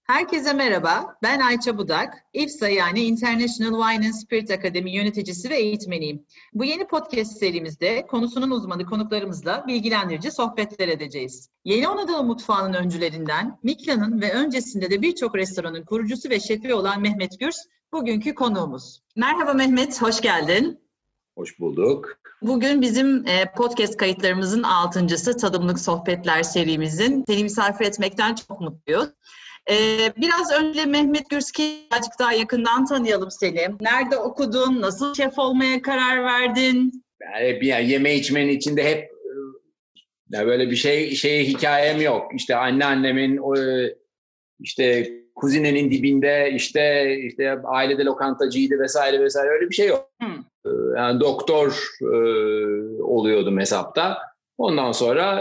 Herkese merhaba, ben Ayça Budak. İFSA yani International Wine and Spirit Akademi yöneticisi ve eğitmeniyim. Bu yeni podcast serimizde konusunun uzmanı konuklarımızla bilgilendirici sohbetler edeceğiz. Yeni Anadolu mutfağının öncülerinden, Mikla'nın ve öncesinde de birçok restoranın kurucusu ve şefi olan Mehmet Gürs, bugünkü konuğumuz. Merhaba Mehmet, hoş geldin. Hoş bulduk. Bugün bizim podcast kayıtlarımızın 6.'sı Tadımlık Sohbetler serimizin. Seni misafir etmekten çok mutluyuz. Biraz önce Mehmet Gürski birazcık daha yakından tanıyalım seni. Nerede okudun? Nasıl şef olmaya karar verdin? Yani yeme içmenin içinde hep böyle bir hikayem yok. İşte anneannemin işte kuzinenin dibinde işte ailede lokantacıydı vesaire vesaire öyle bir şey yok. Yani doktor oluyordum hesapta. Ondan sonra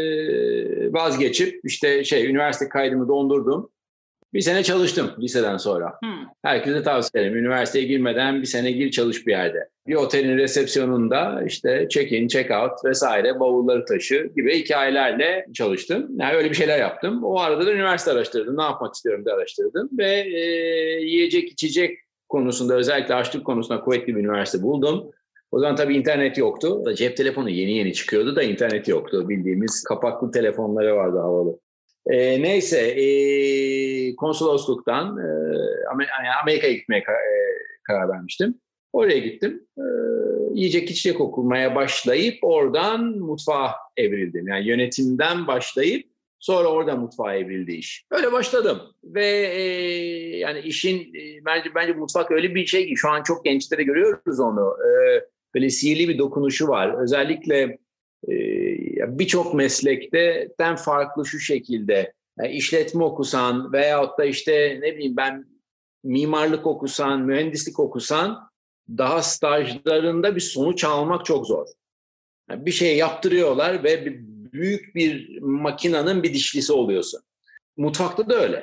vazgeçip üniversite kaydımı dondurdum. Bir sene çalıştım liseden sonra. Herkese tavsiye ederim. Üniversiteye girmeden bir sene gir çalış bir yerde. Bir otelin resepsiyonunda işte check-in, check-out vesaire bavulları taşı gibi hikayelerle çalıştım. Yani öyle bir şeyler yaptım. O arada da üniversite araştırdım. Ne yapmak istiyorum diye araştırdım. Ve yiyecek içecek konusunda özellikle aşçılık konusunda kuvvetli bir üniversite buldum. O zaman tabii internet yoktu. Cep telefonu yeni çıkıyordu da internet yoktu. Bildiğimiz kapaklı telefonları vardı havalı. Neyse konsolosluktan Amerika'ya gitmeye karar vermiştim. Oraya gittim. Yiyecek içecek okumaya başlayıp oradan mutfağa evrildim. Yani yönetimden başlayıp sonra oradan mutfağa evrildi iş. Öyle başladım ve yani işin bence mutfak öyle bir şey ki şu an çok gençlere görüyoruz onu. Böyle sihirli bir dokunuşu var. Özellikle birçok meslekten farklı şu şekilde işletme okusan veyahut da ben mimarlık okusan, mühendislik okusan daha stajlarında bir sonuç almak çok zor. Yani bir şey yaptırıyorlar ve büyük bir makinenin bir dişlisi oluyorsun. Mutfakta da öyle.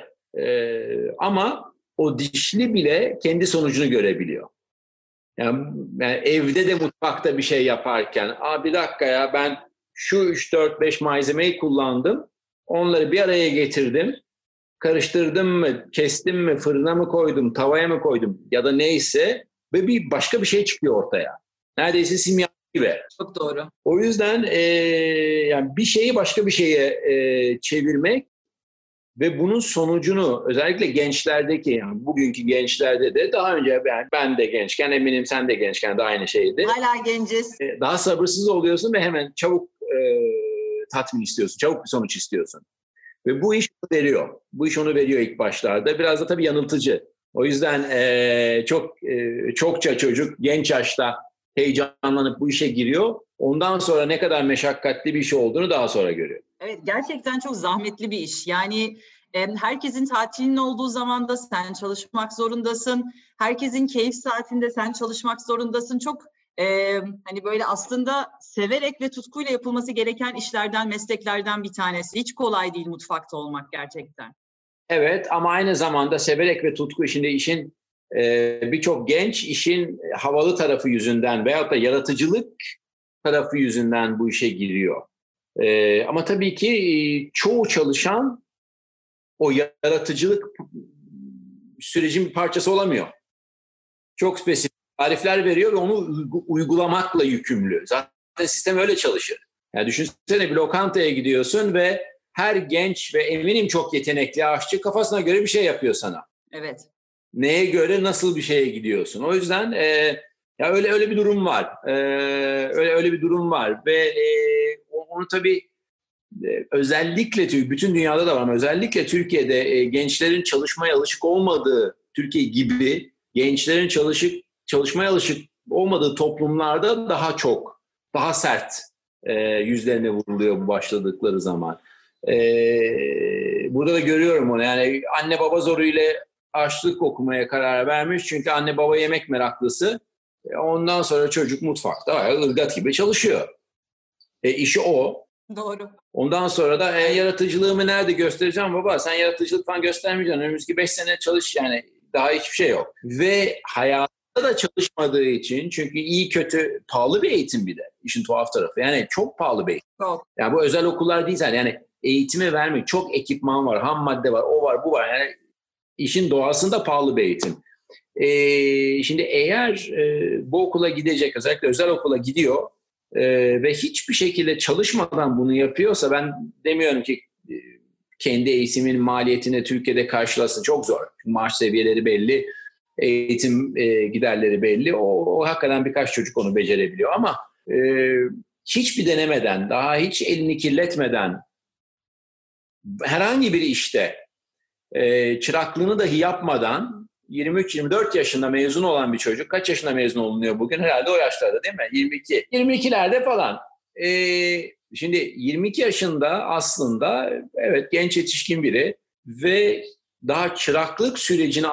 Ama o dişli bile kendi sonucunu görebiliyor. Yani evde de mutfakta bir şey yaparken bir dakika ya ben şu 3-4-5 malzemeyi kullandım. Onları bir araya getirdim. Karıştırdım mı, kestim mi, fırına mı koydum, tavaya mı koydum ya da neyse ve başka bir şey çıkıyor ortaya. Neredeyse simya gibi. Çok doğru. O yüzden yani bir şeyi başka bir şeye çevirmek ve bunun sonucunu özellikle gençlerdeki, yani bugünkü gençlerde de daha önce ben de gençken, eminim sen de gençken de aynı şeydi. Hala genciz. Daha sabırsız oluyorsun ve hemen çabuk tatmin istiyorsun, çabuk bir sonuç istiyorsun. Ve bu iş veriyor. Bu iş onu veriyor ilk başlarda. Biraz da tabii yanıltıcı. O yüzden çokça çocuk genç yaşta heyecanlanıp bu işe giriyor. Ondan sonra ne kadar meşakkatli bir iş olduğunu daha sonra görüyor. Evet, gerçekten çok zahmetli bir iş. Yani herkesin tatilinin olduğu zamanda sen çalışmak zorundasın. Herkesin keyif saatinde sen çalışmak zorundasın. Çok hani böyle aslında severek ve tutkuyla yapılması gereken işlerden, mesleklerden bir tanesi. Hiç kolay değil mutfakta olmak gerçekten. Evet, ama aynı zamanda severek ve tutku işinde işin birçok genç işin havalı tarafı yüzünden veyahut da yaratıcılık tarafı yüzünden bu işe giriyor. Ama tabii ki çoğu çalışan o yaratıcılık sürecin bir parçası olamıyor. Çok spesifik tarifler veriyor ve onu uygulamakla yükümlü. Zaten sistem öyle çalışır. Yani düşünsene bir lokantaya gidiyorsun ve her genç ve eminim çok yetenekli aşçı kafasına göre bir şey yapıyor sana. Evet. Neye göre nasıl bir şeye gidiyorsun? O yüzden ya öyle bir durum var. Öyle bir durum var ve onu tabii özellikle bütün dünyada da var ama özellikle Türkiye'de gençlerin çalışmaya alışık olmadığı Türkiye gibi gençlerin çalışmaya alışık olmadığı toplumlarda daha sert yüzlerine vuruluyor bu başladıkları zaman. Burada da görüyorum onu. Yani anne baba zoruyla aşçılık okumaya karar vermiş. Çünkü anne baba yemek meraklısı. Ondan sonra çocuk mutfakta ırgat gibi çalışıyor. İşi o. Doğru. Ondan sonra da yaratıcılığımı nerede göstereceğim baba? Sen yaratıcılık falan göstermeyeceksin. Önümüzdeki 5 sene çalış yani. Daha hiçbir şey yok. Ve hayatta da çalışmadığı için çünkü iyi kötü pahalı bir eğitim bir de. İşin tuhaf tarafı. Yani çok pahalı bir eğitim. Çok. Yani bu özel okullar değil yani eğitimi vermek. Çok ekipman var, ham madde var, o var, bu var. Yani işin doğasında pahalı bir eğitim. Şimdi eğer bu okula gidecek, özellikle özel okula gidiyor ve hiçbir şekilde çalışmadan bunu yapıyorsa, ben demiyorum ki kendi eğitimin maliyetini Türkiye'de karşılasın. Çok zor. Maaş seviyeleri belli, eğitim giderleri belli. O hakikaten birkaç çocuk onu becerebiliyor ama hiçbir denemeden, daha hiç elini kirletmeden herhangi bir işte çıraklığını dahi yapmadan 23-24 yaşında mezun olan bir çocuk, kaç yaşında mezun olunuyor bugün? Herhalde o yaşlarda değil mi? 22. 22'lerde falan. Şimdi 22 yaşında aslında evet genç yetişkin biri ve daha çıraklık sürecini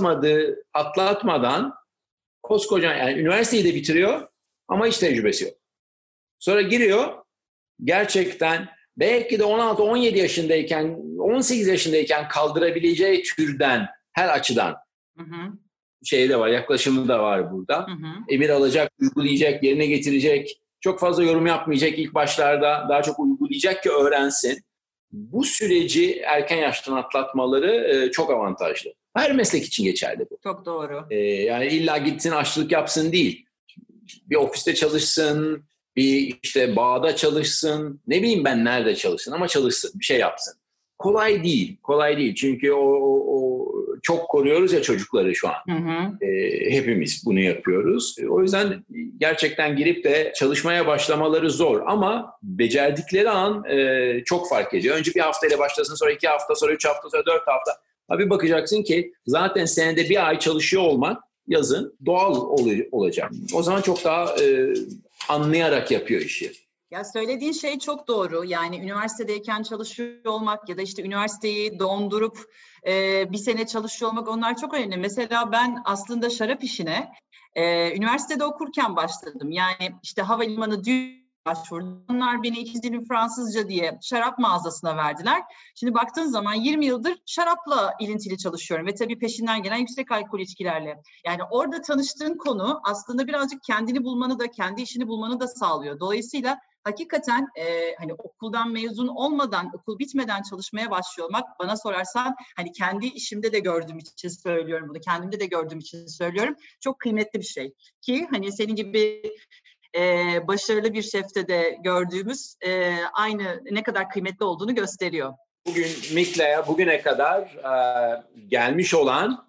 atlatmadan koskoca, yani üniversiteyi de bitiriyor ama hiç tecrübesi yok. Sonra giriyor, gerçekten belki de 16-17 yaşındayken, 18 yaşındayken kaldırabileceği türden her açıdan şey de var, yaklaşımı da var burada. Emir alacak, uygulayacak, yerine getirecek. Çok fazla yorum yapmayacak ilk başlarda, daha çok uygulayacak ki öğrensin. Bu süreci erken yaştan atlatmaları çok avantajlı. Her meslek için geçerli bu. Çok doğru. Yani illa gitsin aşçılık yapsın değil. Bir ofiste çalışsın, bir işte bağda çalışsın, ne bileyim ben nerede çalışsın ama çalışsın, bir şey yapsın. Kolay değil. Çünkü o çok koruyoruz ya çocukları şu an. Hepimiz bunu yapıyoruz. O yüzden gerçekten girip de çalışmaya başlamaları zor ama becerdikleri an çok fark ediyor. Önce bir haftayla başlasın, sonra 2 hafta, sonra 3 hafta, sonra 4 hafta. Abi bakacaksın ki zaten senede bir ay çalışıyor olmak yazın doğal olacak. O zaman çok daha anlayarak yapıyor işi. Ya söylediğin şey çok doğru. Yani üniversitedeyken çalışıyor olmak ya da işte üniversiteyi dondurup bir sene çalışıyor olmak, onlar çok önemli. Mesela ben aslında şarap işine üniversitede okurken başladım. Yani işte havalimanı başvurdum. Onlar beni ikinci dilim Fransızca diye şarap mağazasına verdiler. Şimdi baktığın zaman 20 yıldır şarapla ilintili çalışıyorum ve tabii peşinden gelen yüksek alkol içkilerle. Yani orada tanıştığın konu aslında birazcık kendini bulmanı da, kendi işini bulmanı da sağlıyor. Dolayısıyla hakikaten hani okuldan mezun olmadan, okul bitmeden çalışmaya başlıyor olmak, bana sorarsan hani kendi işimde de gördüğüm için söylüyorum bunu, kendimde de gördüğüm için söylüyorum. Çok kıymetli bir şey. Ki hani senin gibi başarılı bir şefte de gördüğümüz aynı ne kadar kıymetli olduğunu gösteriyor. Bugün Mikla'ya bugüne kadar gelmiş olan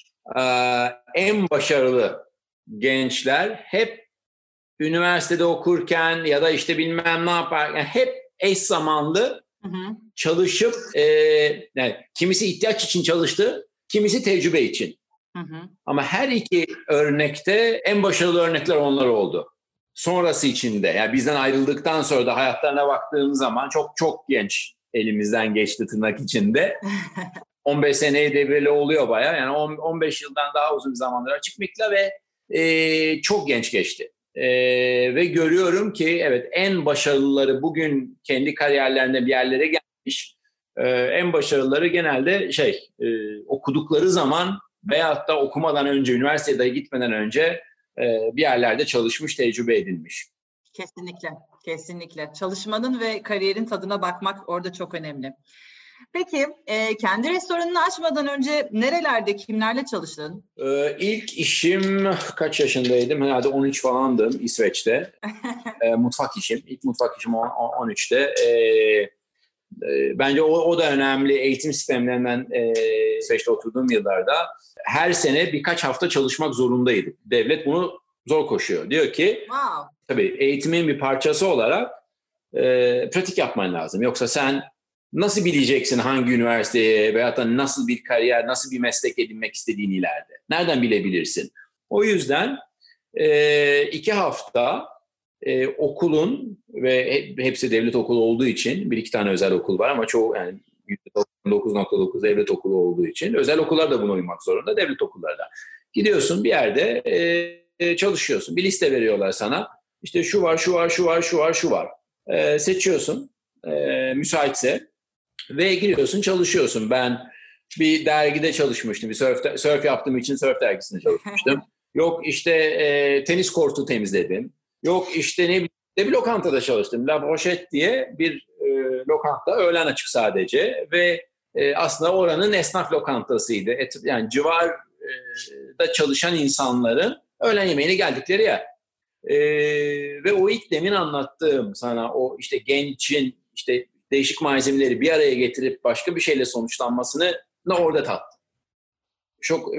en başarılı gençler hep üniversitede okurken ya da işte bilmem ne yaparken hep eş zamanlı çalışıp yani kimisi ihtiyaç için çalıştı, kimisi tecrübe için. Ama her iki örnekte en başarılı örnekler onlar oldu. Sonrası için de, yani bizden ayrıldıktan sonra da hayatlarına baktığımız zaman çok çok genç elimizden geçti tırnak içinde. 15 seneyi devreli oluyor bayağı. Yani 15 yıldan daha uzun bir zamandır Açık Mikla ve çok genç geçti. Ve görüyorum ki evet, en başarılıları bugün kendi kariyerlerinde bir yerlere gelmiş. En başarılıları genelde okudukları zaman veyahut da okumadan önce, üniversiteye gitmeden önce bir yerlerde çalışmış, tecrübe edinmiş. Kesinlikle. Çalışmanın ve kariyerin tadına bakmak orada çok önemli. Peki, kendi restoranını açmadan önce nerelerde, kimlerle çalıştın? İlk işim kaç yaşındaydım? Herhalde 13 falandım İsveç'te. Mutfak işim. İlk mutfak işim 13'te. Bence o da önemli. Eğitim sistemlerinden İsveç'te oturduğum yıllarda her sene birkaç hafta çalışmak zorundaydım. Devlet bunu zor koşuyor. Diyor ki tabii eğitimin bir parçası olarak pratik yapman lazım. Yoksa sen nasıl bileceksin hangi üniversiteye veyahut da nasıl bir kariyer, nasıl bir meslek edinmek istediğini ileride? Nereden bilebilirsin? O yüzden 2 hafta okulun ve hepsi devlet okulu olduğu için, 1-2 tane özel okul var ama çoğu yani %99.9 devlet okulu olduğu için özel okullar da buna uymak zorunda, devlet okulları da. Gidiyorsun bir yerde çalışıyorsun. Bir liste veriyorlar sana. İşte şu var, şu var, şu var, şu var, şu var. Seçiyorsun müsaitse ve giriyorsun, çalışıyorsun. Ben bir dergide çalışmıştım. Bir surf yaptığım için surf dergisinde çalışmıştım. Yok işte tenis kortu temizledim. Yok işte ne bileyim, bir lokantada çalıştım. La Brochette diye bir lokanta, öğlen açık sadece ve aslında oranın esnaf lokantasıydı. Yani civarda çalışan insanların öğlen yemeğine geldikleri yer. Ve o ilk demin anlattığım sana o işte gençin işte değişik malzemeleri bir araya getirip başka bir şeyle sonuçlanmasını orada tattım. Çok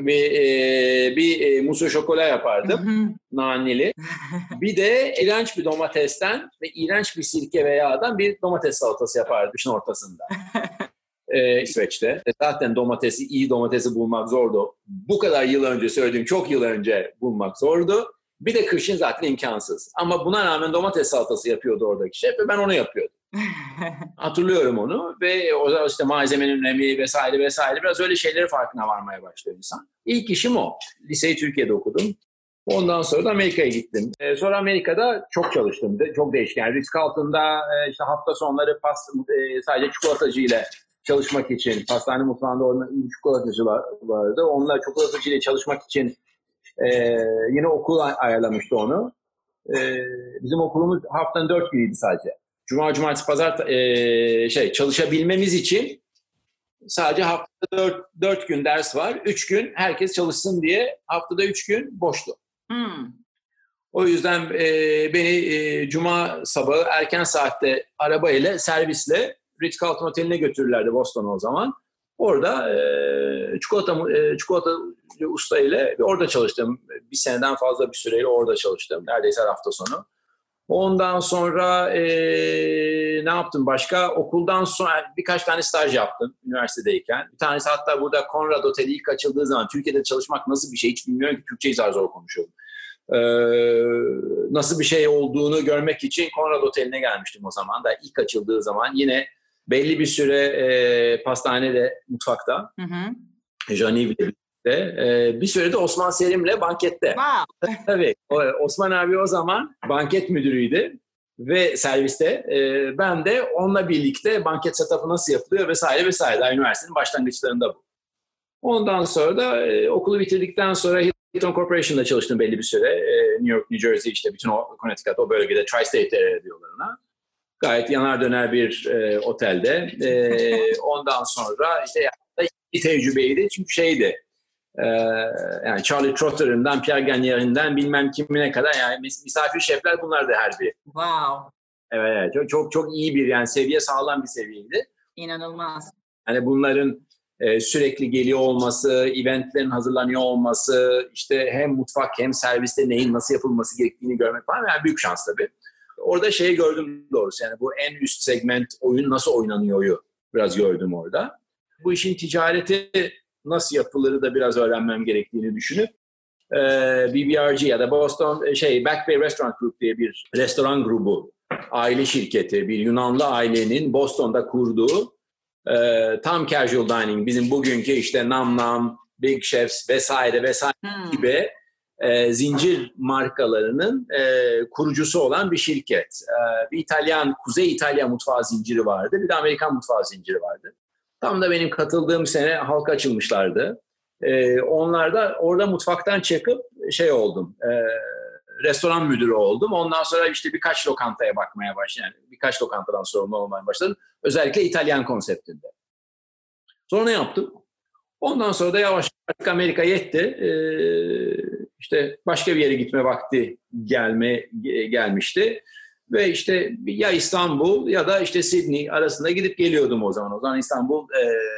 bir muso şokola yapardım, naneli. Bir de iğrenç bir domatesten ve iğrenç bir sirke ve yağdan bir domates salatası yapardım işin ortasında. İsveç'te. Zaten iyi domatesi bulmak zordu. Bu kadar yıl önce söylediğim çok yıl önce bulmak zordu. Bir de kışın zaten imkansız. Ama buna rağmen domates salatası yapıyordu oradaki şef ve ben onu yapıyordum. Hatırlıyorum onu ve o zaman işte malzemenin önemi vesaire vesaire biraz öyle şeyleri farkına varmaya başlıyor insan. İlk işim o. Liseyi Türkiye'de okudum. Ondan sonra da Amerika'ya gittim. Sonra Amerika'da çok çalıştım. Çok değişken. Yani Ritz-Carlton'da işte hafta sonları sadece çikolatacı ile çalışmak için, pastane mutfağında orada iyi çikolatacı vardı. Onlar çikolatacı ile çalışmak için yine okul ayarlamıştı onu. Bizim okulumuz haftanın 4 günüydü sadece. Cuma, cumartesi, pazar çalışabilmemiz için sadece haftada 4 gün ders var. 3 gün herkes çalışsın diye haftada 3 gün boştu. O yüzden beni cuma sabahı erken saatte arabayla, servisle Ritz-Carlton Oteli'ne götürürlerdi Boston'a o zaman. Orada çikolata usta ile orada çalıştım. Bir seneden fazla bir süreyle orada çalıştım. Neredeyse her hafta sonu. Ondan sonra ne yaptım başka? Okuldan sonra birkaç tane staj yaptım üniversitedeyken. Bir tanesi hatta burada Conrad Oteli ilk açıldığı zaman Türkiye'de çalışmak nasıl bir şey hiç bilmiyorum ki Türkçeyi zor konuşuyorum. Nasıl bir şey olduğunu görmek için Conrad Oteli'ne gelmiştim o zaman da ilk açıldığı zaman yine belli bir süre pastanede, mutfakta. Jani'yle birlikte. Bir süre de Osman Selim'le bankette. Wow. Tabii. Osman abi o zaman banket müdürüydü ve serviste. Ben de onunla birlikte banket setup'ı nasıl yapılıyor vesaire vesaire. Daha üniversitenin başlangıçlarında bu. Ondan sonra da okulu bitirdikten sonra Hilton Corporation'da çalıştım belli bir süre. New York, New Jersey işte bütün o Connecticut o bölgede Tri-State area diyorlar ona. Gayet yanar döner bir otelde. Ondan sonra işte bir tecrübeydi çünkü şeydi. Yani Charlie Trotter'ından, Pierre Gagneri'nden bilmem kimine kadar yani misafir şefler bunlar da her biri. Wow. Evet, çok iyi bir yani seviye sağlam bir seviyeydi. İnanılmaz. Yani bunların sürekli geliyor olması, eventlerin hazırlanıyor olması, işte hem mutfak hem serviste neyin nasıl yapılması gerektiğini görmek falan yani büyük şans tabii. Orada şeyi gördüm doğrusu yani bu en üst segment oyun nasıl oynanıyor'yu biraz gördüm orada. Bu işin ticareti nasıl yapılırı da biraz öğrenmem gerektiğini düşünüp BBRG ya da Boston Back Bay Restaurant Group diye bir restoran grubu, aile şirketi, bir Yunanlı ailenin Boston'da kurduğu tam casual dining, bizim bugünkü işte Nam Nam, Big Chefs vesaire gibi zincir markalarının kurucusu olan bir şirket. Bir Kuzey İtalya mutfağı zinciri vardı, bir de Amerikan mutfağı zinciri vardı. Tam da benim katıldığım sene halka açılmışlardı. Onlar da orada mutfaktan çıkıp oldum, restoran müdürü oldum. Ondan sonra işte birkaç lokantaya bakmaya başladım. Yani birkaç lokantadan sorumlu olmaya başladım. Özellikle İtalyan konseptinde. Sonra ne yaptım? Ondan sonra da yavaş yavaş Amerika yetti. İşte başka bir yere gitme vakti gelmişti. Ve işte ya İstanbul ya da işte Sydney arasında gidip geliyordum o zaman. O zaman İstanbul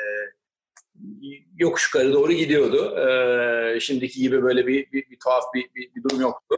yokuş yukarı doğru gidiyordu. Şimdiki gibi böyle bir tuhaf bir durum yoktu.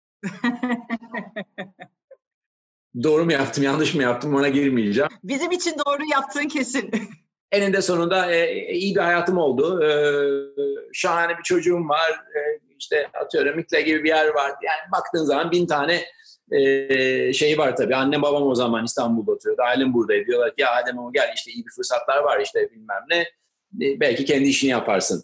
Doğru mu yaptım, yanlış mı yaptım ona girmeyeceğim. Bizim için doğru yaptığın kesin. Eninde sonunda iyi bir hayatım oldu. Şahane bir çocuğum var. İşte atıyorum Mikle gibi bir yer var. Yani baktığın zaman 1000 tane şeyi var tabii. Annem babam o zaman İstanbul'da oturuyordu. Ailem buradaydı. Diyorlar ki ya Adem ama gel işte iyi bir fırsatlar var işte bilmem ne. Belki kendi işini yaparsın.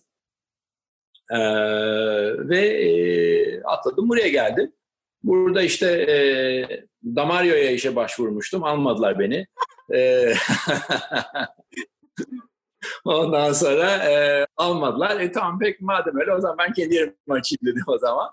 Ve atladım buraya geldim. Burada işte Damario'ya işe başvurmuştum. Almadılar beni. Ondan sonra almadılar. Tamam peki madem öyle o zaman ben kendi yerimi açayım dedim o zaman.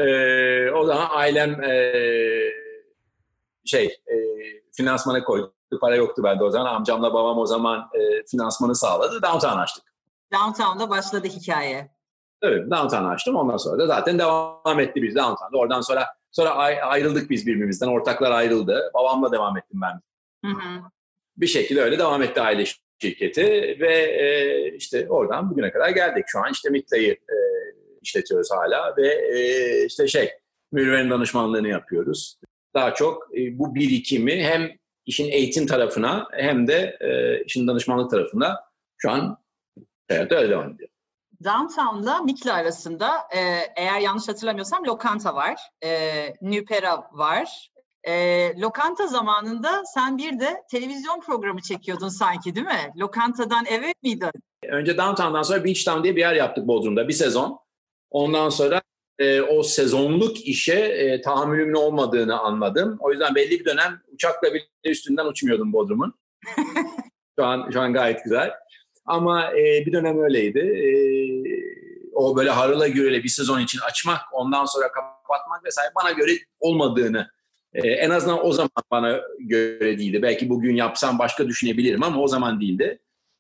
O zaman ailem finansmana koydu para yoktu bende o zaman. Amcamla babam o zaman finansmanı sağladı. Downtown açtık. Downtown'da başladı hikaye. Tabii Downtown açtım. Ondan sonra da zaten devam etti biz Downtown'da. Oradan sonra ayrıldık biz birbirimizden. Ortaklar ayrıldı. Babamla devam ettim ben. Hı hı. Bir şekilde öyle devam etti aile şirketi ve işte oradan bugüne kadar geldik. Şu an işte Mitla'yı işletiyoruz hala ve işte müşavir danışmanlığını yapıyoruz. Daha çok bu birikimi hem işin eğitim tarafına hem de işin danışmanlık tarafına şu an hayatta öyle devam ediyor. Downtown'la Mikla arasında eğer yanlış hatırlamıyorsam lokanta var, Nüpera var. Lokanta zamanında sen bir de televizyon programı çekiyordun sanki değil mi? Lokantadan eve miydin? Önce Downtown'dan sonra Beach Town diye bir yer yaptık Bodrum'da bir sezon. Ondan sonra o sezonluk işe tahammülümün olmadığını anladım. O yüzden belli bir dönem uçakla bile üstünden uçmuyordum Bodrum'un. Şu an gayet güzel. Ama bir dönem öyleydi. O böyle harıla gürele bir sezon için açmak, ondan sonra kapatmak vesaire bana göre olmadığını, en azından o zaman bana göre değildi. Belki bugün yapsam başka düşünebilirim ama o zaman değildi.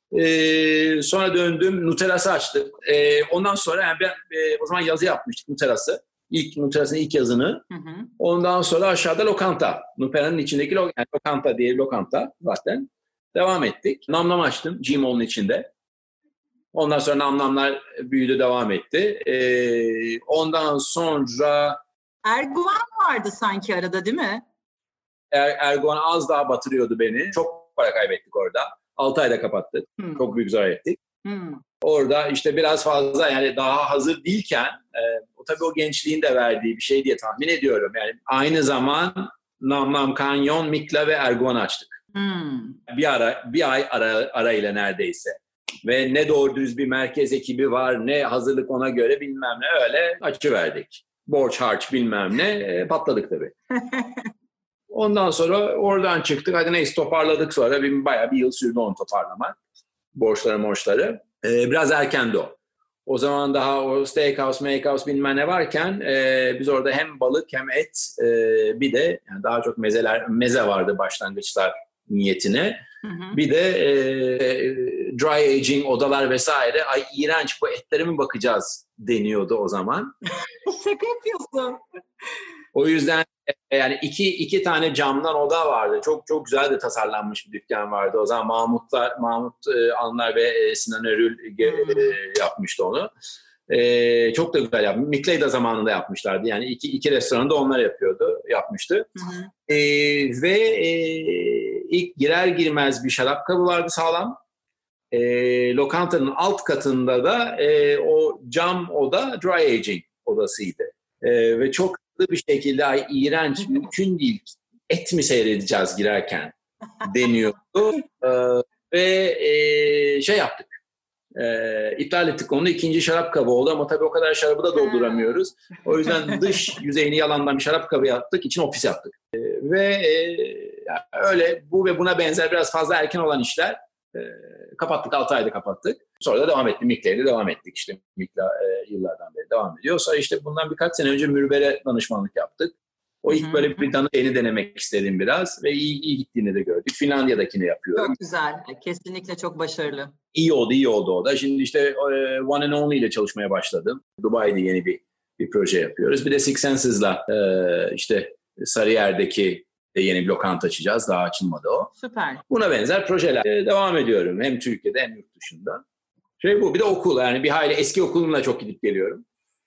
Sonra döndüm, Nuteras'ı açtık. Ondan sonra yani ben o zaman yazı yapmıştık Nuteras'ın ilk yazını. Hı hı. Ondan sonra aşağıda lokanta. Nupera'nın içindeki lokanta diye lokanta zaten. Devam ettik. Namlam açtım Gmall'un içinde. Ondan sonra namlamlar büyüdü, devam etti. Ondan sonra... Erguvan vardı sanki arada değil mi? Erguvan az daha batırıyordu beni. Çok para kaybettik orada. 6 ayda kapattık. Çok büyük zarar ettik. Orada işte biraz fazla yani daha hazır değilken tabii o gençliğin de verdiği bir şey diye tahmin ediyorum. Yani aynı zaman Namlam, Kanyon, Mikla ve Erguvan açtık. Bir ay arayla neredeyse. Ve ne doğru düz bir merkez ekibi var, ne hazırlık ona göre bilmem ne, öyle açıverdik. Borç harç bilmem ne, patladık tabii. Ondan sonra oradan çıktık. Hadi neyse toparladık sonra. Bayağı bir yıl sürdü onu toparlamak. Borçları. Biraz erkendi o. O zaman daha o steakhouse, makehouse bilmem ne varken biz orada hem balık hem et bir de yani daha çok meze vardı başlangıçlar niyetine. Hı hı. Bir de dry aging odalar vesaire. Ay iğrenç bu etlere mi bakacağız deniyordu o zaman. Şaka yapıyorsun. O yüzden yani iki tane camdan oda vardı. Çok çok güzel de tasarlanmış bir dükkan vardı. O zaman Mahmut Anlar ve Sinan Örül yapmıştı onu. Çok da güzel yapmış. Mikla'yı da zamanında yapmışlardı. Yani iki restoranı da onlar yapmıştı. Ve ilk girer girmez bir şarap kabı vardı sağlam. Lokantanın alt katında da o cam oda dry aging odasıydı. Ve çok hızlı bir şekilde ay iğrenç mümkün değil. Et mi seyredeceğiz girerken deniyordu. Ve yaptık. İptal ettik onu. İkinci şarap kabı oldu ama tabii o kadar şarabı da dolduramıyoruz. O yüzden dış yüzeyini yalandan bir şarap kabı yaptık. İçine ofis yaptık. Ve öyle bu ve buna benzer biraz fazla erken olan işler kapattık. 6 ayda kapattık. Sonra da devam ettik. Mikle'yle devam ettik. İşte Mikle yıllardan beri devam ediyor. Sonra işte bundan birkaç sene önce Mürver'e danışmanlık yaptık. O ilk böyle bir yeni denemek istedim biraz ve iyi gittiğini de gördük. Finlandiya'dakini yapıyorum. Çok güzel. Kesinlikle çok başarılı. İyi oldu o da. Şimdi işte One and Only ile çalışmaya başladım. Dubai'de yeni bir proje yapıyoruz. Bir de Six Senses'la işte Sarıyer'deki de yeni bir lokanta açacağız. Daha açılmadı o. Süper. Buna benzer projeler devam ediyorum. Hem Türkiye'de hem yurt dışında. Bu bir de okul. Yani bir hayli eski okulumla çok gidip geliyorum.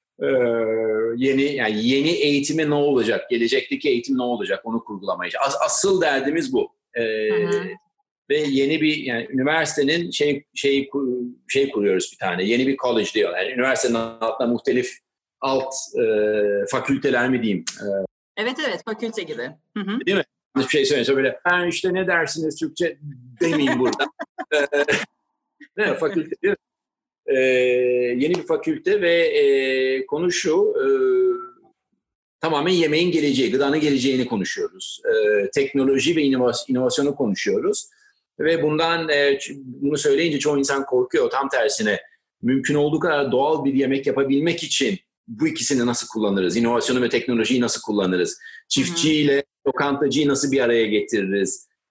Yeni eğitimi ne olacak? Gelecekteki eğitim ne olacak? Onu kurgulamaya. Asıl derdimiz bu. Ve yeni bir yani üniversitenin şey kuruyoruz bir tane. Yeni bir college diyorlar. Yani üniversitenin altında muhtelif alt fakülteler mi diyeyim? Evet fakülte gibi. Değil mi? Bir şey söylüyorsa böyle ben işte ne dersiniz Türkçe demeyeyim burada. Ne fakülte değil mi? Yeni bir fakülte ve konu şu tamamen yemeğin geleceği, gıdanın geleceğini konuşuyoruz. Teknoloji ve inovasyonu konuşuyoruz. Ve bunu söyleyince çoğu insan korkuyor. Tam tersine mümkün olduğu kadar doğal bir yemek yapabilmek için bu ikisini nasıl kullanırız? İnovasyonu ve teknolojiyi nasıl kullanırız? Çiftçiyle lokantacıyı nasıl bir araya getiririz?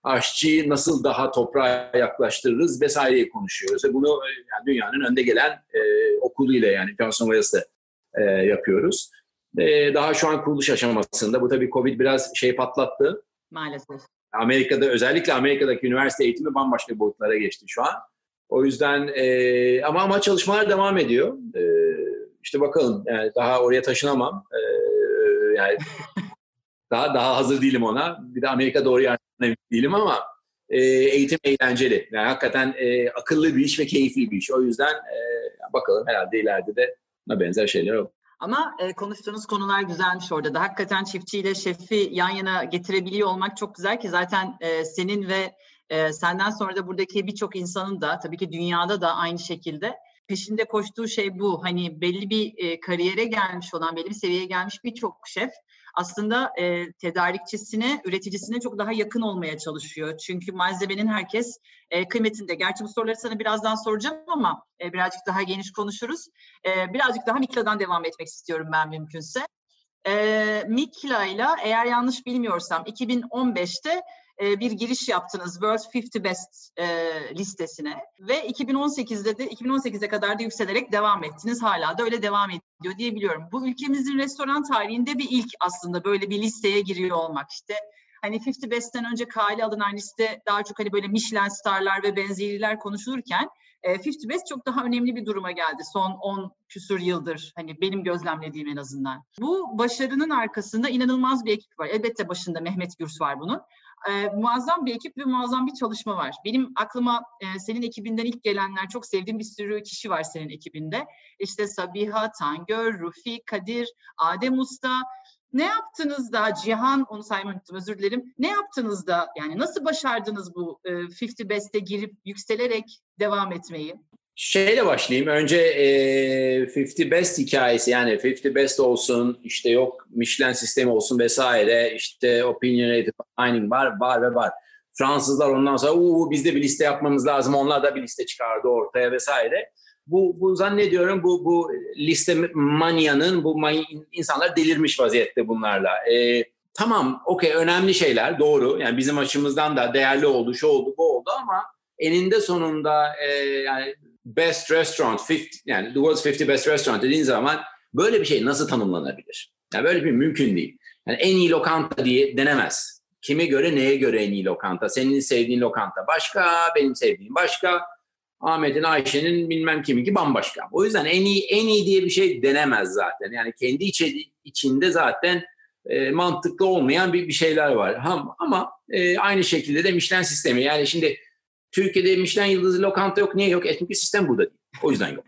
aşçıyı nasıl daha toprağa yaklaştırırız vesaireyi konuşuyoruz. Ve bunu yani dünyanın önde gelen okuluyla yani Johnson Wales'te yapıyoruz. Daha şu an kuruluş aşamasında. Bu tabii Covid biraz patlattı. Maalesef. Özellikle Amerika'daki üniversite eğitimi bambaşka boyutlara geçti şu an. O yüzden ama çalışmalar devam ediyor. İşte bakalım yani daha oraya taşınamam. Yani daha hazır değilim ona. Bir de Amerika'da oraya değilim ama eğitim eğlenceli. Yani hakikaten akıllı bir iş ve keyifli bir iş. O yüzden bakalım herhalde ileride de buna benzer şeyler olur. Ama konuştuğunuz konular güzelmiş orada da. Hakikaten çiftçiyle şefi yan yana getirebiliyor olmak çok güzel ki zaten senin ve senden sonra da buradaki birçok insanın da tabii ki dünyada da aynı şekilde peşinde koştuğu şey bu. Hani belli bir kariyere gelmiş olan, belli bir seviyeye gelmiş birçok şef aslında tedarikçisine, üreticisine çok daha yakın olmaya çalışıyor. Çünkü malzemenin herkes kıymetinde. Gerçi bu soruları sana birazdan soracağım ama birazcık daha geniş konuşuruz. Birazcık daha Mikla'dan devam etmek istiyorum ben mümkünse. Mikla'yla eğer yanlış bilmiyorsam 2015'te bir giriş yaptınız World 50 Best listesine ve 2018'e kadar da yükselerek devam ettiniz. Hala da öyle devam ediyor diye biliyorum. Bu ülkemizin restoran tarihinde bir ilk aslında böyle bir listeye giriyor olmak. İşte hani 50 Best'ten önce kale alınan liste daha çok hani böyle Michelin starlar ve benzeriler konuşulurken 50 Best çok daha önemli bir duruma geldi son 10 küsur yıldır. Hani benim gözlemlediğim en azından. Bu başarının arkasında inanılmaz bir ekip var. Elbette başında Mehmet Gürs var bunun. Muazzam bir ekip ve muazzam bir çalışma var. Benim aklıma senin ekibinden ilk gelenler, çok sevdiğim bir sürü kişi var senin ekibinde. İşte Sabiha, Tangör, Rufi, Kadir, Adem Usta. Ne yaptınız da Cihan, onu saymayı unuttum, özür dilerim. Ne yaptınız da yani nasıl başardınız bu 50 Best'e girip yükselerek devam etmeyi? Şeyle başlayayım. Önce 50 Best hikayesi yani 50 Best olsun işte yok Michelin sistemi olsun vesaire işte opinionated dining var. Fransızlar ondan sonra biz de bir liste yapmamız lazım. Onlar da bir liste çıkardı ortaya vesaire. Bu zannediyorum bu liste manyanın insanlar delirmiş vaziyette bunlarla. Tamam okey önemli şeyler doğru. Yani bizim açımızdan da değerli oldu şu oldu bu oldu ama eninde sonunda yani Best Restaurant, yani The World's 50 Best Restaurant dediğin zaman böyle bir şey nasıl tanımlanabilir? Yani böyle bir mümkün değil. Yani en iyi lokanta diye denemez. Kime göre, neye göre en iyi lokanta? Senin sevdiğin lokanta başka, benim sevdiğim başka. Ahmet'in, Ayşe'nin bilmem kiminki bambaşka. O yüzden en iyi diye bir şey denemez zaten. Yani kendi içinde zaten mantıklı olmayan bir şeyler var. Ama aynı şekilde de Michelin sistemi. Yani şimdi Türkiye'de Michelin yıldızlı lokanta yok. Niye yok? Çünkü sistem burada değil. O yüzden yok.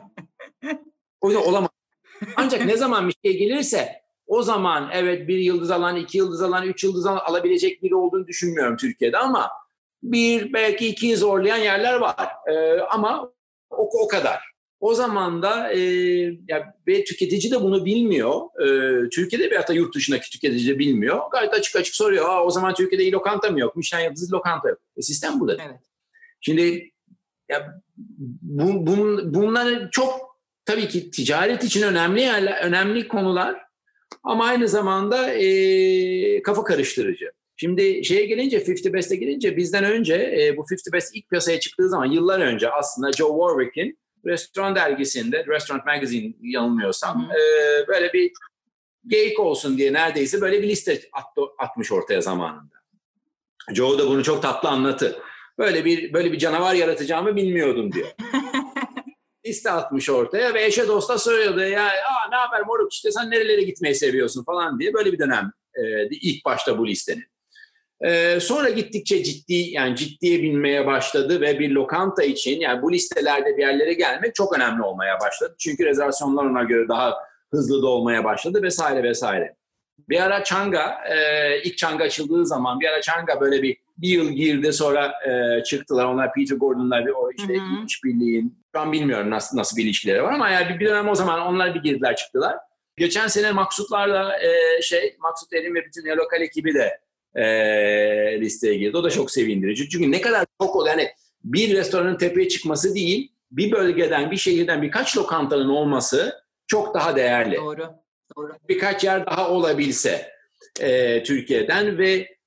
O yüzden olamaz. Ancak ne zaman bir şey gelirse o zaman evet 1 yıldız alan, 2 yıldız alan, 3 yıldız alan alabilecek biri olduğunu düşünmüyorum Türkiye'de ama belki 2'yi zorlayan yerler var. Ama o kadar. O zaman da ve tüketici de bunu bilmiyor. Türkiye'de bir hatta yurt dışındaki tüketici de bilmiyor. Gayet açık soruyor. O zaman Türkiye'de iyi lokanta mı yok? Michelin yıldızlı lokanta yok. Sistem bu da. Evet. Şimdi bunlar çok tabii ki ticaret için önemli konular ama aynı zamanda kafa karıştırıcı. Şimdi şeye gelince 50 Best'e gelince bizden önce bu 50 Best ilk piyasaya çıktığı zaman yıllar önce aslında Joe Warwick'in Restoran dergisinde, Restaurant Magazine yanılmıyorsam böyle bir geyik olsun diye neredeyse böyle bir liste atmış ortaya zamanında. Joe da bunu çok tatlı anlatı. Böyle bir canavar yaratacağımı bilmiyordum diyor. Liste atmış ortaya ve eşe dosta soruyordu ya ne haber moruk işte sen nerelere gitmeyi seviyorsun falan diye böyle bir dönem ilk başta bu listenin. Sonra gittikçe ciddiye binmeye başladı ve bir lokanta için yani bu listelerde bir yerlere gelmek çok önemli olmaya başladı. Çünkü rezervasyonlar ona göre daha hızlı da olmaya başladı vesaire. Bir ara Çanga, ilk Çanga açıldığı zaman bir ara Çanga böyle bir yıl girdi sonra çıktılar. Onlar Peter Gordon'lar o işte işbirliğin. Şu an bilmiyorum nasıl bir ilişkileri var ama yani bir dönem o zaman onlar bir girdiler çıktılar. Geçen sene Maksutlarla Maksut Erim ve bütün lokal ekibi de listeye girdi. O da çok sevindirici. Çünkü ne kadar çok yani bir restoranın tepeye çıkması değil, bir bölgeden, bir şehirden birkaç lokantanın olması çok daha değerli. Doğru. Birkaç yer daha olabilse Türkiye'den ve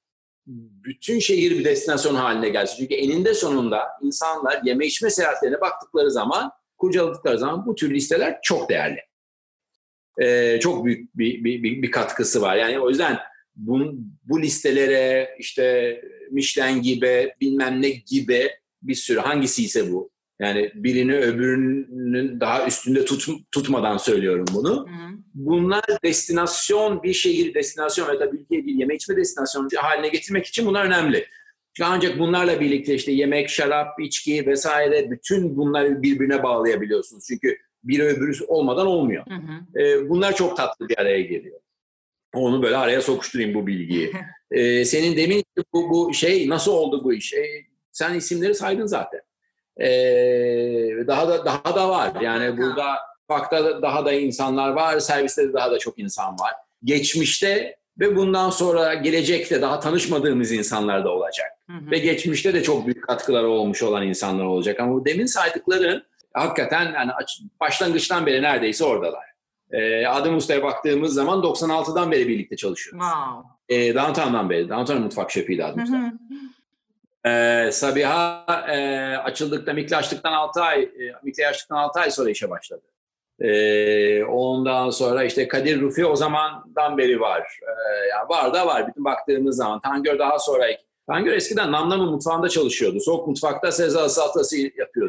bütün şehir bir destinasyon haline gelsin. Çünkü eninde sonunda insanlar yeme içme seyahatlerine baktıkları zaman, kurcaladıkları zaman bu tür listeler çok değerli. Çok büyük bir katkısı var. Yani o yüzden bu listelere işte Michelin gibi, bilmem ne gibi bir sürü, hangisi ise bu. Yani birini öbürünün daha üstünde tutmadan söylüyorum bunu. Bunlar destinasyon, bir şehir destinasyon ve tabii ülkeyi bir yeme içme destinasyonu haline getirmek için bunlar önemli. Çünkü ancak bunlarla birlikte işte yemek, şarap, içki vesaire bütün bunları birbirine bağlayabiliyorsunuz. Çünkü biri öbürü olmadan olmuyor. Bunlar çok tatlı bir araya geliyor. Onu böyle araya sokuşturayım bu bilgiyi. Senin demin bu şey nasıl oldu bu iş? Sen isimleri saydın zaten. Daha da var. Yani burada fakta daha da insanlar var, serviste de daha da çok insan var. Geçmişte ve bundan sonra gelecekte daha tanışmadığımız insanlar da olacak. Ve geçmişte de çok büyük katkıları olmuş olan insanlar olacak. Ama bu demin saydıkların hakikaten yani başlangıçtan beri neredeyse oradalar. Adem Usta'ya baktığımız zaman 96'dan beri birlikte çalışıyoruz. Wow. Downtown'dan beri. Downtown mutfak şefiydi Adem Usta. Sabiha Mikli açtıktan 6 ay sonra işe başladı. Ondan sonra işte Kadir Rufi o zamandan beri var. Yani var. Bütün baktığımız zaman. Tangör daha sonra. Tangör eskiden Namnam'ın mutfağında çalışıyordu. Soğuk mutfakta Sezar salatası yapıyordu.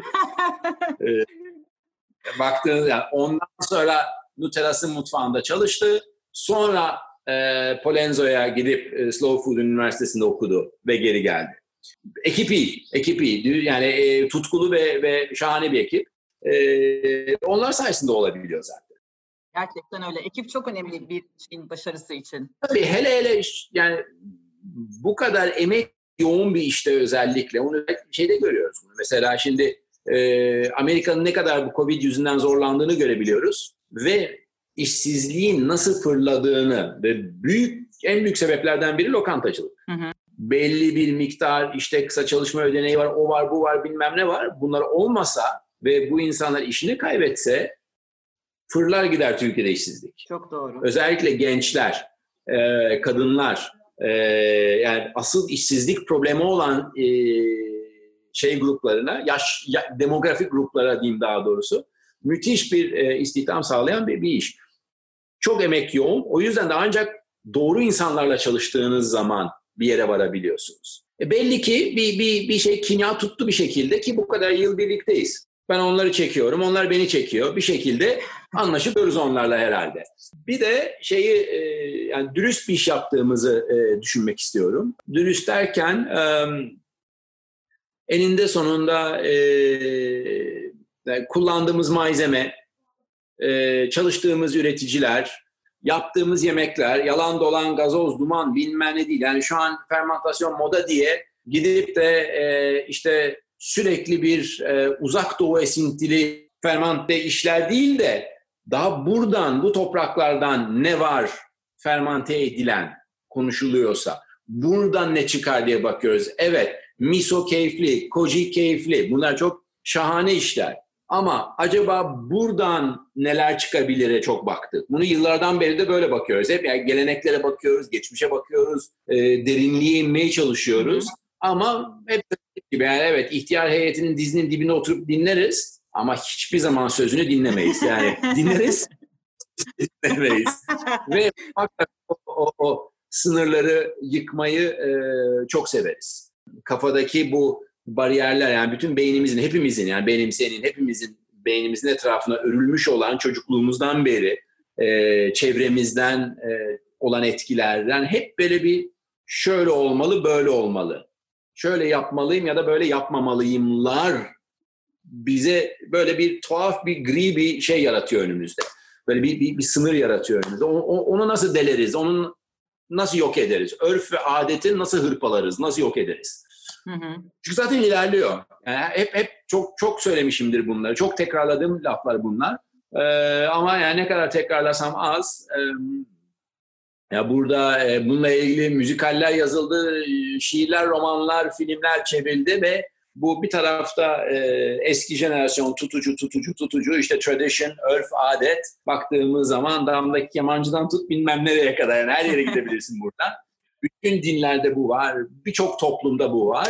Baktığınız yani ondan sonra Nutella'sın mutfağında çalıştı. Sonra Polenzo'ya gidip Slow Food Üniversitesi'nde okudu ve geri geldi. Ekipi yani tutkulu ve şahane bir ekip. Onlar sayesinde olabiliyor zaten. Gerçekten öyle. Ekip çok önemli bir şeyin başarısı için. Tabii hele yani bu kadar emek yoğun bir işte özellikle onu şeyde görüyoruz. Mesela şimdi Amerika'nın ne kadar bu Covid yüzünden zorlandığını görebiliyoruz ve işsizliğin nasıl fırladığını ve en büyük sebeplerden biri lokantacılık. Belli bir miktar işte kısa çalışma ödeneği var, o var, bu var, bilmem ne var. Bunlar olmasa ve bu insanlar işini kaybetse fırlar gider Türkiye'de işsizlik. Çok doğru. Özellikle gençler, kadınlar, yani asıl işsizlik problemi olan gruplarına, demografik gruplara diyeyim daha doğrusu, müthiş bir istihdam sağlayan bir iş. Çok emek yoğun. O yüzden de ancak doğru insanlarla çalıştığınız zaman bir yere varabiliyorsunuz. Belli ki bir şey kimya tuttu bir şekilde ki bu kadar yıl birlikteyiz. Ben onları çekiyorum, onlar beni çekiyor. Bir şekilde anlaşıyoruz onlarla herhalde. Bir de yani dürüst bir iş yaptığımızı düşünmek istiyorum. Dürüst derken eninde sonunda kullandığımız malzeme, çalıştığımız üreticiler, yaptığımız yemekler, yalan dolan, gazoz, duman bilmem ne değil. Yani şu an fermentasyon moda diye gidip de işte sürekli bir uzak doğu esintili fermente işler değil de daha buradan, bu topraklardan ne var fermente edilen konuşuluyorsa, buradan ne çıkar diye bakıyoruz. Evet, miso keyifli, koji keyifli, bunlar çok şahane işler. Ama acaba buradan neler çıkabilire çok baktık. Bunu yıllardan beri de böyle bakıyoruz. Hep yani geleneklere bakıyoruz, geçmişe bakıyoruz, derinliğe inmeye çalışıyoruz. Ama hep gibi yani evet ihtiyar heyetinin dizinin dibine oturup dinleriz ama hiçbir zaman sözünü dinlemeyiz. Yani dinleriz, dinlemeyiz. Ve o sınırları yıkmayı çok severiz. Kafadaki bu bariyerler yani bütün beynimizin, hepimizin yani benim, senin, hepimizin beynimizin etrafına örülmüş olan çocukluğumuzdan beri çevremizden olan etkilerden hep böyle bir şöyle olmalı, böyle olmalı. Şöyle yapmalıyım ya da böyle yapmamalıyımlar bize böyle bir tuhaf bir gri bir şey yaratıyor önümüzde. Böyle bir sınır yaratıyor önümüzde. Onu nasıl deleriz? Onu nasıl yok ederiz? Örf ve adeti nasıl hırpalarız? Nasıl yok ederiz? Çünkü zaten ilerliyor. Yani hep çok söylemişimdir bunları. Çok tekrarladığım laflar bunlar. Ama yani ne kadar tekrarlasam az. Ya burada bununla ilgili müzikaller yazıldı, şiirler, romanlar, filmler çevrildi ve bu bir tarafta eski jenerasyon tutucu işte tradition, örf, adet baktığımız zaman damdaki kemancıdan tut bilmem nereye kadar yani her yere gidebilirsin buradan. Bütün dinlerde bu var. Birçok toplumda bu var.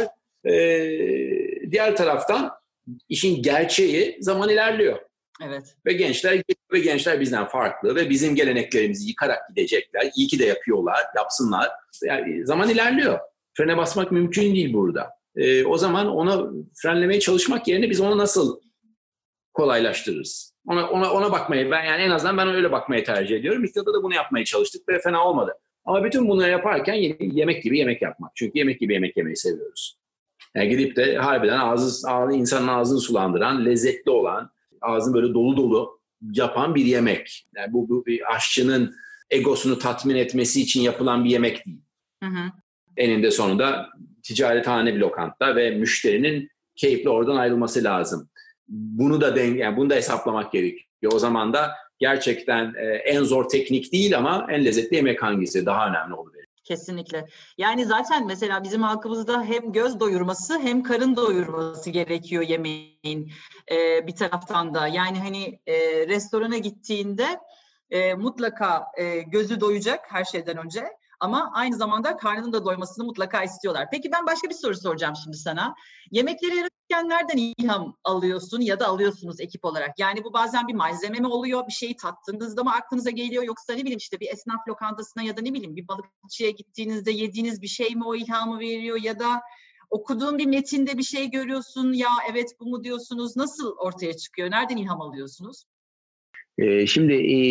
Diğer taraftan işin gerçeği zaman ilerliyor. Evet. Ve gençler bizden farklı ve bizim geleneklerimizi yıkarak gidecekler. İyi ki de yapıyorlar, yapsınlar. Yani zaman ilerliyor. Frene basmak mümkün değil burada. O zaman ona frenlemeye çalışmak yerine biz onu nasıl kolaylaştırırız? Ona bakmayı, yani en azından ben öyle bakmayı tercih ediyorum. İlk da bunu yapmaya çalıştık ve fena olmadı. Ama bütün bunları yaparken yemek gibi yemek yapmak. Çünkü yemek gibi yemek yemeyi seviyoruz. Yani gidip de harbiden insanın ağzını sulandıran, lezzetli olan, ağzını böyle dolu dolu yapan bir yemek. Yani bu bir aşçının egosunu tatmin etmesi için yapılan bir yemek değil. Hı hı. Eninde sonunda ticarethane bir lokanta ve müşterinin keyifle oradan ayrılması lazım. Bunu da hesaplamak gerekiyor. O zaman da gerçekten en zor teknik değil ama en lezzetli yemek hangisi daha önemli oluyor. Kesinlikle. Yani zaten mesela bizim halkımızda hem göz doyurması hem karın doyurması gerekiyor yemeğin bir taraftan da. Yani hani restorana gittiğinde mutlaka gözü doyacak her şeyden önce. Ama aynı zamanda karnının da doymasını mutlaka istiyorlar. Peki ben başka bir soru soracağım şimdi sana. Yemekleri yaratırken nereden ilham alıyorsun ya da alıyorsunuz ekip olarak? Yani bu bazen bir malzeme mi oluyor? Bir şeyi tattığınızda mı aklınıza geliyor? Yoksa ne bileyim işte bir esnaf lokantasına ya da ne bileyim bir balıkçıya gittiğinizde yediğiniz bir şey mi o ilhamı veriyor? Ya da okuduğun bir metinde bir şey görüyorsun. Ya evet bu mu diyorsunuz? Nasıl ortaya çıkıyor? Nereden ilham alıyorsunuz? Şimdi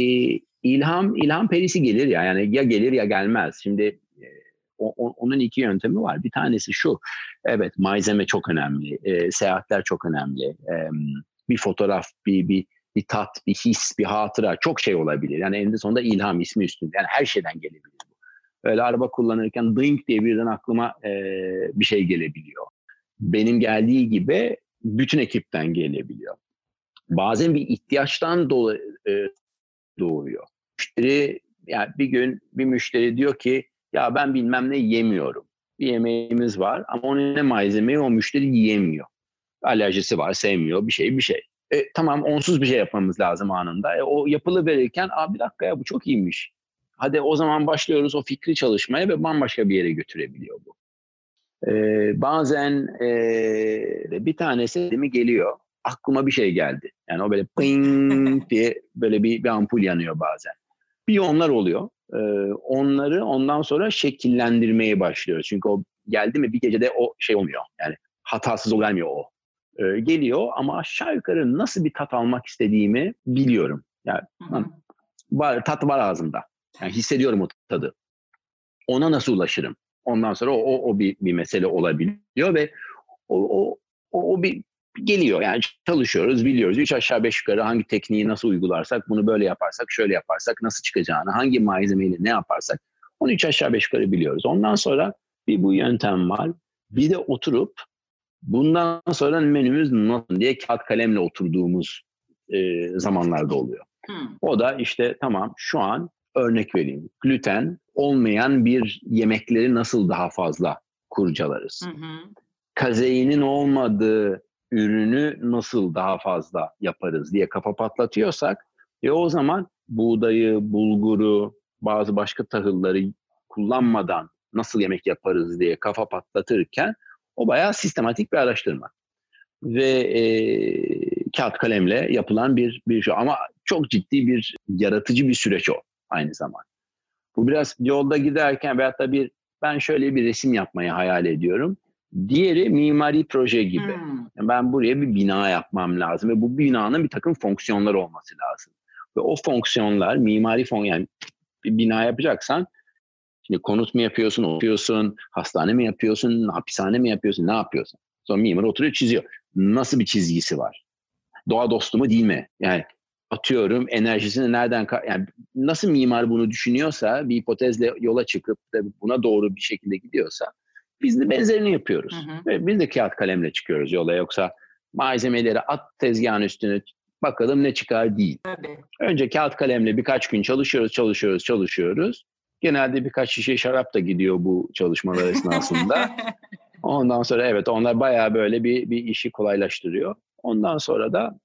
ilham perisi gelir ya, yani ya gelir ya gelmez. Şimdi onun iki yöntemi var. Bir tanesi şu, evet malzeme çok önemli, seyahatler çok önemli, bir fotoğraf, bir tat, bir his, bir hatıra, çok şey olabilir. Yani eninde sonunda ilham ismi üstünde, yani her şeyden gelebilir bu. Öyle araba kullanırken ding diye birden aklıma bir şey gelebiliyor. Benim geldiği gibi bütün ekipten gelebiliyor. Bazen bir ihtiyaçtan doğuyor. Müşteri, yani bir gün bir müşteri diyor ki ya ben bilmem ne yemiyorum. Bir yemeğimiz var ama onun ne malzemeyi o müşteri yiyemiyor. Alerjisi var, sevmiyor, bir şey. Tamam, onsuz bir şey yapmamız lazım anında. O yapılı verirken bir dakika ya bu çok iyiymiş. Hadi o zaman başlıyoruz o fikri çalışmaya ve bambaşka bir yere götürebiliyor bu. Bazen bir tanesi mi geliyor. Aklıma bir şey geldi. Yani o böyle ping diye böyle bir ampul yanıyor bazen. Bir onlar oluyor. Onları ondan sonra şekillendirmeye başlıyoruz. Çünkü o geldi mi bir gecede o şey olmuyor. Yani hatasız gelmiyor o. Geliyor ama aşağı yukarı nasıl bir tat almak istediğimi biliyorum. Yani tat var ağzımda. Yani hissediyorum o tadı. Ona nasıl ulaşırım? Ondan sonra o bir mesele olabiliyor ve o bir geliyor. Yani çalışıyoruz, biliyoruz. 3 aşağı 5 yukarı hangi tekniği nasıl uygularsak, bunu böyle yaparsak, şöyle yaparsak nasıl çıkacağını, hangi malzemeyle ne yaparsak onu 3 aşağı 5 yukarı biliyoruz. Ondan sonra bir bu yöntem var. Bir de oturup bundan sonra menümüz nasıl diye kağıt kalemle oturduğumuz zamanlarda oluyor. O da işte tamam, şu an örnek vereyim. Gluten olmayan bir yemekleri nasıl daha fazla kurcalarız? Kazeinin olmadığı ürünü nasıl daha fazla yaparız diye kafa patlatıyorsak o zaman buğdayı, bulguru, bazı başka tahılları kullanmadan nasıl yemek yaparız diye kafa patlatırken o bayağı sistematik bir araştırma. Ve kağıt kalemle yapılan bir şey. Ama çok ciddi bir yaratıcı bir süreç o aynı zamanda. Bu biraz yolda giderken veyahut da ben şöyle bir resim yapmayı hayal ediyorum. Diğeri mimari proje gibi. Yani ben buraya bir bina yapmam lazım ve bu binanın bir takım fonksiyonları olması lazım. Ve o fonksiyonlar yani bir bina yapacaksan şimdi konut mu yapıyorsun, hastane mi yapıyorsun, hapishane mi yapıyorsun, ne yapıyorsun? Sonra mimar oturuyor çiziyor. Nasıl bir çizgisi var? Doğa dostu mu değil mi? Yani atıyorum enerjisini nereden... Yani nasıl mimar bunu düşünüyorsa, bir hipotezle yola çıkıp da buna doğru bir şekilde gidiyorsa biz de benzerini yapıyoruz. Ve biz de kağıt kalemle çıkıyoruz yola, yoksa malzemeleri at tezgahın üstüne bakalım ne çıkar değil. Tabii. Önce kağıt kalemle birkaç gün çalışıyoruz. Genelde birkaç şişe şarap da gidiyor bu çalışmalar esnasında. Ondan sonra evet, onlar bayağı böyle bir işi kolaylaştırıyor. Ondan sonra da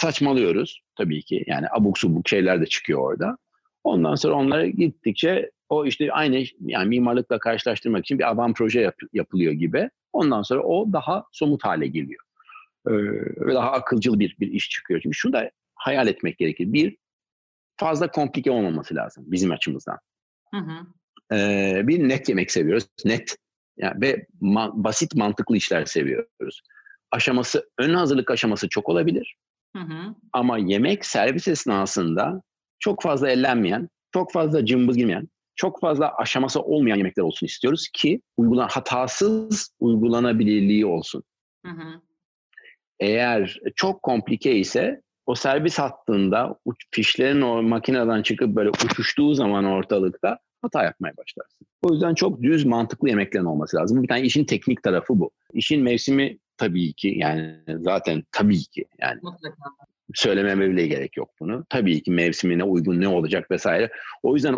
saçmalıyoruz tabii ki. Yani abuk subuk şeyler de çıkıyor orada. Ondan sonra onları gittikçe O işte aynı yani mimarlıkla karşılaştırmak için bir avam proje yapılıyor gibi. Ondan sonra o daha somut hale geliyor. Ve daha akılcıl bir iş çıkıyor. Şimdi şunu da hayal etmek gerekir. Bir, fazla komplike olmaması lazım bizim açımızdan. Hı hı. Bir net yemek seviyoruz. Net. Yani ve basit mantıklı işler seviyoruz. Ön hazırlık aşaması çok olabilir. Hı hı. Ama yemek servis esnasında çok fazla ellenmeyen, çok fazla cımbız girmeyen, çok fazla aşaması olmayan yemekler olsun istiyoruz ki hatasız uygulanabilirliği olsun. Hı hı. Eğer çok komplike ise o servis hattında fişlerin o makineden çıkıp böyle uçuştuğu zaman ortalıkta hata yapmaya başlarsın. O yüzden çok düz mantıklı yemeklerin olması lazım. Bir tane işin teknik tarafı bu. İşin mevsimi tabii ki yani zaten tabii ki yani Mutlaka. söylememe bile gerek yok bunu. Tabii ki mevsimine uygun ne olacak vesaire. O yüzden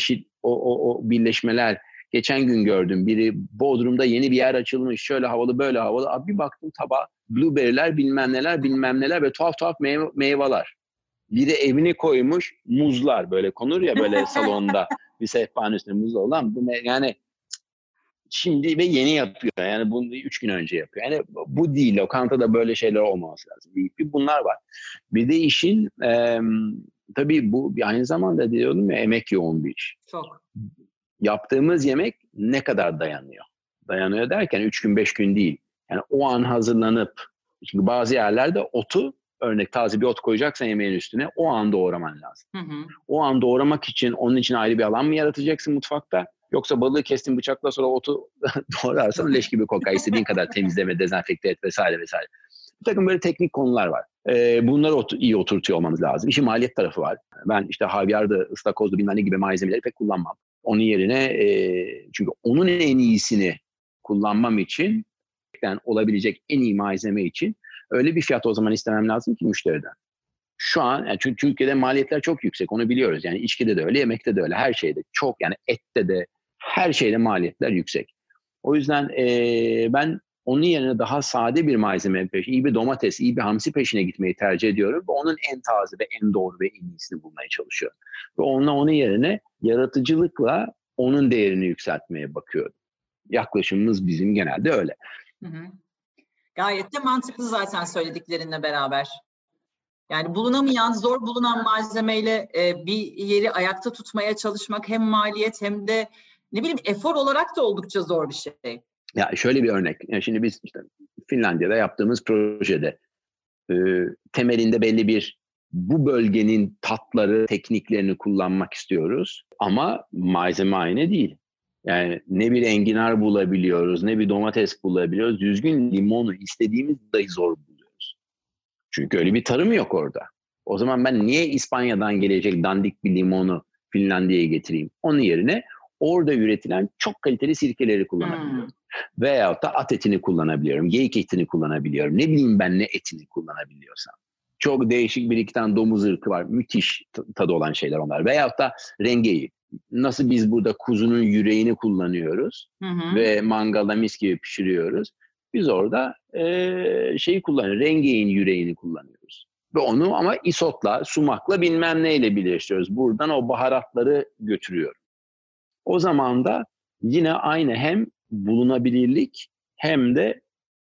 o birleşmeler geçen gün gördüm. Biri Bodrum'da yeni bir yer açılmış. Şöyle havalı böyle havalı. Abi bir baktım tabağa blueberry'ler bilmem neler ve tuhaf meyveler. Biri evini koymuş muzlar böyle konur ya böyle salonda bir sehpanın üstüne muz olan. Yani şimdi ve yeni yapıyor. Yani bunu 3 gün önce yapıyor. Yani bu değil. Lokantada böyle şeyler olmaması lazım. Bir bunlar var. Bir de işin tabii bu aynı zamanda diyorum ya emek yoğun bir iş. Çok. Yaptığımız yemek ne kadar dayanıyor? Dayanıyor derken 3 gün 5 gün değil. Yani o an hazırlanıp çünkü bazı yerlerde otu örnek taze bir ot koyacaksan yemeğin üstüne o an doğraman lazım. Hı hı. O an doğramak için onun için ayrı bir alan mı yaratacaksın mutfakta? Yoksa balığı kestin bıçakla sonra otu doğrarsan leş gibi kokar. İstediğin kadar temizleme, dezenfekte et vesaire vesaire. Bir takım böyle teknik konular var. Bunları iyi oturtuyor olmamız lazım. İşin maliyet tarafı var. Ben işte havyardı, ıstakozdu bilmem ne gibi malzemeleri pek kullanmam. Onun yerine çünkü onun en iyisini kullanmam için olabilecek en iyi malzeme için öyle bir fiyat o zaman istemem lazım ki müşteriden. Şu an yani çünkü Türkiye'de maliyetler çok yüksek onu biliyoruz. Yani içkide de öyle, yemekte de öyle, her şeyde çok yani ette de her şeyde maliyetler yüksek. O yüzden ben onun yerine daha sade bir malzeme peşine, iyi bir domates, iyi bir hamsi peşine gitmeyi tercih ediyorum. Ve onun en taze ve en doğru ve en iyisini bulmaya çalışıyorum. Ve onun yerine yaratıcılıkla onun değerini yükseltmeye bakıyorum. Yaklaşımımız bizim genelde öyle. Hı hı. Gayet de mantıklı zaten söylediklerinle beraber. Yani bulunamayan, zor bulunan malzemeyle bir yeri ayakta tutmaya çalışmak hem maliyet hem de ne bileyim efor olarak da oldukça zor bir şey. Ya şöyle bir örnek. Yani şimdi biz işte Finlandiya'da yaptığımız projede temelinde belli bir bu bölgenin tatları, tekniklerini kullanmak istiyoruz. Ama malzeme aynı değil. Yani ne bir enginar bulabiliyoruz, ne bir domates bulabiliyoruz. Düzgün limonu istediğimiz dahi zor buluyoruz. Çünkü öyle bir tarım yok orada. O zaman ben niye İspanya'dan gelecek dandik bir limonu Finlandiya'ya getireyim? Onun yerine orada üretilen çok kaliteli sirkeleri kullanabiliyorum. Veyahut da at etini kullanabiliyorum, geyik etini kullanabiliyorum. Ne bileyim ben ne etini kullanabiliyorsam. Çok değişik bir iki tane domuz ırkı var. Müthiş tadı olan şeyler onlar. Veyahut da rengeyi. Nasıl biz burada kuzunun yüreğini kullanıyoruz ve mangalda mis gibi pişiriyoruz. Biz orada şeyi kullanıyoruz, rengeyin yüreğini kullanıyoruz. Ve onu ama isotla, sumakla bilmem neyle birleştiriyoruz. Buradan o baharatları götürüyor. O zaman da yine aynı hem bulunabilirlik hem de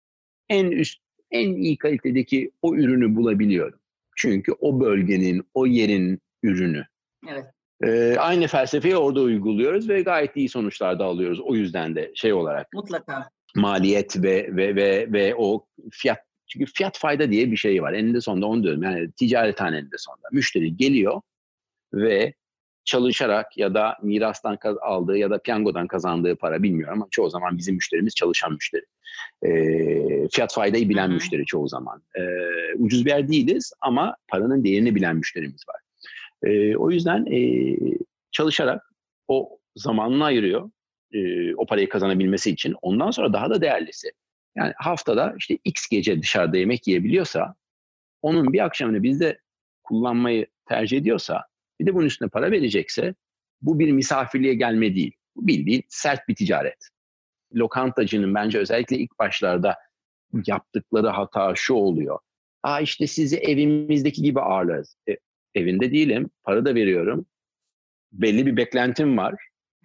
en iyi kalitedeki o ürünü bulabiliyorum. Çünkü o bölgenin, o yerin ürünü. Evet. Aynı felsefeyi orada uyguluyoruz ve gayet iyi sonuçlar da alıyoruz. O yüzden de şey olarak. Mutlaka. Maliyet ve o fiyat. Çünkü fiyat fayda diye bir şey var. Eninde sonunda onu diyorum. Yani ticareten eninde sonunda. Müşteri geliyor ve çalışarak ya da mirastan aldığı ya da piyangodan kazandığı para bilmiyorum ama çoğu zaman bizim müşterimiz çalışan müşteri. Fiyat faydayı bilen müşteri çoğu zaman. Ucuz bir yer değiliz ama paranın değerini bilen müşterimiz var. O yüzden çalışarak o zamanını ayırıyor o parayı kazanabilmesi için. Ondan sonra daha da değerlisi. Yani haftada işte X gece dışarıda yemek yiyebiliyorsa onun bir akşamını bizde kullanmayı tercih ediyorsa bir de bunun üstüne para verecekse bu bir misafirliğe gelme değil. Bu bildiğin sert bir ticaret. Lokantacının bence özellikle ilk başlarda yaptıkları hata şu oluyor. İşte sizi evimizdeki gibi ağırlarız. Evinde değilim, para da veriyorum. Belli bir beklentim var.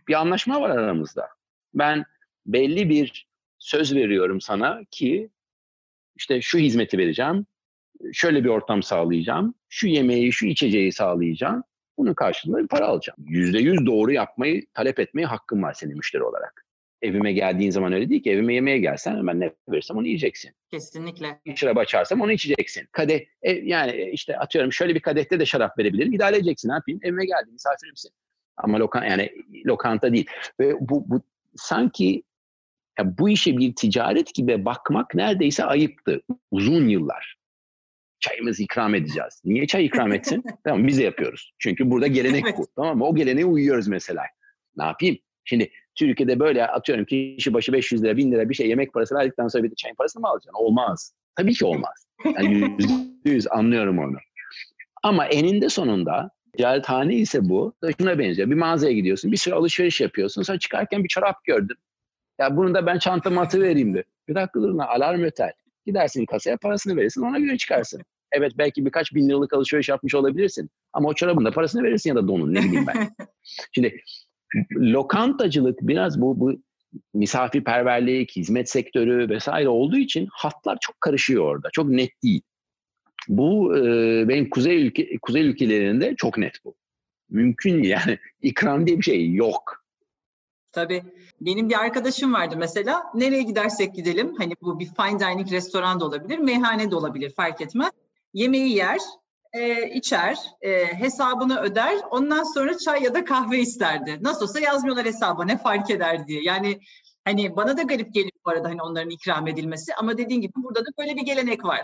bir anlaşma var aramızda. Ben belli bir söz veriyorum sana ki işte şu hizmeti vereceğim, şöyle bir ortam sağlayacağım, şu yemeği, şu içeceği sağlayacağım. Bunun karşılığında bir para alacağım. %100 doğru yapmayı, talep etmeye hakkım var senin müşteri olarak. Evime geldiğin zaman öyle değil ki. Evime yemeğe gelsen ben ne verirsem onu yiyeceksin. Kesinlikle. Bir şarap açarsam onu içeceksin. Kadeh, yani işte atıyorum şöyle bir kadehte de şarap verebilirim. İdare edeceksin. Ne yapayım? Evime geldin, misafirimsin. Ama yani lokanta değil. Ve bu sanki ya bu işe bir ticaret gibi bakmak neredeyse ayıptı. Uzun yıllar. Çayımızı ikram edeceğiz. Niye çay ikram etsin? Tamam, biz de yapıyoruz. Çünkü burada gelenek Evet. bu. Tamam mı? O geleneğe uyuyoruz mesela. Ne yapayım? Şimdi Türkiye'de böyle atıyorum kişi başı 500 lira, 1000 lira bir şey yemek parası verdikten sonra bir de çayın parasını mı alacaksın? Olmaz. Tabii ki olmaz. Yani %100 anlıyorum onu. Ama eninde sonunda ticarethane ise bu. Şuna benziyor. Bir mağazaya gidiyorsun, bir sürü alışveriş yapıyorsun. Sonra çıkarken bir çorap gördün. Ya bunu da ben çantama atıvereyim de. Bir dakika durun, alarm öter. Gidersin kasaya, parasını verirsin, ona göre çıkarsın. Evet, belki birkaç bin liralık alışveriş yapmış olabilirsin. Ama o çorabın da parasını verirsin ya da donun, ne bileyim ben. Şimdi lokantacılık biraz bu misafirperverlik, hizmet sektörü vesaire olduğu için hatlar çok karışıyor orada. Çok net değil. Bu benim kuzey ülkelerinde çok net bu. Mümkün yani. İkram diye bir şey yok. Tabii. Benim bir arkadaşım vardı mesela. Nereye gidersek gidelim. Hani bu bir fine dining restoran da olabilir, meyhane de olabilir, fark etmez. Yemeği yer, içer, hesabını öder. Ondan sonra çay ya da kahve isterdi. Nasıl olsa yazmıyorlar hesabı, ne fark eder diye. Yani hani bana da garip geliyor bu arada hani onların ikram edilmesi. Ama dediğin gibi burada da böyle bir gelenek var.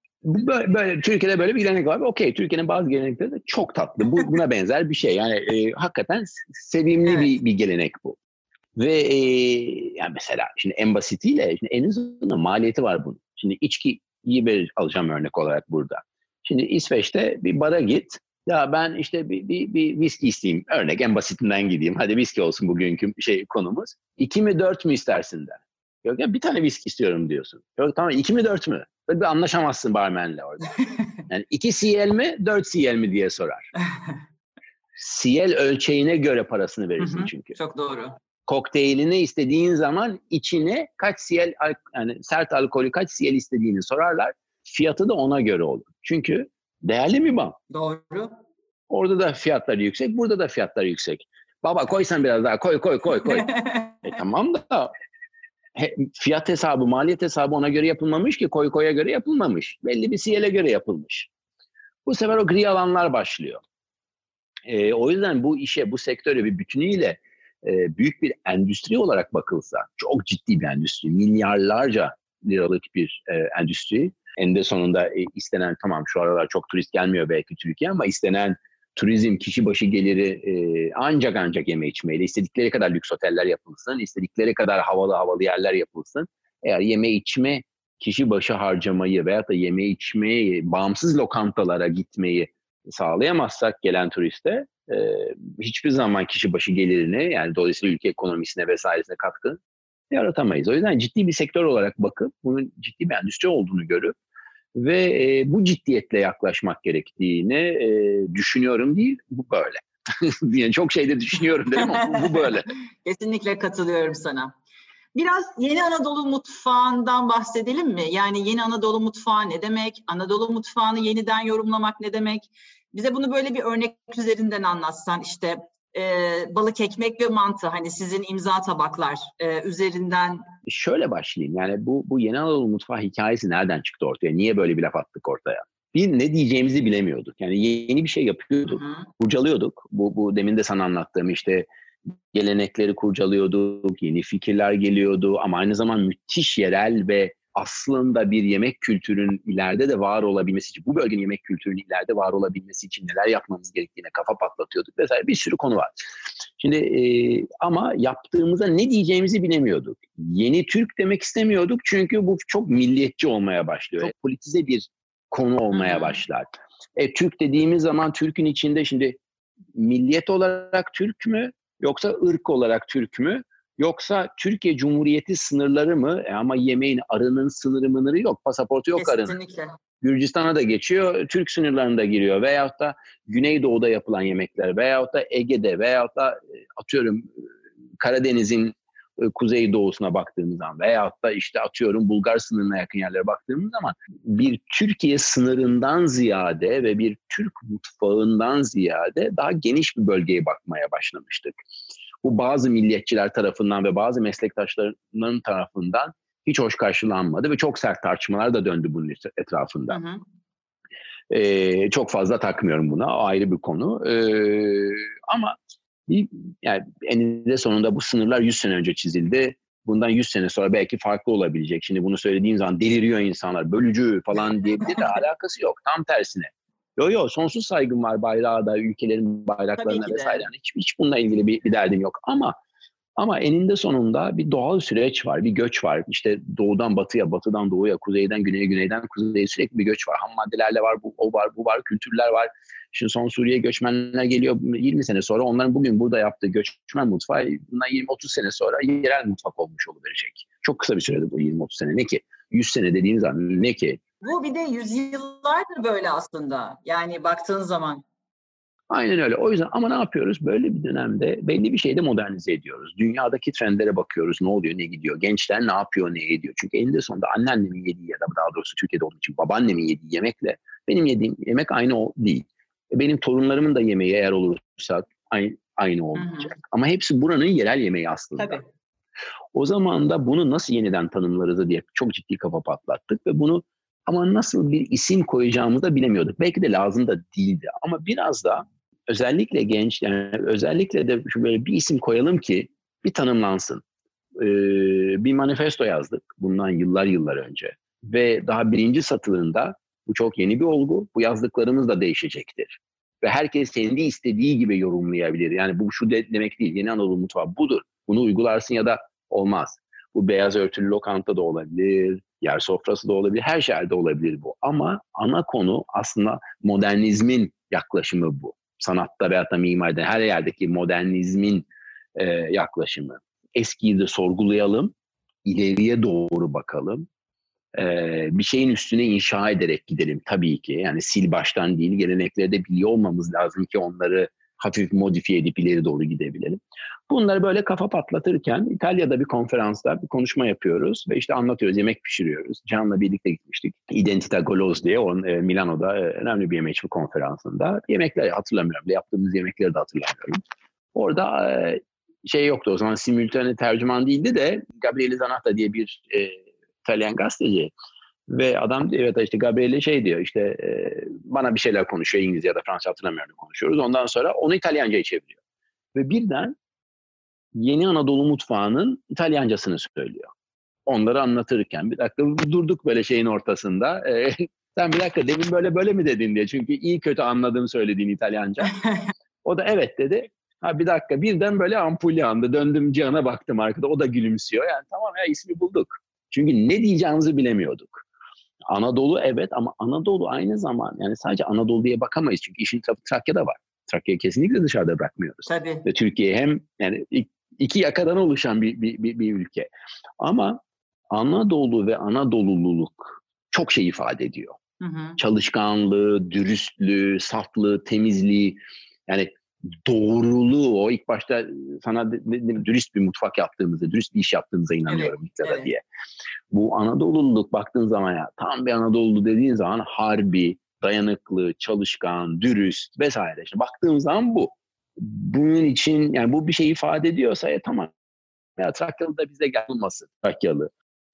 Böyle Türkiye'de böyle bir gelenek var. Okey, Türkiye'nin bazı gelenekleri de çok tatlı. Buna benzer bir şey. Yani hakikaten sevimli Evet. bir gelenek bu. Ve yani mesela şimdi en basitiyle şimdi en azından maliyeti var bunun. Şimdi içkiyi alacağım örnek olarak burada. Şimdi İsveç'te bir bara git. Ya ben işte bir viski isteyeyim. Örnek en basitinden gideyim. Hadi viski olsun bugünkü konumuz. 2 mi 4 mü istersin der. Yok ya bir tane viski istiyorum diyorsun. Yok tamam 2 mi 4 mü? Böyle bir anlaşamazsın barmenle orada. Yani 2 CL mi 4 CL mi diye sorar. CL ölçeğine göre parasını verirsin çünkü. Çok doğru. Kokteylini istediğin zaman içine kaç CL yani sert alkolü kaç CL istediğini sorarlar. Fiyatı da ona göre olur. Çünkü değerli bir bank. Doğru. Orada da fiyatlar yüksek, burada da fiyatlar yüksek. Baba koysan biraz daha koy. Tamam da fiyat hesabı, maliyet hesabı ona göre yapılmamış ki koya göre yapılmamış. Belli bir CL'e göre yapılmış. Bu sefer o gri alanlar başlıyor. O yüzden bu işe, bu sektöre bir bütünüyle büyük bir endüstri olarak bakılsa, çok ciddi bir endüstri, milyarlarca liralık bir endüstri. En de sonunda istenen, tamam şu aralar çok turist gelmiyor belki Türkiye ama istenen turizm, kişi başı geliri ancak yeme içmeyle, istedikleri kadar lüks oteller yapılsın, istedikleri kadar havalı yerler yapılsın. Eğer yeme içme, kişi başı harcamayı veyahut da yeme içmeyi, bağımsız lokantalara gitmeyi sağlayamazsak gelen turiste hiçbir zaman kişi başı gelirini yani dolayısıyla ülke ekonomisine vesairesine katkı yaratamayız. O yüzden ciddi bir sektör olarak bakıp bunun ciddi bir endüstri olduğunu görüp ve bu ciddiyetle yaklaşmak gerektiğini düşünüyorum değil, bu böyle. Yani çok şeyde düşünüyorum dedim ama bu böyle. Kesinlikle katılıyorum sana. Biraz Yeni Anadolu mutfağından bahsedelim mi? Yani Yeni Anadolu mutfağı ne demek? Anadolu mutfağını yeniden yorumlamak ne demek? Bize bunu böyle bir örnek üzerinden anlatsan işte balık ekmek ve mantı hani sizin imza tabaklar üzerinden. Şöyle başlayayım yani bu Yeni Anadolu mutfağı hikayesi nereden çıktı ortaya? Niye böyle bir laf attık ortaya? Biz ne diyeceğimizi bilemiyorduk. Yani yeni bir şey yapıyorduk, kurcalıyorduk. Bu demin de sana anlattığım işte gelenekleri kurcalıyorduk, yeni fikirler geliyordu ama aynı zamanda müthiş yerel ve aslında bir yemek kültürünün ileride de var olabilmesi için, bu bölgenin yemek kültürünün ileride var olabilmesi için neler yapmamız gerektiğine kafa patlatıyorduk vesaire bir sürü konu var. Şimdi ama yaptığımızda ne diyeceğimizi bilemiyorduk. Yeni Türk demek istemiyorduk çünkü bu çok milliyetçi olmaya başlıyor. Çok politize bir konu olmaya başlar. Türk dediğimiz zaman Türk'ün içinde şimdi milliyet olarak Türk mü? Yoksa ırk olarak Türk mü? Yoksa Türkiye Cumhuriyeti sınırları mı? Ama yemeğin arının sınırı yok. Pasaportu yok arının. Kesinlikle. Gürcistan'a da geçiyor. Türk sınırlarında giriyor. Veyahut da Güneydoğu'da yapılan yemekler. Veyahut da Ege'de. Veyahut da atıyorum Karadeniz'in kuzeydoğusuna baktığımız zaman veyahut da işte atıyorum Bulgar sınırına yakın yerlere baktığımız zaman bir Türkiye sınırından ziyade ve bir Türk mutfağından ziyade daha geniş bir bölgeye bakmaya başlamıştık. Bu bazı milliyetçiler tarafından ve bazı meslektaşlarının tarafından hiç hoş karşılanmadı ve çok sert tartışmalar da döndü bunun etrafında. Hı hı. Çok fazla takmıyorum buna, o ayrı bir konu. Ama yani eninde sonunda bu sınırlar 100 sene önce çizildi. Bundan 100 sene sonra belki farklı olabilecek. Şimdi bunu söylediğim zaman deliriyor insanlar, bölücü falan diyebilir de alakası yok. Tam tersine. Yo, sonsuz saygım var bayrağa da, ülkelerin bayraklarına vesaire. Yani hiç bununla ilgili bir derdim yok. Ama eninde sonunda bir doğal süreç var, bir göç var. İşte doğudan batıya, batıdan doğuya, kuzeyden güneye, güneyden kuzeye sürekli bir göç var. Ham maddelerle var, o var, bu var, kültürler var. Şimdi son Suriye göçmenler geliyor 20 sene sonra. Onların bugün burada yaptığı göçmen mutfağı bundan 20-30 sene sonra yerel mutfak olmuş oluverecek. Çok kısa bir sürede bu 20-30 sene. Ne ki? 100 sene dediğiniz zaman ne ki? Bu bir de yüzyıllardır böyle aslında. Yani baktığın zaman. Aynen öyle. O yüzden ama ne yapıyoruz? Böyle bir dönemde belli bir şeyde modernize ediyoruz. Dünyadaki trendlere bakıyoruz. Ne oluyor, ne gidiyor? Gençler ne yapıyor, ne ediyor? Çünkü eninde sonunda anneannemin yediği ya da daha doğrusu Türkiye'de olduğu için babaannemin yediği yemekle benim yediğim yemek aynı o değil. Benim torunlarımın da yemeği eğer olursa aynı olmayacak. Hı hı. Ama hepsi buranın yerel yemeği aslında. Tabii. O zaman da bunu nasıl yeniden tanımlarız diye çok ciddi kafa patlattık ve bunu ama nasıl bir isim koyacağımızı da bilemiyorduk. Belki de lazım da değildi. Ama biraz da özellikle genç, yani özellikle de böyle bir isim koyalım ki bir tanımlansın. Bir manifesto yazdık bundan yıllar önce. Ve daha birinci satırında bu çok yeni bir olgu. Bu yazdıklarımız da değişecektir. Ve herkes kendi istediği gibi yorumlayabilir. Yani bu şu demek değil. Yeni Anadolu mutfağı budur. Bunu uygularsın ya da olmaz. Bu beyaz örtülü lokanta da olabilir. Yer sofrası da olabilir. Her şeyde olabilir bu. Ama ana konu aslında modernizmin yaklaşımı bu. Sanatta veyahut da mimaride her yerdeki modernizmin yaklaşımı. Eskiyi de sorgulayalım. İleriye doğru bakalım. Bir şeyin üstüne inşa ederek gidelim tabii ki. Yani sil baştan değil, gelenekleri de biliyor olmamız lazım ki onları hafif modifiye edip ileri doğru gidebilelim. Bunları böyle kafa patlatırken İtalya'da bir konferansta bir konuşma yapıyoruz ve işte anlatıyoruz, yemek pişiriyoruz. Can'la birlikte gitmiştik. Identità Goloz diye Milano'da önemli bir yemek konferansında. Yemekleri hatırlamıyorum, yaptığımız yemekleri de hatırlamıyorum. Orada şey yoktu o zaman, simültane tercüman değildi de Gabriele Zanatta diye bir İtalyan gazeteci ve adam evet işte Gabriele şey diyor işte bana bir şeyler konuşuyor, İngilizce ya da Fransızca hatırlamıyorum, konuşuyoruz. Ondan sonra onu İtalyanca'ya çeviriyor. Ve birden Yeni Anadolu mutfağının İtalyancasını söylüyor. Onları anlatırken bir dakika durduk böyle şeyin ortasında. Sen bir dakika demin böyle mi dedin diye. Çünkü iyi kötü anladığım söylediğin İtalyanca. O da evet dedi. Ha bir dakika birden böyle ampul yandı. Döndüm Cihan'a baktım arkada. O da gülümsüyor. Yani tamam ya, ismi bulduk. Çünkü ne diyeceğimizi bilemiyorduk. Anadolu evet, ama Anadolu aynı zaman yani sadece Anadolu diye bakamayız. Çünkü işin Trakya'da var. Trakya'yı kesinlikle dışarıda bırakmıyoruz. Tabii. Ve Türkiye hem yani iki yakadan oluşan bir ülke. Ama Anadolu ve Anadolululuk çok şey ifade ediyor. Hı hı. Çalışkanlığı, dürüstlüğü, saflığı, temizliği, yani doğruluğu. O ilk başta sana dürüst bir mutfak yaptığımızda, dürüst bir iş yaptığımıza inanıyorum evet. Diye. Bu Anadolululuk baktığın zaman ya tam bir Anadolu dediğin zaman harbi, dayanıklı, çalışkan, dürüst vesaire. İşte baktığım zaman bu. Bunun için yani bu bir şey ifade ediyorsa tamam. Ya Trakyalı da bize gelmesin. Trakyalı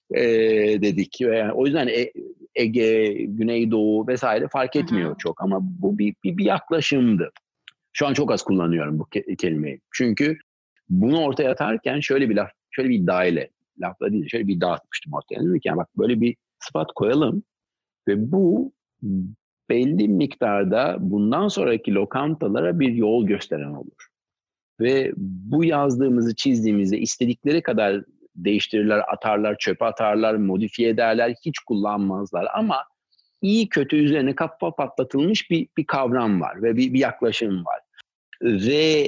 dedik. Yani o yüzden Ege, Güneydoğu vesaire fark etmiyor hı hı. Çok. Ama bu bir yaklaşımdı. Şu an çok az kullanıyorum bu kelimeyi. Çünkü bunu ortaya atarken şöyle bir iddia ile, lafla değil, şöyle bir iddia atmıştım ortaya. Dedim ki yani bak böyle bir sıfat koyalım ve bu belli miktarda bundan sonraki lokantalara bir yol gösteren olur. Ve bu yazdığımızı, çizdiğimizde istedikleri kadar değiştirirler, atarlar, çöpe atarlar, modifiye ederler, hiç kullanmazlar. Ama iyi kötü üzerine kafa patlatılmış bir kavram var ve bir yaklaşım var. Ve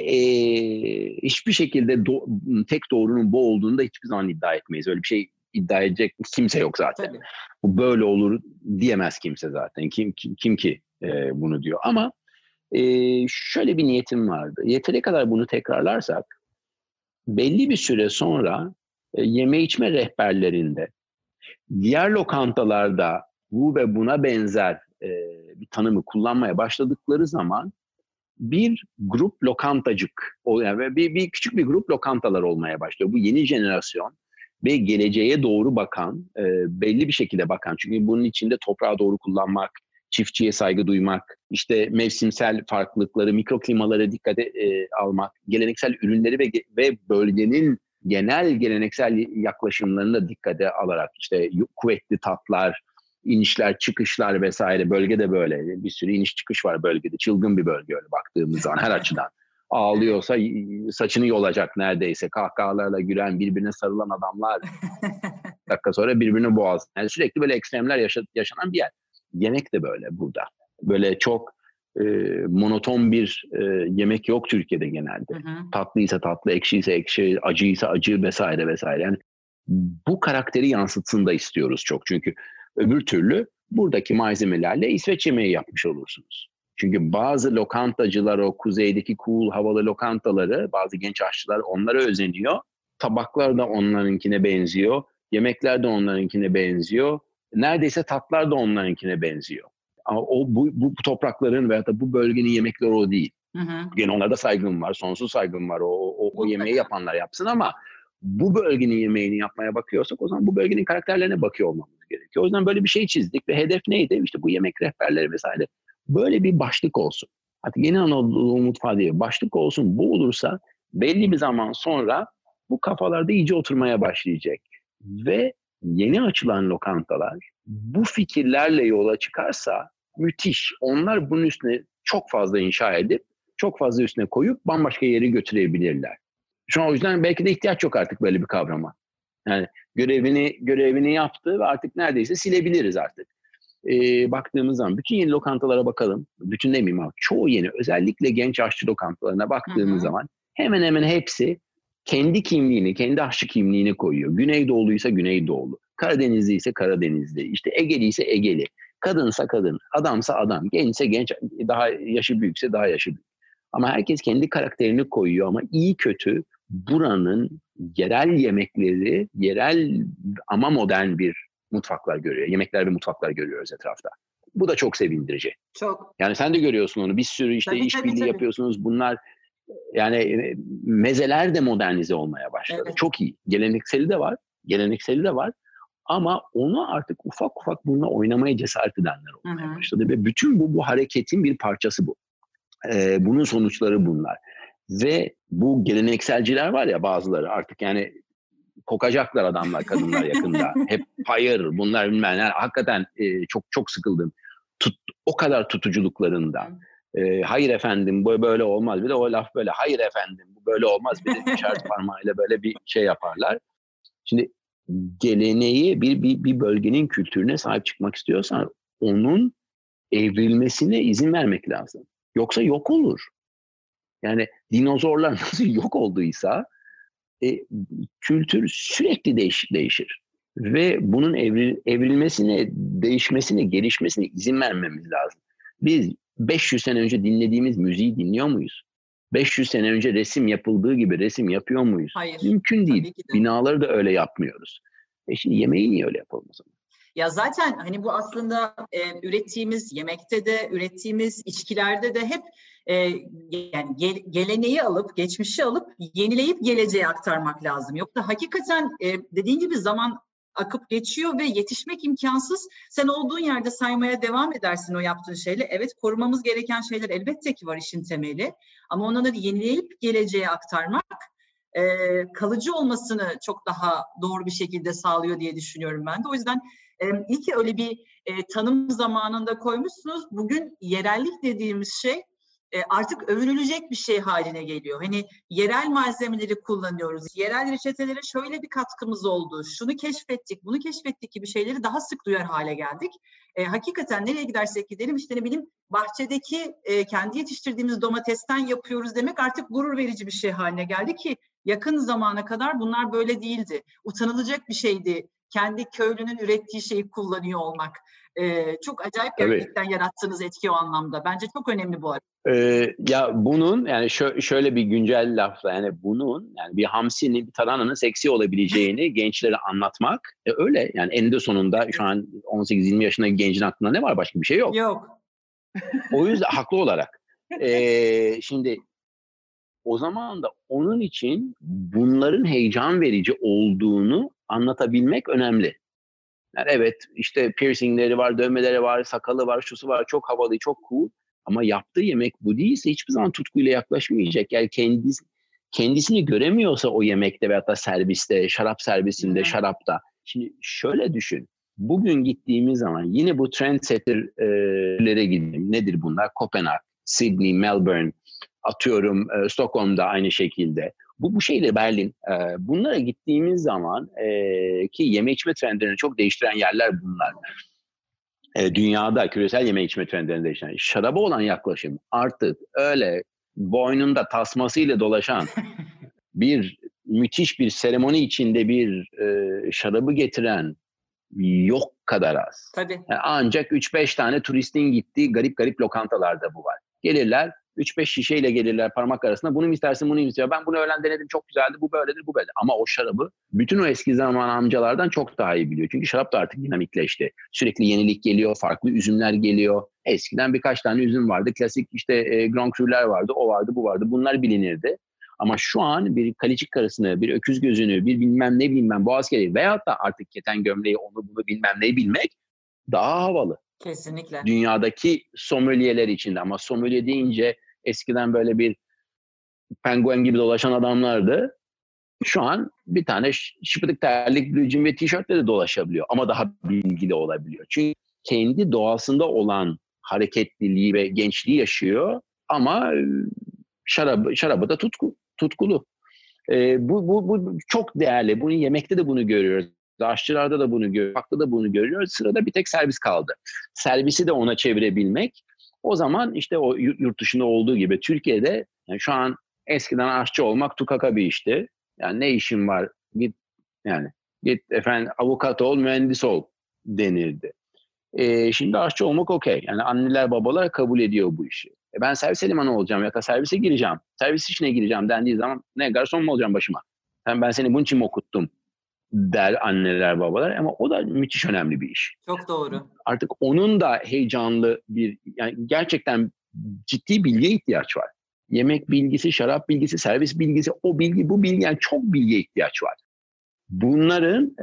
hiçbir şekilde tek doğrunun bu olduğunu da hiçbir zaman iddia etmeyiz. Öyle bir şey iddia edecek kimse yok zaten. Tabii. Bu böyle olur diyemez kimse zaten. Kim ki bunu diyor. Ama şöyle bir niyetim vardı. Yeteri kadar bunu tekrarlarsak belli bir süre sonra yeme içme rehberlerinde, diğer lokantalarda bu ve buna benzer bir tanımı kullanmaya başladıkları zaman bir grup lokantacık, yani bir küçük bir grup lokantalar olmaya başlıyor. Bu yeni jenerasyon ve geleceğe doğru bakan, belli bir şekilde bakan. Çünkü bunun içinde toprağa doğru kullanmak, çiftçiye saygı duymak, işte mevsimsel farklılıkları, mikroklimalara dikkate almak, geleneksel ürünleri ve bölgenin genel geleneksel yaklaşımlarını da dikkate alarak, işte kuvvetli tatlar, inişler, çıkışlar vesaire, bölgede böyle bir sürü iniş çıkış var bölgede. Çılgın bir bölge öyle baktığımız zaman her açıdan. Ağlıyorsa saçını yolacak neredeyse. Kahkahalarla gülen, birbirine sarılan adamlar. Bir dakika sonra birbirini boğaz. Yani sürekli böyle ekstremler yaşanan bir yer. Yemek de böyle burada. Böyle çok monoton bir yemek yok Türkiye'de genelde. Tatlıysa tatlı, ekşiyse ekşi, acıysa acı vesaire vesaire. Yani bu karakteri yansıtsın da istiyoruz çok. Çünkü öbür türlü buradaki malzemelerle İsveç yemeği yapmış olursunuz. Çünkü bazı lokantacılar, o kuzeydeki cool havalı lokantaları, bazı genç aşçılar onlara özeniyor. Tabaklar da onlarınkine benziyor. Yemekler de onlarınkine benziyor. Neredeyse tatlar da onlarınkine benziyor. Ama bu toprakların veya da bu bölgenin yemekleri o değil. Gene onlarda saygım var, sonsuz saygım var. O yemeği yapanlar yapsın ama bu bölgenin yemeğini yapmaya bakıyorsak o zaman bu bölgenin karakterlerine bakıyor olmamız gerekiyor. O yüzden böyle bir şey çizdik ve hedef neydi? İşte bu yemek rehberleri vesaire. Böyle bir başlık olsun. Artık Yeni Anadolu Mutfağı diye başlık olsun. Bu olursa belli bir zaman sonra bu kafalarda iyice oturmaya başlayacak. Ve yeni açılan lokantalar bu fikirlerle yola çıkarsa müthiş. Onlar bunun üstüne çok fazla inşa edip çok fazla üstüne koyup bambaşka yere götürebilirler. Şu an o yüzden belki de ihtiyaç yok artık böyle bir kavrama. Yani görevini yaptı ve artık neredeyse silebiliriz artık. Baktığımız zaman bütün yeni lokantalara bakalım. Bütün demeyeyim ama çoğu yeni, özellikle genç aşçı lokantalarına baktığımız zaman hemen hemen hepsi kendi kimliğini, kendi aşçı kimliğini koyuyor. Güneydoğuluysa Güneydoğulu, Karadenizli ise Karadenizli, işte Egeli ise Egeli, kadınsa kadın, adamsa adam, gençse genç, daha yaşı büyükse daha yaşı büyük. Ama herkes kendi karakterini koyuyor ama iyi kötü buranın yerel yemekleri, yerel ama modern bir mutfaklar görüyor. Yemekler ve mutfaklar görüyoruz etrafta. Bu da çok sevindirici. Çok. Yani sen de görüyorsun onu. Bir sürü işte işbirliği yapıyorsunuz. Bunlar yani mezeler de modernize olmaya başladı. Evet. Çok iyi. Gelenekseli de var. Ama onu artık ufak ufak bununla oynamaya cesaret edenler olmaya başladı. Ve bütün bu hareketin bir parçası bu. Bunun sonuçları bunlar. Ve bu gelenekselciler var ya bazıları artık yani kokacaklar adamlar, kadınlar yakında. Hep hayır bunlar bilmem. Yani hakikaten çok çok sıkıldım. O kadar tutuculuklarından. Hayır efendim bu böyle olmaz. Bir de o laf böyle. Hayır efendim bu böyle olmaz. Bir de işaret parmağıyla böyle bir şey yaparlar. Şimdi geleneği bir bölgenin kültürüne sahip çıkmak istiyorsan onun evrilmesine izin vermek lazım. Yoksa yok olur. Yani dinozorlar nasıl yok olduysa kültür sürekli değişir. Ve bunun evrilmesine, değişmesine, gelişmesine izin vermemiz lazım. Biz 500 sene önce dinlediğimiz müziği dinliyor muyuz? 500 sene önce resim yapıldığı gibi resim yapıyor muyuz? Hayır. Mümkün değil. Binaları da öyle yapmıyoruz. Şimdi yemeği niye öyle yapalım o zaman? Ya zaten hani bu aslında ürettiğimiz yemekte de, ürettiğimiz içkilerde de hep yani geleneği alıp, geçmişi alıp yenileyip geleceğe aktarmak lazım. Yoksa hakikaten dediğin gibi zaman akıp geçiyor ve yetişmek imkansız. Sen olduğun yerde saymaya devam edersin o yaptığın şeyle. Evet, korumamız gereken şeyler elbette ki var işin temeli. Ama onları yenileyip geleceğe aktarmak kalıcı olmasını çok daha doğru bir şekilde sağlıyor diye düşünüyorum ben de. O yüzden iyi ki öyle bir tanım zamanında koymuşsunuz. Bugün yerellik dediğimiz şey artık övünülecek bir şey haline geliyor. Hani yerel malzemeleri kullanıyoruz. Yerel reçetelere şöyle bir katkımız oldu. Şunu keşfettik, bunu keşfettik gibi şeyleri daha sık duyar hale geldik. Hakikaten nereye gidersek gidelim işte ne bileyim bahçedeki kendi yetiştirdiğimiz domatesten yapıyoruz demek artık gurur verici bir şey haline geldi ki yakın zamana kadar bunlar böyle değildi. Utanılacak bir şeydi kendi köylünün ürettiği şeyi kullanıyor olmak. Çok acayip Tabii. gerçekten yarattığınız etki o anlamda. Bence çok önemli bu arada. Ya bunun yani şöyle bir güncel lafla yani bunun yani bir hamsinin, bir tarananın seksi olabileceğini gençlere anlatmak öyle yani eninde sonunda şu an 18-20 yaşındaki gencin aklında ne var, başka bir şey yok. Yok. O yüzden haklı olarak. Şimdi o zaman da onun için bunların heyecan verici olduğunu anlatabilmek önemli. Yani evet işte piercingleri var, dövmeleri var, sakalı var, şusu var, çok havalı, çok cool. Ama yaptığı yemek bu değilse hiçbir zaman tutkuyla yaklaşmayacak. Yani kendisini göremiyorsa o yemekte veyahut da serviste, şarap servisinde, şarapta. Şimdi şöyle düşün. Bugün gittiğimiz zaman yine bu trendsetter'lere gidelim. Nedir bunlar? Kopenhag, Sydney, Melbourne, atıyorum Stockholm'da aynı şekilde. Bu şeyle Berlin. Bunlara gittiğimiz zaman ki yeme içme trendlerini çok değiştiren yerler bunlar. Dünyada küresel yeme içme trendlerini değiştiren. Şaraba olan yaklaşım artık öyle boynunda tasmasıyla dolaşan bir müthiş bir seremoni içinde bir şarabı getiren yok kadar az. Tabii. Yani ancak 3-5 tane turistin gittiği garip garip lokantalarda bu var. Gelirler 3-5 şişeyle gelirler parmak arasında. Bunu mu istersin, bunu mu istiyor? Ben bunu öğlen denedim, çok güzeldi, bu böyledir, bu böyle. Ama o şarabı bütün o eski zaman amcalardan çok daha iyi biliyor. Çünkü şarap da artık dinamikleşti. Sürekli yenilik geliyor, farklı üzümler geliyor. Eskiden birkaç tane üzüm vardı. Klasik işte Grand Cru'ler vardı, o vardı, bu vardı. Bunlar bilinirdi. Ama şu an bir kalicik karısını, bir öküz gözünü, bir bilmem ne bilmem boğaz keleği veyahut da artık keten gömleği, onu bunu bilmem neyi bilmek daha havalı. Kesinlikle. Dünyadaki sommelierler içinde. Ama sommelier deyince eskiden böyle bir penguen gibi dolaşan adamlardı. Şu an bir tane şıpıdık terlik, blue jean ve tişörtle de dolaşabiliyor. Ama daha bilgili olabiliyor. Çünkü kendi doğasında olan hareketliliği ve gençliği yaşıyor. Ama şarabı da tutkulu. Bu çok değerli. Bunu yemekte de bunu görüyoruz. Aşçılarda da bunu görüyoruz. Mutfakta da bunu görüyoruz. Sırada bir tek servis kaldı. Servisi de ona çevirebilmek. O zaman işte o yurt dışında olduğu gibi Türkiye'de yani şu an eskiden aşçı olmak tukaka bir işti. Yani ne işin var? Git efendim avukat ol, mühendis ol denirdi. Şimdi aşçı olmak okey. Yani anneler babalar kabul ediyor bu işi. Ben servis elemanı olacağım ya da servise gireceğim. Servis işine gireceğim dendiği zaman ne garson mu olacağım başıma? Ben seni bunun için mi okuttum der anneler babalar ama o da müthiş önemli bir iş. Çok doğru. Artık onun da heyecanlı bir yani gerçekten ciddi bilgiye ihtiyaç var. Yemek bilgisi, şarap bilgisi, servis bilgisi, o bilgi, bu bilgi yani çok bilgiye ihtiyaç var. Bunların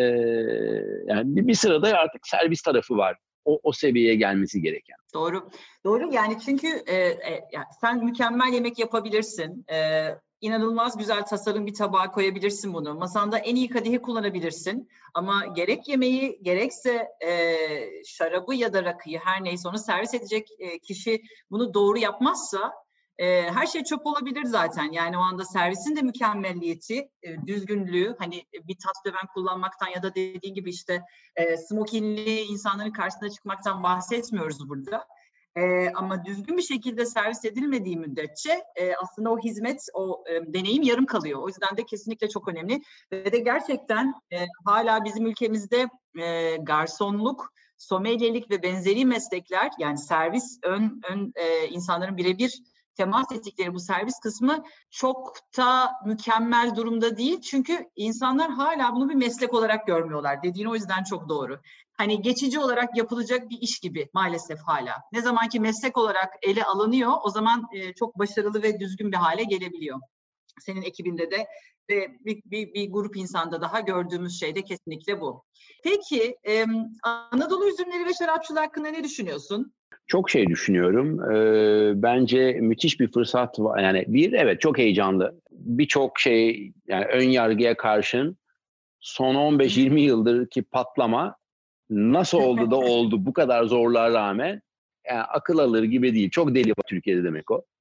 yani bir sırada artık servis tarafı var. O seviyeye gelmesi gereken. Doğru. Doğru yani çünkü yani sen mükemmel yemek yapabilirsin. İnanılmaz güzel tasarım bir tabağa koyabilirsin bunu. Masanda en iyi kadehi kullanabilirsin. Ama gerek yemeği gerekse şarabı ya da rakıyı her neyse onu servis edecek kişi bunu doğru yapmazsa her şey çöp olabilir zaten. Yani o anda servisin de mükemmelliyeti, düzgünlüğü, hani bir tas döven kullanmaktan ya da dediğin gibi işte smokinli insanların karşısına çıkmaktan bahsetmiyoruz burada. Ama düzgün bir şekilde servis edilmediği müddetçe aslında o hizmet, o deneyim yarım kalıyor. O yüzden de kesinlikle çok önemli. Ve de gerçekten hala bizim ülkemizde garsonluk, sommelyelik ve benzeri meslekler yani servis insanların birebir temas ettikleri bu servis kısmı çok da mükemmel durumda değil. Çünkü insanlar hala bunu bir meslek olarak görmüyorlar. Dediğin o yüzden çok doğru. Hani geçici olarak yapılacak bir iş gibi maalesef hala. Ne zaman ki meslek olarak ele alınıyor o zaman çok başarılı ve düzgün bir hale gelebiliyor. Senin ekibinde de ve bir grup insanda daha gördüğümüz şey de kesinlikle bu. Peki Anadolu üzümleri ve şarapçılığı hakkında ne düşünüyorsun? Çok şey düşünüyorum. Bence müthiş bir fırsat var. Yani evet çok heyecanlı. Birçok şey yani ön yargıya karşın son 15-20 yıldır patlama nasıl oldu da oldu bu kadar zorluğa rağmen yani akıl alır gibi değil. Çok deli var Türkiye'de demek o.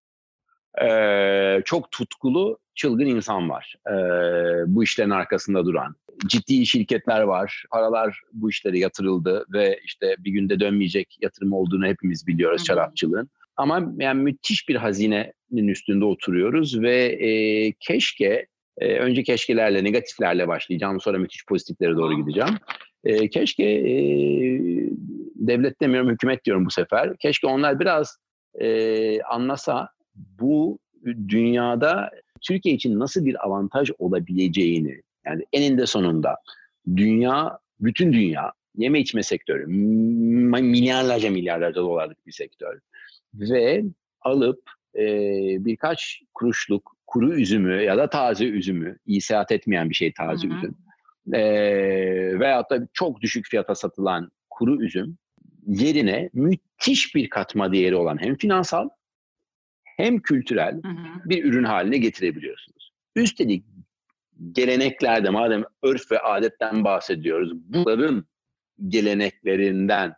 Çok tutkulu, çılgın insan var. Bu işlerin arkasında duran. Ciddi şirketler var. Paralar bu işlere yatırıldı ve işte bir günde dönmeyecek yatırım olduğunu hepimiz biliyoruz şarapçılığın. Ama yani müthiş bir hazinenin üstünde oturuyoruz ve keşke Önce keşkelerle, negatiflerle başlayacağım. Sonra müthiş pozitiflere doğru gideceğim. Keşke devlet demiyorum, hükümet diyorum bu sefer. Keşke onlar biraz anlasa bu dünyada Türkiye için nasıl bir avantaj olabileceğini, yani eninde sonunda bütün dünya yeme içme sektörü, milyarlarca dolarlık bir sektör ve alıp birkaç kuruşluk kuru üzümü ya da taze üzümü, iyi seyahat etmeyen bir şey taze üzüm veyahut da çok düşük fiyata satılan kuru üzüm yerine müthiş bir katma değeri olan hem finansal hem kültürel bir ürün haline getirebiliyorsunuz. Üstelik geleneklerde, madem örf ve adetten bahsediyoruz, bunların geleneklerinden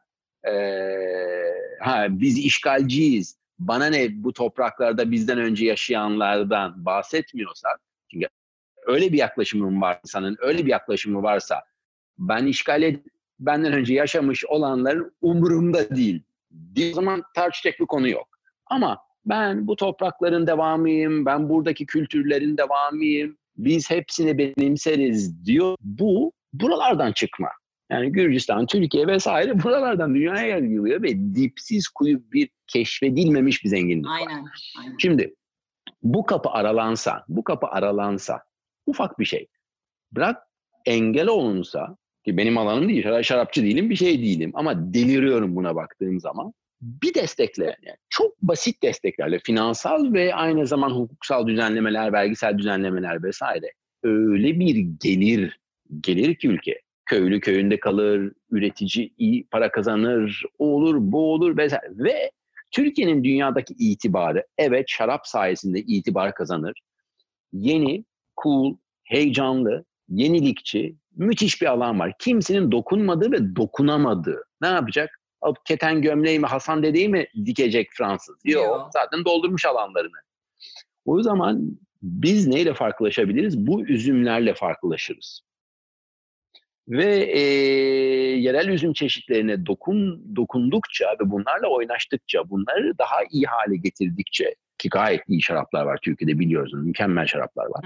biz işgalciyiz, bana ne bu topraklarda bizden önce yaşayanlardan bahsetmiyorsak, çünkü öyle bir yaklaşımın varsa, insanın öyle bir yaklaşımı varsa, ben işgal edip benden önce yaşamış olanların umurumda değil. O zaman tartışacak bir konu yok. Ama ben bu toprakların devamıyım, ben buradaki kültürlerin devamıyım, biz hepsini benimseriz diyor. Bu buralardan çıkma. Yani Gürcistan, Türkiye vesaire buralardan dünyaya yayılıyor ve dipsiz kuyu bir keşfedilmemiş bir zenginlik var. Aynen. Şimdi bu kapı aralansa ufak bir şey. Bırak engel olunsa, ki benim alanım değil, şarapçı değilim, bir şey değilim ama deliriyorum buna baktığım zaman. Bir destekle, yani çok basit desteklerle, finansal ve aynı zaman hukuksal düzenlemeler, vergisel düzenlemeler vesaire, öyle bir gelir ki ülke. Köylü köyünde kalır, üretici iyi para kazanır, o olur, bu olur vesaire. Ve Türkiye'nin dünyadaki itibarı, evet şarap sayesinde itibar kazanır. Yeni, cool, heyecanlı, yenilikçi, müthiş bir alan var. Kimsenin dokunmadığı ve dokunamadığı. Ne yapacak? Keten gömleği mi, Hasan dedeyi mi dikecek Fransız? Yok, zaten doldurmuş alanlarını. O zaman biz neyle farklılaşabiliriz? Bu üzümlerle farklılaşırız. Ve yerel üzüm çeşitlerine dokundukça ve bunlarla oynaştıkça, bunları daha iyi hale getirdikçe, ki gayet iyi şaraplar var Türkiye'de biliyorsunuz, mükemmel şaraplar var.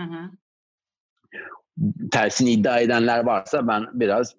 Tersini iddia edenler varsa ben biraz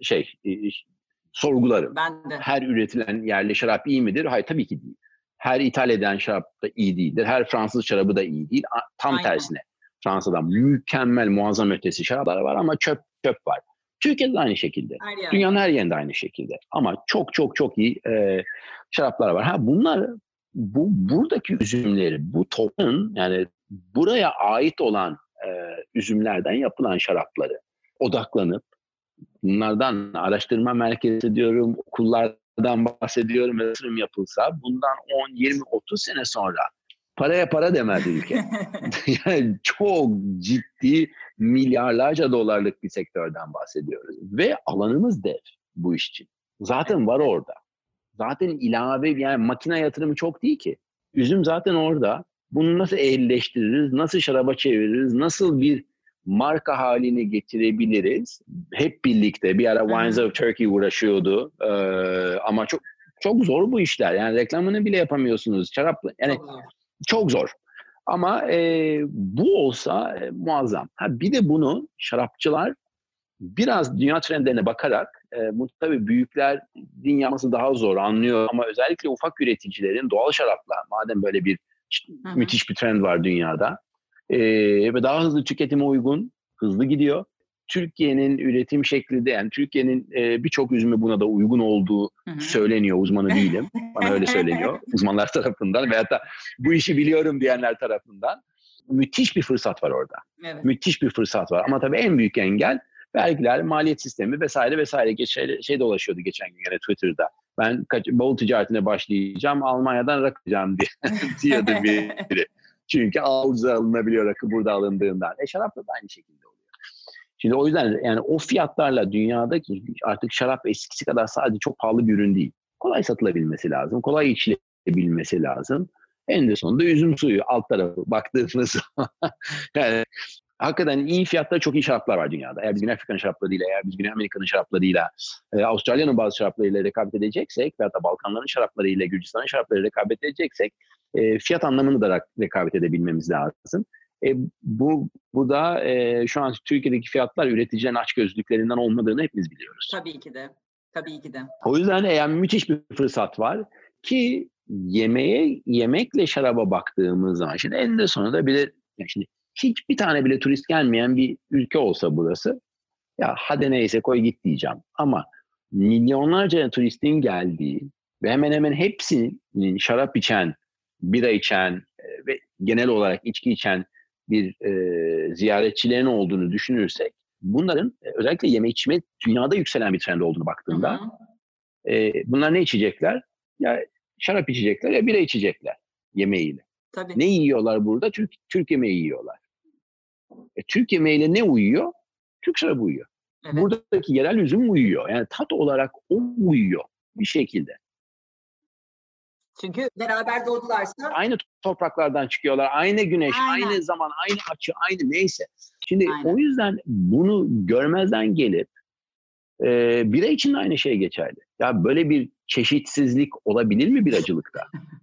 sorgularım. Ben de. Her üretilen yerli şarap iyi midir? Hayır, tabii ki değil. Her ithal eden şarap da iyi değildir. Her Fransız şarabı da iyi değil. Tam tersine. Fransa'dan mükemmel, muazzam ötesi şaraplar var ama çöp var. Türkiye'de de aynı şekilde. Dünyanın her yerinde aynı şekilde. Ama çok iyi şaraplar var. Bunlar buradaki üzümleri, bu topun, yani buraya ait olan üzümlerden yapılan şarapları odaklanıp bunlardan araştırma merkezi diyorum, okullardan bahsediyorum, yatırım yapılsa bundan 10, 20, 30 sene sonra paraya para demez ülke. Yani çok ciddi milyarlarca dolarlık bir sektörden bahsediyoruz. Ve alanımız dev bu iş için. Zaten var orada. Zaten ilave, yani makine yatırımı çok değil ki. Üzüm zaten orada. Bunu nasıl ehlileştiririz, nasıl şaraba çeviririz, nasıl bir marka haline getirebiliriz? Hep birlikte bir ara Wines of Turkey uğraşıyordu. Ama çok zor bu işler. Yani reklamını bile yapamıyorsunuz. Yani çok zor. Ama bu olsa muazzam. Bir de bunu şarapçılar biraz dünya trendlerine bakarak, tabii büyüklerin yapması daha zor, anlıyor ama özellikle ufak üreticilerin doğal şarapla, madem böyle bir müthiş bir trend var dünyada ve daha hızlı tüketime uygun, hızlı gidiyor. Türkiye'nin üretim şekli de, yani Türkiye'nin birçok üzümü buna da uygun olduğu söyleniyor. Uzmanı değilim. Bana öyle söyleniyor. Uzmanlar tarafından veyahut da bu işi biliyorum diyenler tarafından. Müthiş bir fırsat var orada. Evet. Müthiş bir fırsat var. Ama tabii en büyük engel vergiler, maliyet sistemi vesaire. Şey dolaşıyordu geçen gün yine Twitter'da. Ben bavul ticaretine başlayacağım, Almanya'dan rakı alacağım diyordu biri. Çünkü ucuza alınabiliyor rakı burada alındığından. Şarap da aynı şekilde oluyor. Şimdi o yüzden yani o fiyatlarla dünyadaki artık şarap eskisi kadar sadece çok pahalı bir ürün değil. Kolay satılabilmesi lazım, kolay içilebilmesi lazım. En de sonunda üzüm suyu alt tarafı baktığımız zaman. Yani hakikaten iyi fiyatlar, çok iyi şaraplar var dünyada. Eğer biz Güney Afrika'nın şaraplarıyla, eğer biz Güney Amerika'nın şaraplarıyla, Avustralya'nın bazı şaraplarıyla rekabet edeceksek veyahut da Balkanların şaraplarıyla, Gürcistan'ın şaraplarıyla rekabet edeceksek fiyat anlamını da rekabet edebilmemiz lazım. Bu da şu an Türkiye'deki fiyatlar üreticilerin açgözlülüklerinden olmadığını hepimiz biliyoruz. Tabii ki de. Tabii ki de. O yüzden yani müthiş bir fırsat var ki yemekle şaraba baktığımız zaman şimdi en sonunda bile yani şimdi hiçbir tane bile turist gelmeyen bir ülke olsa burası ya hadi neyse koy git diyeceğim. Ama milyonlarca turistin geldiği ve hemen hemen hepsinin şarap içen, bira içen ve genel olarak içki içen bir ziyaretçilerin olduğunu düşünürsek bunların özellikle yeme içme dünyada yükselen bir trend olduğunu baktığımda bunlar ne içecekler? Ya şarap içecekler ya bira içecekler yemeğiyle. Tabii. Ne yiyorlar burada? Türk yemeği yiyorlar. Türk yemeğiyle ne uyuyor? Türk şarabı uyuyor. Evet. Buradaki yerel üzüm uyuyor. Yani tat olarak o uyuyor bir şekilde. Çünkü beraber doğdularsa... Aynı topraklardan çıkıyorlar. Aynı güneş, aynı zaman, aynı açı, aynı neyse. Şimdi o yüzden bunu görmezden gelip bira için de aynı şey geçerli. Ya böyle bir çeşitsizlik olabilir mi biracılıkta?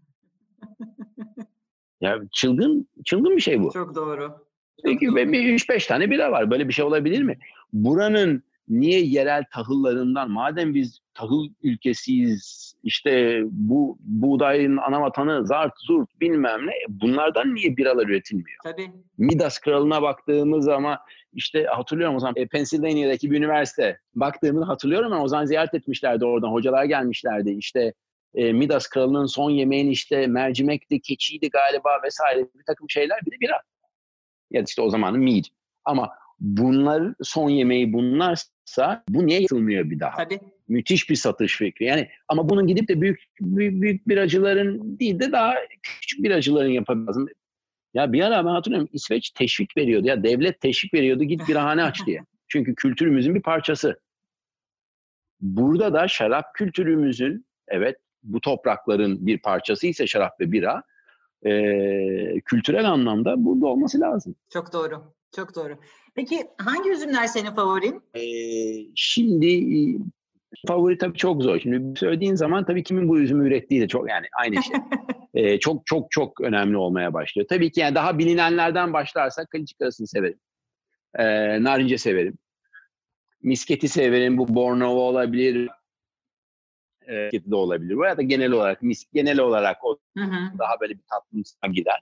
Ya çılgın bir şey bu. Çok doğru. Peki bir 3-5 tane bira var. Böyle bir şey olabilir mi? Buranın niye yerel tahıllarından, madem biz tahıl ülkesiyiz, işte bu buğdayın ana vatanı zart zurt bilmem ne, bunlardan niye biralar üretilmiyor? Tabii. Midas Kralı'na baktığımız zaman işte hatırlıyorum o zaman Pennsylvania'daki bir üniversite baktığımı hatırlıyorum ama o zaman ziyaret etmişlerdi oradan, hocalar gelmişlerdi işte Midas Kralı'nın son yemeğini işte mercimekti, keçiydi galiba vesaire bir takım şeyler, bir de bira. Ya da işte o zamanın mead. Ama bunlar son yemeği bunlarsa bu niye yapılmıyor bir daha? Tabii. Müthiş bir satış fikri. Yani ama bunun gidip de büyük biracıların değil de daha küçük biracıların yapabilir. Ya bir ara ben hatırlıyorum İsveç teşvik veriyordu. Ya devlet teşvik veriyordu git birahane aç diye. Çünkü kültürümüzün bir parçası. Burada da şarap kültürümüzün evet bu toprakların bir parçası ise şarap ve bira kültürel anlamda burada olması lazım. Çok doğru. Çok doğru. Peki hangi üzümler senin favorin? Şimdi favori tabii çok zor. Şimdi söylediğin zaman tabii kimin bu üzümü ürettiği de çok yani aynı şey. Çok önemli olmaya başlıyor. Tabii ki yani daha bilinenlerden başlarsak Kaliçikarası'nı severim. Narince severim. Misketi severim. Bu Bornova olabilir. Misketi de olabilir. Bu arada genel olarak o daha böyle bir tatlı gider.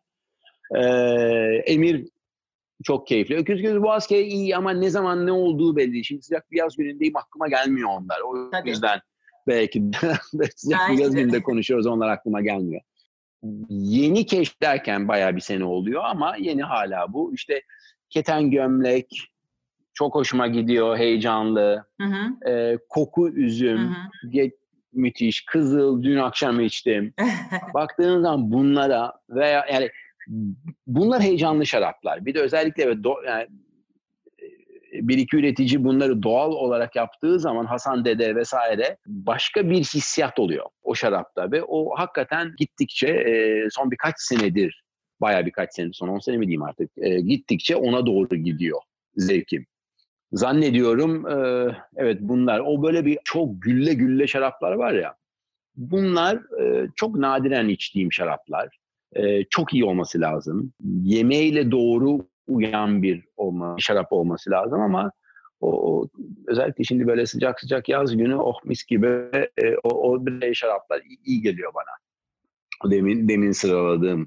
Emir çok keyifli. Öküz Gözü Boğazkaya iyi ama ne zaman ne olduğu belli. Şimdi sıcak bir yaz günündeyim aklıma gelmiyor onlar. O yüzden belki sıcak bir yaz gününde konuşuyoruz onlar aklıma gelmiyor. Yeni keşfederken bayağı bir sene oluyor ama yeni hala bu. İşte keten gömlek çok hoşuma gidiyor, heyecanlı. Koku üzüm müthiş. Kızıl dün akşam içtim. Baktığınız zaman bunlara veya yani bunlar heyecanlı şaraplar. Bir de özellikle yani bir iki üretici bunları doğal olarak yaptığı zaman Hasan Dede vesaire başka bir hissiyat oluyor o şarapta ve o hakikaten gittikçe son birkaç senedir bayağı birkaç sene son 10 sene mi diyeyim artık gittikçe ona doğru gidiyor zevkim. Zannediyorum evet bunlar o böyle bir çok gülle şaraplar var ya bunlar çok nadiren içtiğim şaraplar. Çok iyi olması lazım. Yemeğiyle doğru uyan bir şarap olması lazım ama o özellikle şimdi böyle sıcak yaz günü mis gibi o bir şaraplar iyi geliyor bana. O demin sıraladığım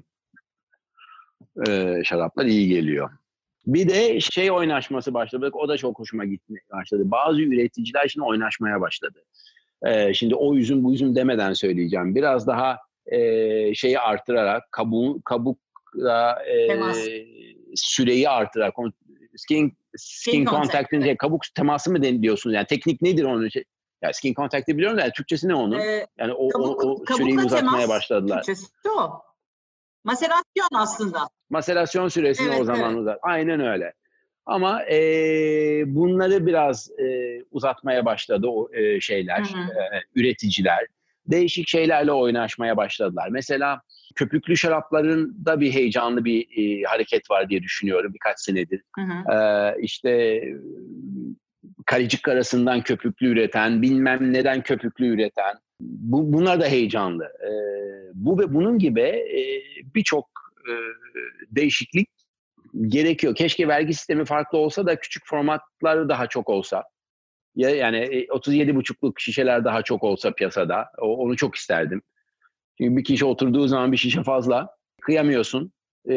şaraplar iyi geliyor. Bir de oynaşması başladı. O da çok hoşuma gitmeye başladı. Bazı üreticiler şimdi oynaşmaya başladı. Şimdi o üzüm bu üzüm demeden söyleyeceğim. Biraz daha şeyi artırarak kabukla süreyi artırarak skin contact'ın kabuk teması mı diyorsunuz? Yani teknik nedir onun? Yani skin contact'ı biliyorum da yani Türkçesi ne onun? Yani o süreyi uzatmaya başladılar. Türkçesi o. Maserasyon aslında. Maserasyon süresini o zaman uzat. Aynen öyle. Ama bunları biraz uzatmaya başladı o şeyler, üreticiler. Değişik şeylerle oynaşmaya başladılar. Mesela köpüklü şarapların da bir heyecanlı bir hareket var diye düşünüyorum birkaç senedir. İşte Kalicik arasından köpüklü üreten, bilmem neden köpüklü üreten. Bunlar da heyecanlı. Bu ve bunun gibi birçok değişiklik gerekiyor. Keşke vergi sistemi farklı olsa da küçük formatları daha çok olsa. Yani 37,5'luk şişeler daha çok olsa piyasada. Onu çok isterdim. Çünkü bir kişi oturduğu zaman bir şişe fazla. Kıyamıyorsun.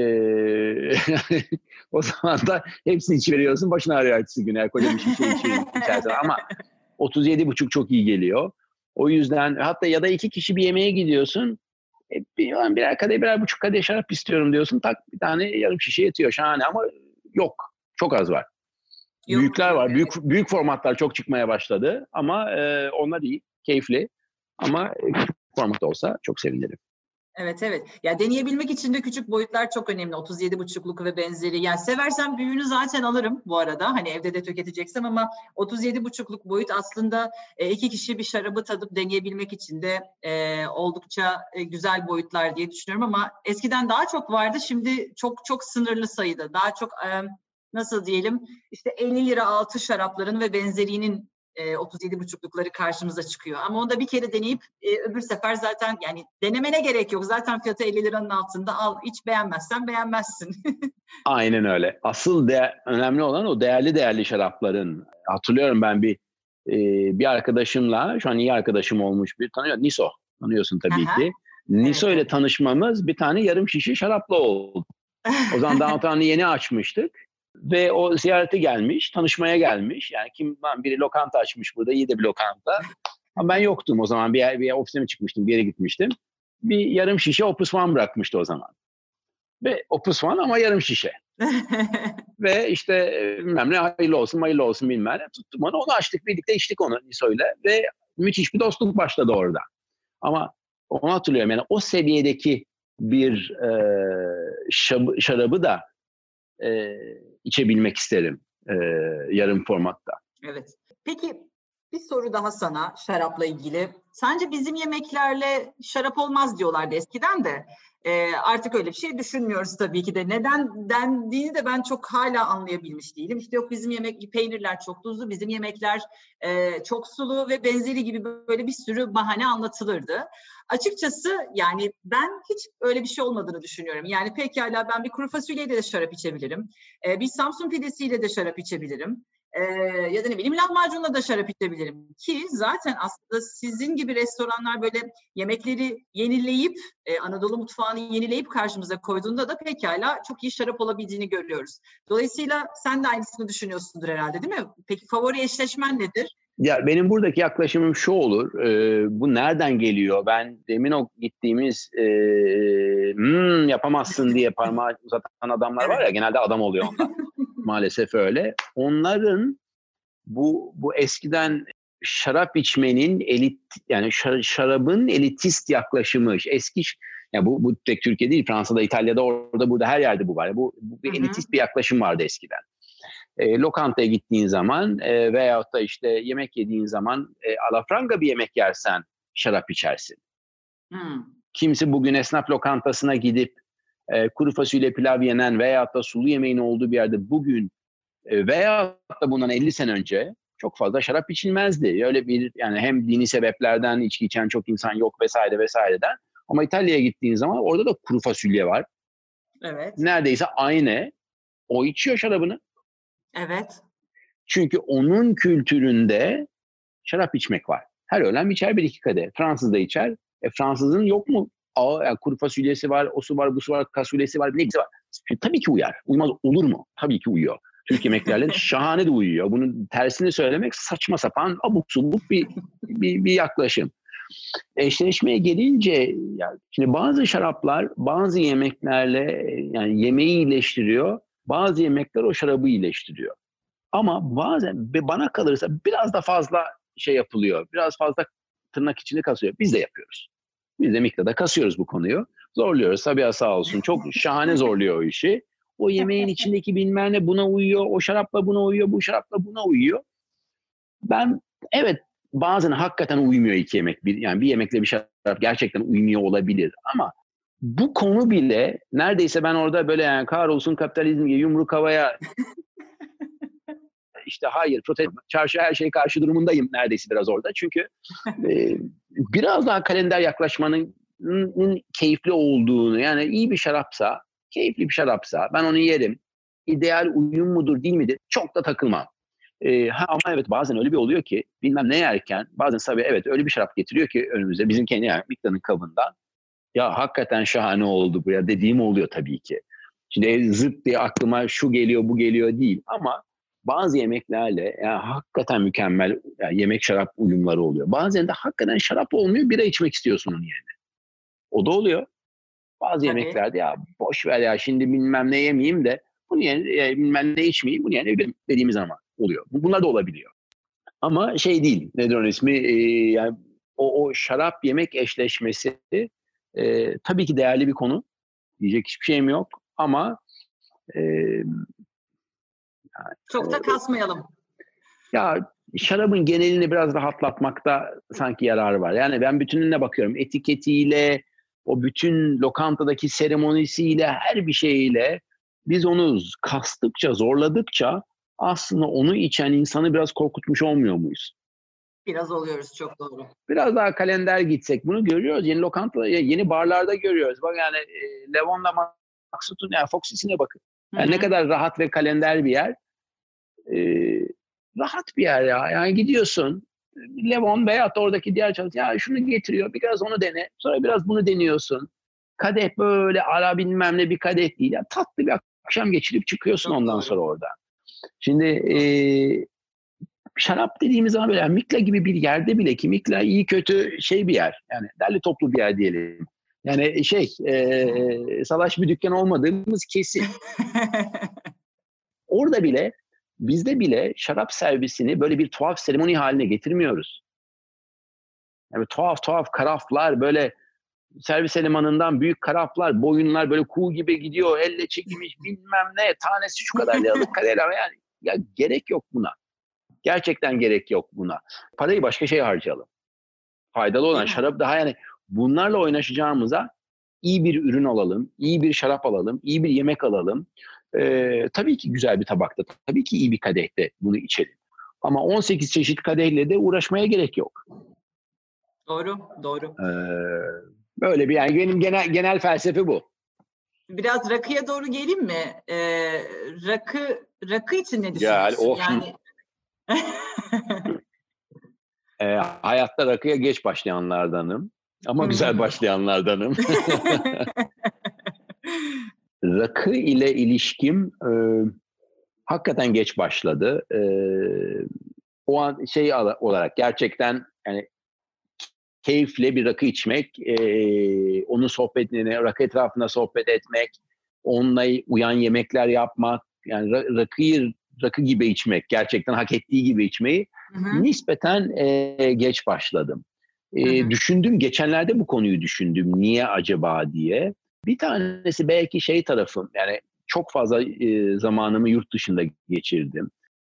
O zaman da hepsini içiveriyorsun. Başına ağrıyor ertesi gün. Eğer koca bir şişe içersen. Ama 37,5 çok iyi geliyor. O yüzden hatta ya da 2 kişi bir yemeğe gidiyorsun. Birer kadeh, birer buçuk kadeh şarap istiyorum diyorsun. Tak bir tane yarım şişe yetiyor. Şahane ama yok. Çok az var. Yok, Büyükler var. evet. Büyük formatlar çok çıkmaya başladı. Ama onlar iyi. Keyifli. Ama küçük format olsa çok sevinirim. Evet, evet. Ya deneyebilmek için de küçük boyutlar çok önemli. 37,5'luk ve benzeri. Yani seversem büyüğünü zaten alırım bu arada. Hani evde de tüketeceksem ama 37,5'luk boyut aslında 2 kişi bir şarabı tadıp deneyebilmek için de oldukça güzel boyutlar diye düşünüyorum ama eskiden daha çok vardı. Şimdi çok çok sınırlı sayıda. Daha çok nasıl diyelim işte 50 lira altı şarapların ve benzerinin 37,5'lukları karşımıza çıkıyor. Ama onu da bir kere deneyip öbür sefer zaten yani denemene gerek yok. Zaten fiyatı 50 liranın altında al. Hiç beğenmezsen beğenmezsin. Aynen öyle. Asıl önemli olan o değerli şarapların. Hatırlıyorum ben bir arkadaşımla, şu an iyi arkadaşım olmuş bir tanıyor. Niso. Tanıyorsun tabii Aha, ki. Niso ile evet. tanışmamız bir tane yarım şişe şarapla oldu. O zaman downtown'u yeni açmıştık. Ve o ziyarete gelmiş, tanışmaya gelmiş. Yani biri lokanta açmış burada, iyi de bir lokanta. Ama ben yoktum o zaman. Bir ofise mi çıkmıştım, bir yere gitmiştim. Bir yarım şişe Opus One bırakmıştı o zaman. Ve Opus One ama yarım şişe. Ve işte bilmem ne hayırlı olsun bilmem ne. Tuttum onu açtık, birlikte içtik onu Niso'yla. Ve müthiş bir dostluk başladı orada. Ama onu hatırlıyorum yani o seviyedeki bir şarabı da içebilmek isterim yarım formatta. Evet. Peki bir soru daha sana şarapla ilgili. Sence bizim yemeklerle şarap olmaz diyorlardı eskiden de. Artık öyle bir şey düşünmüyoruz tabii ki de. Neden dendiğini de ben çok hala anlayabilmiş değilim. İşte yok bizim peynirler çok tuzlu, bizim yemekler çok sulu ve benzeri gibi böyle bir sürü bahane anlatılırdı. Açıkçası yani ben hiç öyle bir şey olmadığını düşünüyorum. Yani pekala ben bir kuru fasulyeyle de şarap içebilirim. Bir Samsun pidesiyle de şarap içebilirim. Ya da ne bileyim lahmacunla da şarap içebilirim ki zaten aslında sizin gibi restoranlar böyle yemekleri yenileyip Anadolu mutfağını yenileyip karşımıza koyduğunda da pekala çok iyi şarap olabildiğini görüyoruz. Dolayısıyla sen de aynısını düşünüyorsundur herhalde değil mi? Peki favori eşleşmen nedir? Ya benim buradaki yaklaşımım şu olur. Bu nereden geliyor? Ben demin o gittiğimiz yapamazsın diye parmağı uzatan adamlar var ya, genelde adam oluyor onlar. Maalesef öyle. Onların bu eskiden şarap içmenin yani şarabın elitist yaklaşımı eski yani bu tek Türkiye değil, Fransa'da, İtalya'da, orada burada her yerde bu var. Bu bir elitist bir yaklaşım vardı eskiden. Lokantaya gittiğin zaman veyahut da işte yemek yediğin zaman alafranga bir yemek yersen şarap içersin. Kimisi bugün esnaf lokantasına gidip kuru fasulye pilav yenen veyahut da sulu yemeğin olduğu bir yerde bugün veyahut da bundan 50 sene önce çok fazla şarap içilmezdi. Öyle bir yani hem dini sebeplerden içki içen çok insan yok vesaireden. Ama İtalya'ya gittiğin zaman orada da kuru fasulye var. Evet. Neredeyse aynı. O içiyor şarabını. Evet. Çünkü onun kültüründe şarap içmek var. Her öğlen içer bir iki kadeh. Fransız da içer. Fransızın yok mu? Yani kuru fasulyesi var, o su var, bu su var, kasulyesi var, neyse var. Tabii ki uyar. Uymaz olur mu? Tabii ki uyuyor. Türk yemeklerle şahane de uyuyor. Bunun tersini söylemek saçma sapan, abuk subuk bir yaklaşım. Eşleşmeye gelince yani şimdi bazı şaraplar bazı yemeklerle yani yemeği iyileştiriyor. Bazı yemekler o şarabı iyileştiriyor. Ama bazen bana kalırsa biraz da fazla şey yapılıyor. Biraz fazla tırnak içinde kasıyor. Biz de yapıyoruz. Biz de miktarda kasıyoruz bu konuyu. Zorluyoruz. Tabii sağ olsun. Çok şahane zorluyor o işi. O yemeğin içindeki bilmem ne buna uyuyor. O şarapla buna uyuyor. Bu şarapla buna uyuyor. Ben evet bazen hakikaten uymuyor iki yemek. Yani bir yemekle bir şarap gerçekten uymuyor olabilir. Ama bu konu bile neredeyse ben orada böyle yani kahrolsun kapitalizm gibi yumruk havaya işte hayır çarşı her şeye karşı durumundayım neredeyse biraz orada. Çünkü biraz daha kalender yaklaşmanın keyifli olduğunu yani iyi bir şarapsa, keyifli bir şarapsa ben onu yerim. ideal uyum mudur değil midir? Çok da takılmam. Ama evet bazen öyle bir oluyor ki bilmem ne yerken bazen tabii evet öyle bir şarap getiriyor ki önümüze bizim kendi yani Mikla'nın kabından. Ya hakikaten şahane oldu bu ya dediğim oluyor tabii ki. Şimdi zıp diye aklıma şu geliyor bu geliyor değil ama bazı yemeklerle yani hakikaten mükemmel yani yemek şarap uyumları oluyor. Bazen de hakikaten şarap olmuyor bira içmek istiyorsun onun yerine. O da oluyor. Bazı Tabii. yemeklerde ya boş ver ya şimdi bilmem ne yemeyeyim de bunu yerine bilmem ne içmeyeyim bunu yerine dediğimiz zaman oluyor. Bunlar da olabiliyor. Ama şey değil nedir onun ismi yani o şarap yemek eşleşmesi tabii ki değerli bir konu. Diyecek hiçbir şeyim yok ama Çok da kasmayalım. ya şarabın genelini biraz rahatlatmakta sanki yararı var. Yani ben bütününe bakıyorum. Etiketiyle, o bütün lokantadaki seremonisiyle, her bir şeyiyle biz onu kastıkça, zorladıkça aslında onu içen insanı biraz korkutmuş olmuyor muyuz? Biraz oluyoruz, çok doğru. Biraz daha kalender gitsek bunu görüyoruz. Yeni lokantada, yeni barlarda görüyoruz. Bak yani Levon'la Maksut'un yani Foxy'sine bakın. Yani ne kadar rahat ve kalender bir yer. Rahat bir yer ya. Yani gidiyorsun. Levon veyahut da oradaki diğer çalışan ya şunu getiriyor. Biraz onu dene. Sonra biraz bunu deniyorsun. Kadeh böyle ara bilmem ne bir kadeh değil. Ya, tatlı bir akşam geçirip çıkıyorsun Çok ondan doğru. sonra oradan. Şimdi şarap dediğimiz zaman böyle yani Mikla gibi bir yerde bile ki Mikla iyi kötü şey bir yer. Yani derli toplu bir yer diyelim. Yani salaş bir dükkan olmadığımız kesin. Orada bile bizde bile şarap servisini böyle bir tuhaf seremoni haline getirmiyoruz. Yani tuhaf karaflar böyle servis elemanından büyük karaflar, boyunlar böyle kuğu gibi gidiyor, elle çekilmiş bilmem ne, tanesi şu kadar liralık kareler yani ya gerek yok buna. Gerçekten gerek yok buna. Parayı başka şeye harcayalım. Faydalı olan şarap daha yani bunlarla oynaşacağımıza iyi bir ürün alalım, iyi bir şarap alalım, iyi bir yemek alalım. Tabii ki güzel bir tabakta, tabii ki iyi bir kadehte bunu içelim. Ama 18 çeşit kadehle de uğraşmaya gerek yok. Doğru, doğru. Böyle bir yani benim genel felsefe bu. Biraz rakıya doğru geleyim mi? Rakı için ne düşünüyorsun? Yani hayatta rakıya geç başlayanlardanım. Ama güzel başlayanlardanım. Rakı ile ilişkim hakikaten geç başladı. O an şey olarak gerçekten yani keyifle bir rakı içmek, onun sohbetini, rakı etrafında sohbet etmek, onunla uyan yemekler yapmak, yani rakı gibi içmek, gerçekten hak ettiği gibi içmeyi nispeten geç başladım. Düşündüm, geçenlerde bu konuyu düşündüm, niye acaba diye. Bir tanesi belki şey tarafım, yani çok fazla zamanımı yurt dışında geçirdim.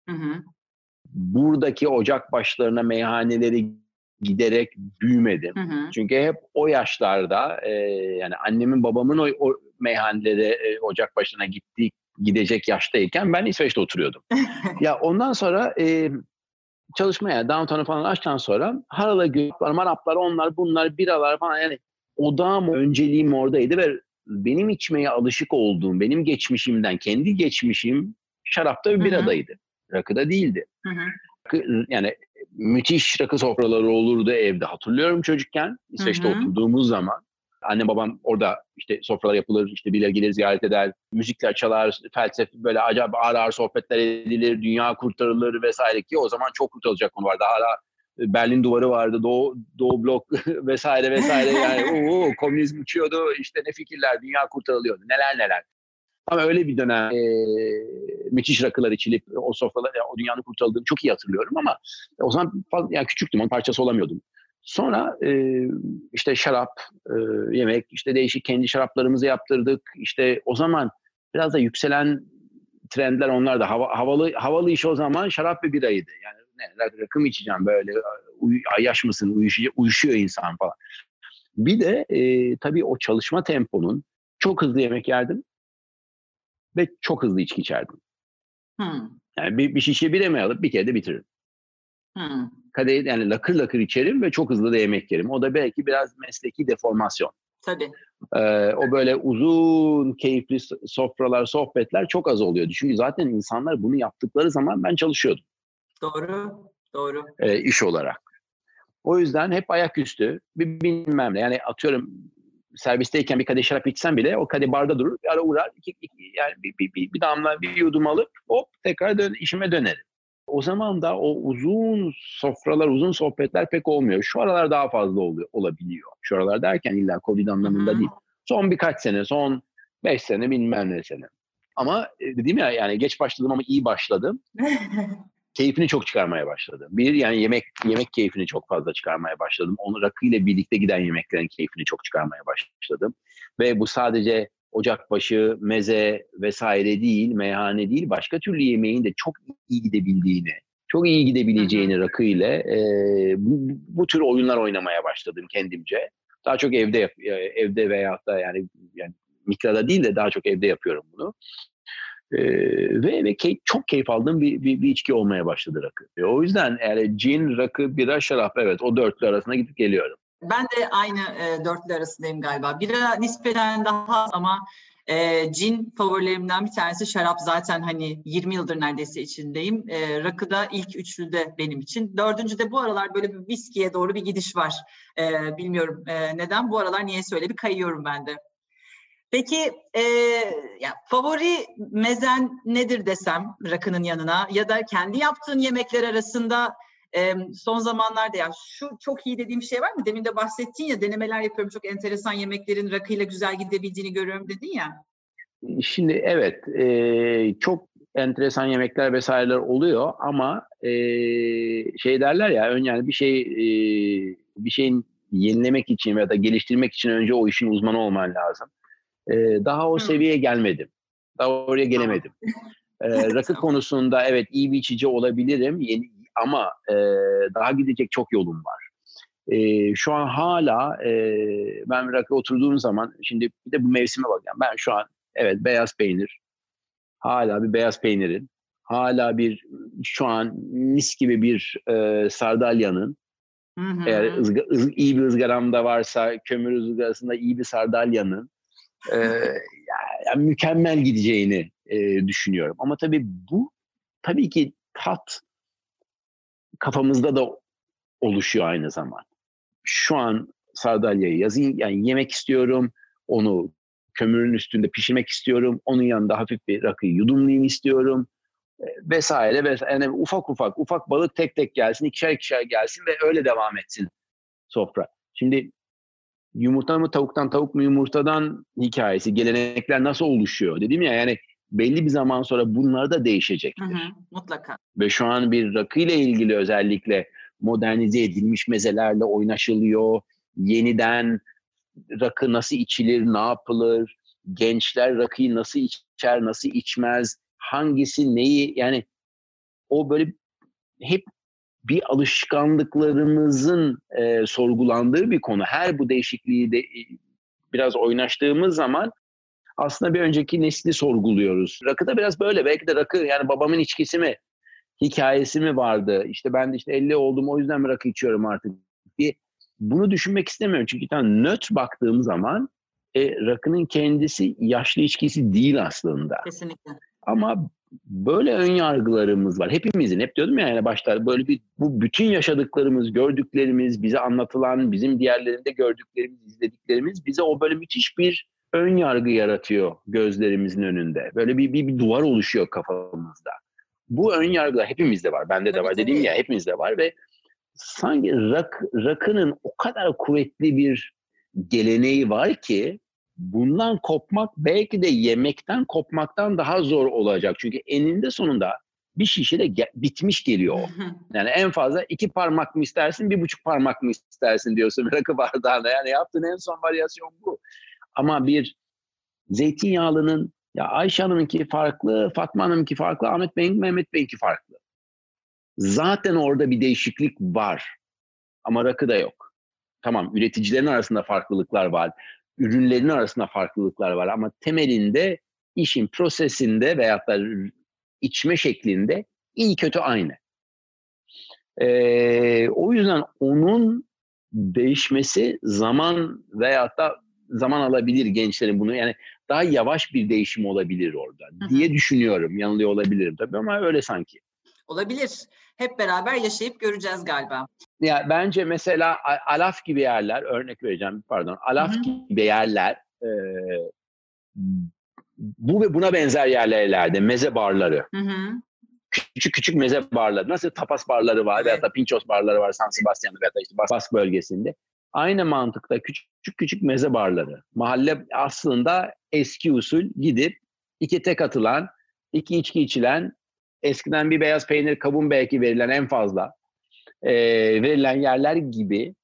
Buradaki ocak başlarına, meyhaneleri giderek büyümedim. Çünkü hep o yaşlarda yani annemin babamın o meyhanelere ocak başına gidecek yaştayken ben İsveç'te oturuyordum. Ya ondan sonra çalışmaya downtown'u falan açtıktan sonra Harala Gölükler, Maraplar, onlar bunlar biralar falan yani odağım, önceliğim oradaydı ve benim içmeye alışık olduğum, benim geçmişimden, kendi geçmişim şarapta ve biradaydı. Rakıda değildi. Yani müthiş rakı sofraları olurdu evde. Hatırlıyorum çocukken İsveç'te oturduğumuz zaman. Annem babam orada işte sofralar yapılır, işte birileri gelir ziyaret eder, müzikler çalar, felsefe böyle acayip ağır ağır sohbetler edilir, dünya kurtarılır vesaire ki o zaman çok kurtarılacak konu vardı. Hala Berlin Duvarı vardı, Doğu Blok vesaire yani komünizm uçuyordu, işte ne fikirler, dünya kurtarılıyordu, neler. Ama öyle bir dönem müthiş rakılar içilip o sofralar, o dünyanın kurtarıldığını çok iyi hatırlıyorum ama o zaman yani küçüktüm, onun parçası olamıyordum. Sonra işte şarap, yemek, işte değişik kendi şaraplarımızı yaptırdık. İşte o zaman biraz da yükselen trendler onlar da havalı iş o zaman şarap ve biraydı. Yani rakı mı içeceğim böyle, ayyaş mısın, uyuşuyor insan falan. Bir de tabii o çalışma temponun çok hızlı yemek yerdim. Ve çok hızlı içki içerdim. Yani bir şişe bira mı alıp bir kere de bitiririm. Kadeh yani lakır lakır içerim ve çok hızlı da yemek yerim. O da belki biraz mesleki deformasyon. Tabii. O böyle uzun, keyifli sofralar, sohbetler çok az oluyordu. Çünkü zaten insanlar bunu yaptıkları zaman ben çalışıyordum. Doğru. İş olarak. O yüzden hep ayaküstü, bilmem ne. Yani atıyorum servisteyken bir kadeh şarap içsem bile o kadeh barda durur, bir ara uğrar, yani bir damla, bir yudum alıp hop tekrar işime dönerim. O zaman da o uzun sofralar, uzun sohbetler pek olmuyor. Şu aralar daha fazla olabiliyor. Şu aralar derken illa Covid anlamında değil. Son birkaç sene, son 5 sene, bilmem ne sene. Ama dedim ya, yani geç başladım ama iyi başladım. Keyfini çok çıkarmaya başladım. Yani yemek keyfini çok fazla çıkarmaya başladım. Onu rakıyla birlikte giden yemeklerin keyfini çok çıkarmaya başladım. Ve bu sadece ocakbaşı, meze vesaire değil, meyhane değil, başka türlü yemeğin de çok iyi gidebildiğini, çok iyi gidebileceğini rakıyla bu tür oyunlar oynamaya başladım kendimce. Daha çok evde veyahut da yani mikrada değil de daha çok evde yapıyorum bunu. Ve çok keyif aldığım bir içki olmaya başladı rakı. O yüzden yani gin, rakı, bira, şarap, evet, o dörtlü arasına gidip geliyorum. Ben de aynı dörtlü arasındayım galiba. Bira nispeten daha az ama gin favorilerimden bir tanesi. Şarap zaten hani 20 yıldır neredeyse içindeyim. Rakı da ilk üçlüde benim için. Dördüncüde bu aralar böyle bir viskiye doğru bir gidiş var. Bilmiyorum neden. Bu aralar niyeyse öyle bir kayıyorum ben de. Peki favori mezen nedir desem rakının yanına, ya da kendi yaptığın yemekler arasında son zamanlarda ya şu çok iyi dediğim şey var mı? Demin de bahsettin ya, denemeler yapıyorum, çok enteresan yemeklerin rakıyla güzel gidebildiğini görüyorum dedin ya. Şimdi evet, çok enteresan yemekler vesaireler oluyor ama şey derler ya, yani bir şeyin yenilemek için ya da geliştirmek için önce o işin uzmanı olman lazım. Daha o seviyeye gelmedim. Daha oraya gelemedim. Rakı konusunda evet iyi bir içici olabilirim ama daha gidecek çok yolum var. Şu an hala ben rakı oturduğum zaman, şimdi bir de bu mevsime bakıyorum. Ben şu an evet beyaz peynir, hala bir beyaz peynirin, hala şu an mis gibi bir sardalyanın, eğer iyi bir ızgaram da varsa kömür ızgarasında iyi bir sardalyanın yani mükemmel gideceğini düşünüyorum. Ama tabii ki tat kafamızda da oluşuyor aynı zaman. Şu an sardalyayı yazayım, yani yemek istiyorum, onu kömürün üstünde pişirmek istiyorum, onun yanında hafif bir rakıyı yudumlayayım istiyorum vesaire. Yani ufak balık tek tek gelsin, ikişer gelsin ve öyle devam etsin sofra. Şimdi yumurta mı tavuktan, tavuk mu yumurtadan hikayesi, gelenekler nasıl oluşuyor dedim ya, yani belli bir zaman sonra bunlar da değişecektir. Mutlaka. Ve şu an bir rakı ile ilgili özellikle modernize edilmiş mezelerle oynaşılıyor. Yeniden rakı nasıl içilir, ne yapılır, gençler rakıyı nasıl içer, nasıl içmez, hangisi neyi, yani o böyle hep bir alışkanlıklarımızın sorgulandığı bir konu. Her bu değişikliği de biraz oynaştığımız zaman aslında bir önceki nesli sorguluyoruz. Rakı da biraz böyle. Belki de rakı, yani babamın içkisi mi, hikayesi mi vardı? İşte ben de 50 oldum, o yüzden mi rakı içiyorum artık diye. Bunu düşünmek istemiyorum. Çünkü nötr baktığım zaman rakının kendisi yaşlı içkisi değil aslında. Kesinlikle. Ama böyle ön yargılarımız var. Hepimizin, hep diyordum ya, yani başta böyle bu bütün yaşadıklarımız, gördüklerimiz, bize anlatılan, bizim diğerlerinde gördüklerimiz, izlediklerimiz bize o böyle müthiş bir ön yargı yaratıyor gözlerimizin önünde. Böyle bir duvar oluşuyor kafamızda. Bu ön yargılar hepimizde var. Bende de var. Dediğim ya, hepimizde var ve sanki rakının o kadar kuvvetli bir geleneği var ki bundan kopmak belki de yemekten kopmaktan daha zor olacak. Çünkü eninde sonunda bir şişe de bitmiş geliyor. Yani en fazla 2 parmak mı istersin, 1,5 parmak mı istersin diyorsun rakı bardağına. Yani yaptığın en son varyasyon bu. Ama bir zeytinyağlının, ya Ayşe Hanım'ınki farklı, Fatma Hanım'ınki farklı, Ahmet Bey'in, Mehmet Bey'inki farklı. Zaten orada bir değişiklik var. Ama rakıda yok. Tamam, üreticilerin arasında farklılıklar var. Ürünlerin arasında farklılıklar var. Ama temelinde, işin prosesinde veyahut da içme şeklinde iyi kötü aynı. O yüzden onun değişmesi zaman veyahut da zaman alabilir gençlerin bunu. Yani daha yavaş bir değişim olabilir orada diye düşünüyorum. Yanılıyor olabilirim tabii ama öyle sanki. Olabilir. Hep beraber yaşayıp göreceğiz galiba. Ya bence mesela Alaf gibi yerler, örnek vereceğim pardon. Alaf gibi yerler bu ve buna benzer yerlerde meze barları. Küçük küçük meze barları. Nasıl tapas barları var veya da pinchos barları var San Sebastian'da veya da işte Bask bölgesinde. Aynı mantıkta küçük küçük meze barları. Mahalle aslında eski usul gidip 2 tek atılan, 2 içki içilen, eskiden bir beyaz peynir kabuğun belki verilen en fazla verilen yerler gibi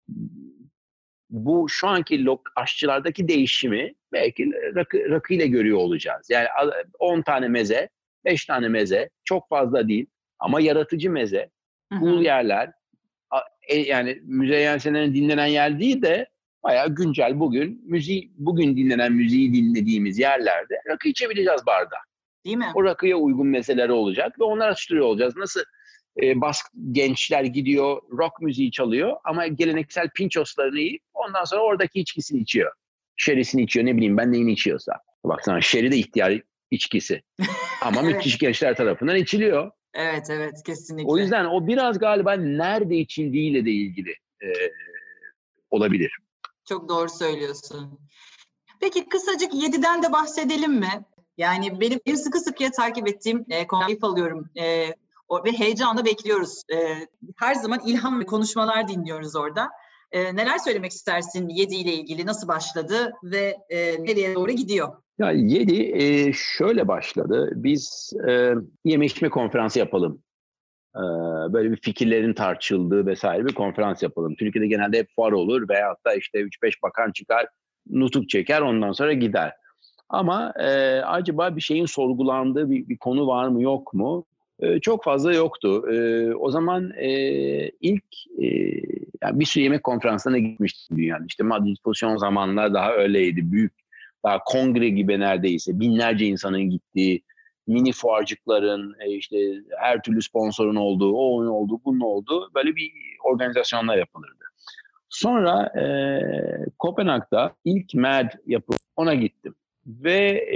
bu şu anki aşçılardaki değişimi belki rakıyla görüyor olacağız. Yani 10 tane meze, 5 tane meze çok fazla değil ama yaratıcı meze, cool yerler, yani Müzeyyen Senar'ın dinlenen yer değil de bayağı güncel bugün dinlenen müziği dinlediğimiz yerlerde rakı içebileceğiz barda. Değil mi? O rakıya uygun mezeleri olacak ve onları açtırıyor olacağız. Nasıl Bask gençler gidiyor, rock müziği çalıyor ama geleneksel pinchoslarını yiyip ondan sonra oradaki içkisini içiyor. Şerisini içiyor, ne bileyim ben neyini içiyorsa. Baksana şeri de ihtiyar içkisi. Ama müthiş gençler tarafından içiliyor. Evet, kesinlikle. O yüzden o biraz galiba nerede içildiğiyle de ilgili olabilir. Çok doğru söylüyorsun. Peki kısacık 7'den de bahsedelim mi? Yani benim sıkı sıkıya takip ettiğim konuyu alıyorum. Ve heyecanla bekliyoruz. Her zaman ilham ve konuşmalar dinliyoruz orada. Neler söylemek istersin 7 ile ilgili? Nasıl başladı ve nereye doğru gidiyor? Ya 7 şöyle başladı. Biz yeme içme konferansı yapalım. Böyle bir fikirlerin tartışıldığı vesaire bir konferans yapalım. Türkiye'de genelde hep fuar olur veyahut da işte 3-5 bakan çıkar, nutuk çeker ondan sonra gider. Ama acaba bir şeyin sorgulandığı bir konu var mı yok mu? Çok fazla yoktu. O zaman ilk yani bir sürü yemek konferanslarına gitmiştim dünyada. İşte Madrid Pozisyon zamanlar daha öyleydi. Büyük, daha kongre gibi neredeyse binlerce insanın gittiği, mini fuarcıkların, işte her türlü sponsorun olduğu, onun olduğu, bunun olduğu böyle bir organizasyonlar yapılırdı. Sonra Kopenhag'da ilk MED yapıp ona gittim. Ve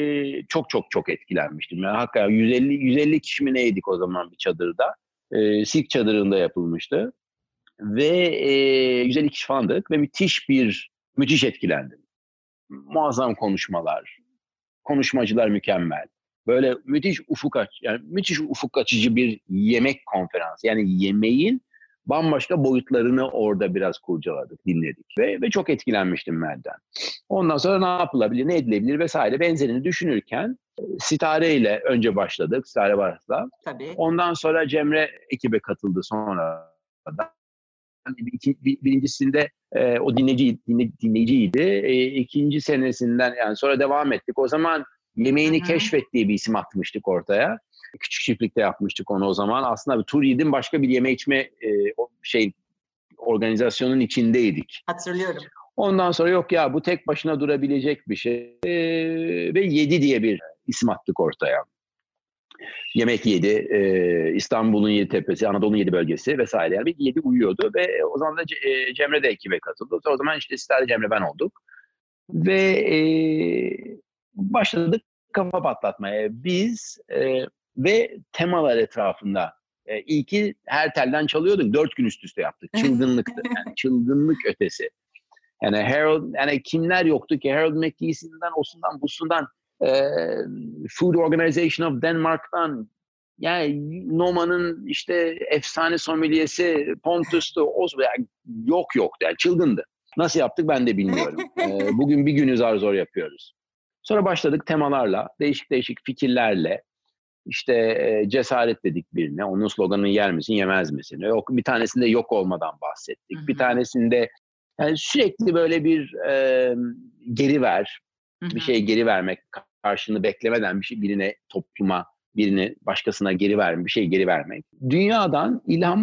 çok etkilenmiştim. Yani hakikaten 150 kişi mi neydik o zaman bir çadırda. Silk çadırında yapılmıştı. Ve 150 kişi falandık ve müthiş etkilendim. Muazzam konuşmalar, konuşmacılar mükemmel. Böyle müthiş ufuk açıcı bir yemek konferansı. Yani yemeğin bambaşka boyutlarını orada biraz kurcaladık, dinledik. Ve çok etkilenmiştim MED'den. Ondan sonra ne yapılabilir, ne edilebilir vesaire benzerini düşünürken Sitare ile önce başladık. Sitare Baras'la. Tabii. Ondan sonra Cemre ekibe katıldı sonra da. Birincisinde o dinleyiciydi. İkinci senesinden yani sonra devam ettik. O zaman Yemeğini Keşfet diye bir isim atmıştık ortaya. Küçük çiftlikte yapmıştık onu o zaman. Aslında Tur Yiğit'in başka bir yeme içme organizasyonun içindeydik. Hatırlıyorum. Ondan sonra yok ya bu tek başına durabilecek bir şey. Ve 7 diye bir isim attık ortaya. Yemek 7, İstanbul'un 7 tepesi, Anadolu'nun 7 bölgesi vesaire. Yani 7 uyuyordu ve o zaman da Cemre de ekibe katıldı. O zaman işte Sitare, Cemre, ben olduk. Ve başladık kafa patlatmaya. Biz ve temalar etrafında. İlki her telden çalıyorduk. 4 gün üst üste yaptık. Çılgınlıktı. Yani çılgınlık ötesi. Yani Harold, yani kimler yoktu ki? Harold McGee'sinden, osundan, busundan, Food Organization of Denmark'tan, yani Noma'nın işte efsane sommeliesi, Pontus'tu, yani yok. Yani çılgındı. Nasıl yaptık ben de bilmiyorum. Bugün bir günü zar zor yapıyoruz. Sonra başladık temalarla, değişik fikirlerle. İşte cesaret dedik birine. Onun sloganını yer misin, yemez misin? Bir tanesinde yok olmadan bahsettik. Bir tanesinde yani sürekli böyle bir geri ver, bir şeye geri vermek, karşılığını beklemeden birine, topluma, birine, başkasına geri vermek, bir şey geri vermek. Dünyadan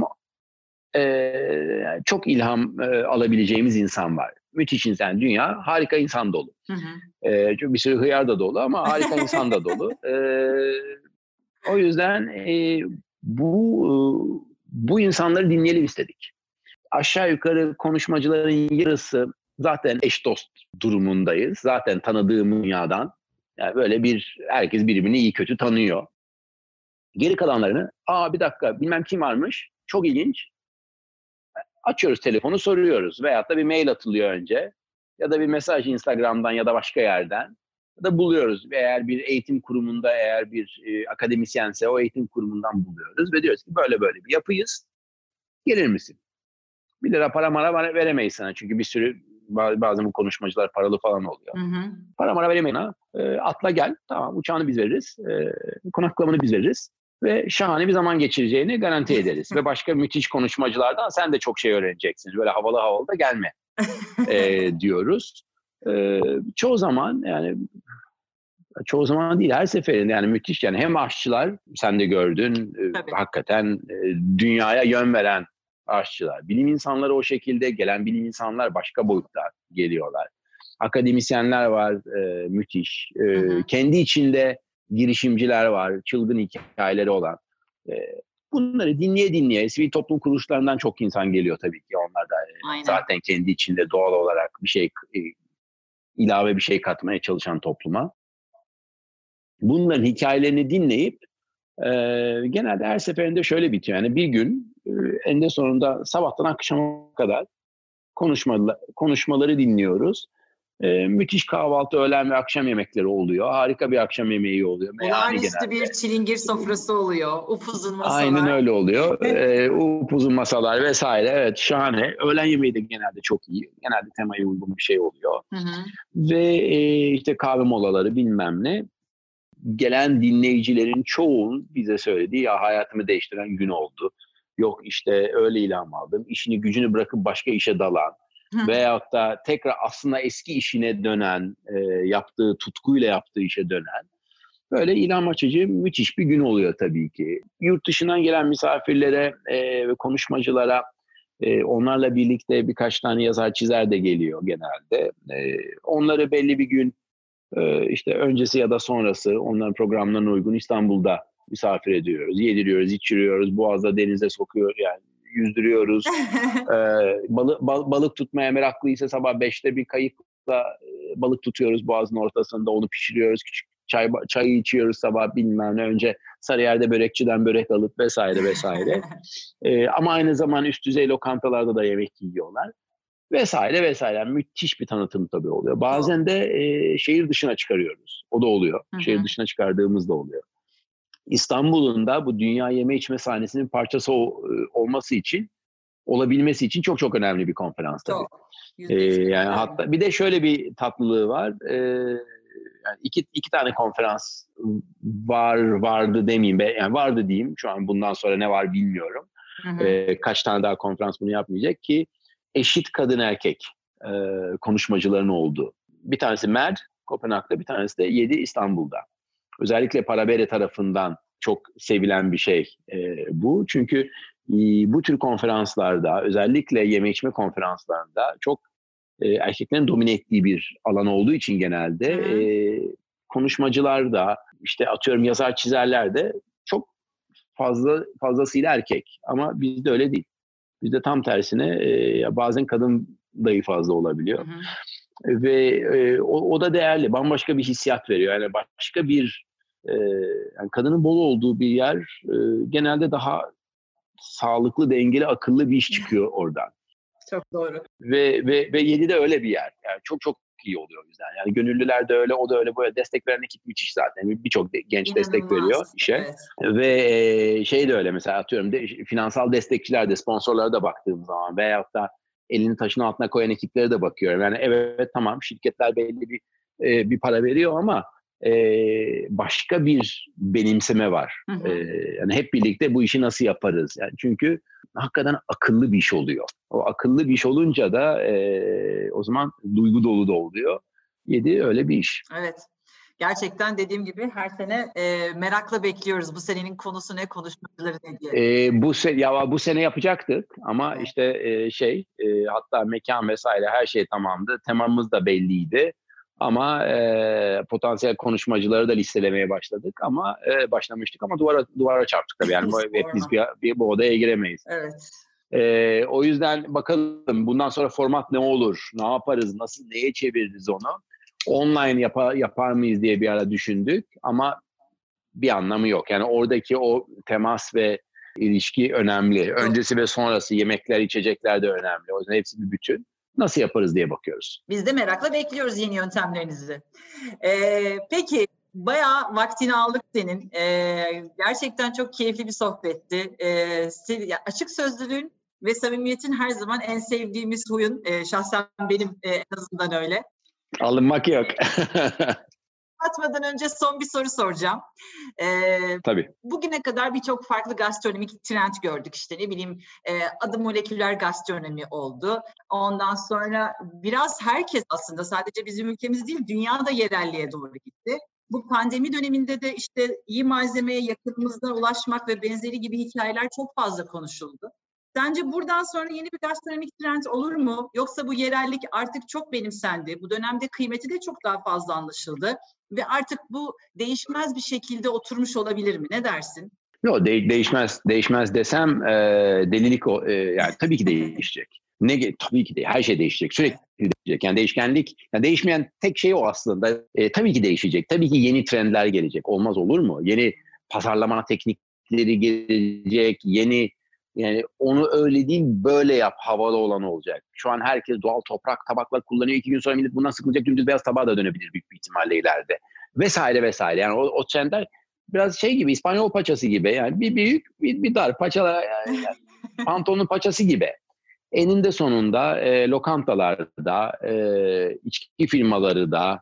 çok ilham alabileceğimiz insan var. Müthiş insan. Dünya harika insan dolu. Bir sürü hıyar da dolu ama harika insan da dolu. O yüzden bu insanları dinleyelim istedik. Aşağı yukarı konuşmacıların yarısı Zaten eş dost durumundayız. Zaten tanıdığım dünyadan. Yani böyle herkes birbirini iyi kötü tanıyor. Geri kalanlarını, bir dakika bilmem kim varmış, çok ilginç. Açıyoruz telefonu, soruyoruz. Veyahut da bir mail atılıyor önce. Ya da bir mesaj Instagram'dan ya da başka yerden. Ya da buluyoruz. Eğer bir eğitim kurumunda, eğer bir akademisyense o eğitim kurumundan buluyoruz. Ve diyoruz ki böyle bir yapıyız. Gelir misin? 1 lira para veremeyiz sana. Çünkü bir sürü bazı bu konuşmacılar paralı falan oluyor. Para veremeyin ha. Atla gel. Tamam, uçağını biz veririz. Konaklamanı biz veririz. Ve şahane bir zaman geçireceğini garanti ederiz. Ve başka müthiş konuşmacılardan sen de çok şey öğreneceksiniz. Böyle havalı da gelme diyoruz. Çoğu zaman değil, her seferinde yani müthiş. Yani hem aşçılar, sen de gördün, hakikaten dünyaya yön veren aşçılar. Bilim insanları o şekilde, gelen bilim insanlar başka boyutta geliyorlar. Akademisyenler var, müthiş. Kendi içinde girişimciler var, çılgın hikayeleri olan. Bunları dinleye sivil toplum kuruluşlarından çok insan geliyor tabii ki. Onlar da zaten kendi içinde doğal olarak bir şey, ilave bir şey katmaya çalışan topluma. Bunların hikayelerini dinleyip genelde her seferinde şöyle bitiyor. Yani bir gün eninde sonunda sabahtan akşama kadar konuşmaları dinliyoruz. Müthiş kahvaltı, öğlen ve akşam yemekleri oluyor. Harika bir akşam yemeği oluyor. Olağanüstü bir çilingir sofrası oluyor. Upuzun masalar. Aynen öyle oluyor. Upuzun masalar vesaire. Evet, şahane. Öğlen yemeği de genelde çok iyi. Genelde temaya uygun bir şey oluyor. Ve işte kahve molaları bilmem ne. Gelen dinleyicilerin çoğunun bize söylediği ya hayatımı değiştiren gün oldu. Yok işte öyle ilham aldım. İşini gücünü bırakıp başka işe dalan. Veyahut da tekrar aslında eski işine dönen, tutkuyla yaptığı işe dönen. Böyle ilham açıcı müthiş bir gün oluyor tabii ki. Yurt dışından gelen misafirlere ve konuşmacılara onlarla birlikte birkaç tane yazar çizer de geliyor genelde. Onları belli bir gün işte öncesi ya da sonrası onların programlarına uygun İstanbul'da misafir ediyoruz. Yediriyoruz, içiriyoruz, boğazda denize sokuyoruz yani. Yüzdürüyoruz. Balık tutmaya meraklıysa sabah 5'te bir kayıkla balık tutuyoruz boğazın ortasında. Onu pişiriyoruz. Küçük çayı içiyoruz sabah bilmem ne. Önce Sarıyer'de börekçiden börek alıp vesaire. Ama aynı zaman üst düzey lokantalarda da yemek yiyorlar. Vesaire. Yani müthiş bir tanıtım tabii oluyor. Bazen de şehir dışına çıkarıyoruz. O da oluyor. Şehir dışına çıkardığımız da oluyor. İstanbul'un da bu dünya yeme içme sahnesinin parçası olabilmesi için çok çok önemli bir konferans tabii. Yani hatta bir de şöyle bir tatlılığı var. Yani iki tane konferans vardı demeyeyim be. Yani vardı diyeyim. Şu an bundan sonra ne var bilmiyorum. Kaç tane daha konferans bunu yapmayacak ki eşit kadın erkek konuşmacıların olduğu. Bir tanesi MERD Kopenhag'da, bir tanesi de 7 İstanbul'da. Özellikle Parabere tarafından çok sevilen bir şey bu. Çünkü bu tür konferanslarda, özellikle yeme içme konferanslarında çok erkeklerin domine ettiği bir alan olduğu için genelde konuşmacılar da, işte atıyorum yazar çizerler de çok fazlasıyla erkek. Ama bizde öyle değil. Bizde tam tersine bazen kadın dahi fazla olabiliyor. Ve o da değerli. Bambaşka bir hissiyat veriyor. Yani başka bir yani kadının bol olduğu bir yer genelde daha sağlıklı, dengeli, akıllı bir iş çıkıyor oradan. Çok doğru. Ve 7'de öyle bir yer. Yani çok çok iyi oluyor o yüzden. Yani gönüllüler de öyle, o da öyle. Böyle destek veren ekip müthiş zaten. Birçok genç İnanılmaz destek veriyor işe. Evet. Ve şey de öyle mesela atıyorum finansal destekçiler de, sponsorlara da baktığım zaman veyahut da elini taşın altına koyan ekiplere de bakıyorum. Yani evet tamam, şirketler belli bir para veriyor ama başka bir benimseme var. Yani hep birlikte bu işi nasıl yaparız? Yani çünkü hakikaten akıllı bir iş oluyor. O akıllı bir iş olunca da o zaman duygu dolu da oluyor. 7 öyle bir iş. Evet. Gerçekten dediğim gibi her sene merakla bekliyoruz. Bu senenin konusu ne, konuşmacıları ne diye. Bu sene yapacaktık ama evet. İşte hatta mekan vesaire her şey tamamdı. Temamız da belliydi. Ama potansiyel konuşmacıları da listelemeye başladık başlamıştık ama duvara çarptık tabii. Yani hepimiz bu odaya giremeyiz. Evet. O yüzden bakalım bundan sonra format ne olur, ne yaparız, nasıl, neye çeviririz onu. Online yapar mıyız diye bir ara düşündük ama bir anlamı yok. Yani oradaki o temas ve ilişki önemli. Öncesi ve sonrası, yemekler, içecekler de önemli. O yüzden hepsi bir bütün. Nasıl yaparız diye bakıyoruz. Biz de merakla bekliyoruz yeni yöntemlerinizi. Peki, bayağı vaktini aldık senin. Gerçekten çok keyifli bir sohbetti. Açık sözlülüğün ve samimiyetin her zaman en sevdiğimiz huyun. Şahsen benim en azından öyle. Alınmak yok. Atmadan önce son bir soru soracağım. Tabii. Bugüne kadar birçok farklı gastronomik trend gördük işte ne bileyim adı moleküler gastronomi oldu. Ondan sonra biraz herkes aslında sadece bizim ülkemiz değil dünyada yerelliğe doğru gitti. Bu pandemi döneminde de işte iyi malzemeye yakınımızda ulaşmak ve benzeri gibi hikayeler çok fazla konuşuldu. Sence buradan sonra yeni bir gastronomik trend olur mu? Yoksa bu yerellik artık çok benimsendi. Bu dönemde kıymeti de çok daha fazla anlaşıldı. Ve artık bu değişmez bir şekilde oturmuş olabilir mi? Ne dersin? Yok, değişmez desem delilik yani tabii ki değişecek. Tabii ki her şey değişecek. Sürekli değişecek. Yani değişkenlik, yani değişmeyen tek şey o aslında. Tabii ki değişecek. Tabii ki yeni trendler gelecek. Olmaz olur mu? Yeni pazarlama teknikleri gelecek. Yani onu öyle değil böyle yap havalı olan olacak. Şu an herkes doğal toprak tabaklar kullanıyor. 2 gün sonra millet bundan sıkılacak. Dümdüz beyaz tabağa da dönebilir büyük bir ihtimalle ileride. Vesaire vesaire. Yani o trendler biraz şey gibi, İspanyol paçası gibi. Yani bir büyük bir dar paçalar, yani pantolonun paçası gibi. Eninde sonunda lokantalarda, içki firmaları da,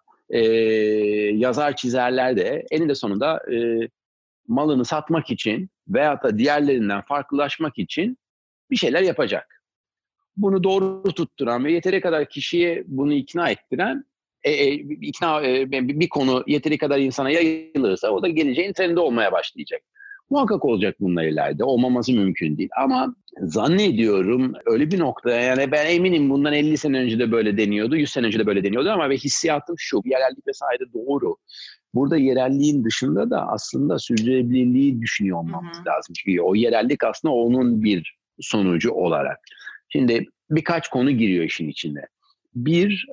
yazar çizerler de eninde sonunda malını satmak için veyahut da diğerlerinden farklılaşmak için bir şeyler yapacak. Bunu doğru tutturan ve yeteri kadar kişiye bunu ikna ettiren bir konu yeteri kadar insana yayılırsa o da geleceğin trendi olmaya başlayacak. Muhakkak olacak bunlar ileride. Olmaması mümkün değil. Ama zannediyorum öyle bir noktaya, yani ben eminim bundan 50 sene önce de böyle deniyordu, 100 sene önce de böyle deniyordu ama ve hissiyatım şu, yerellik vesaire doğru. Burada yerelliğin dışında da aslında sürdürülebilirliği düşünüyor olmamız lazım. Çünkü o yerellik aslında onun bir sonucu olarak. Şimdi birkaç konu giriyor işin içine. Bir,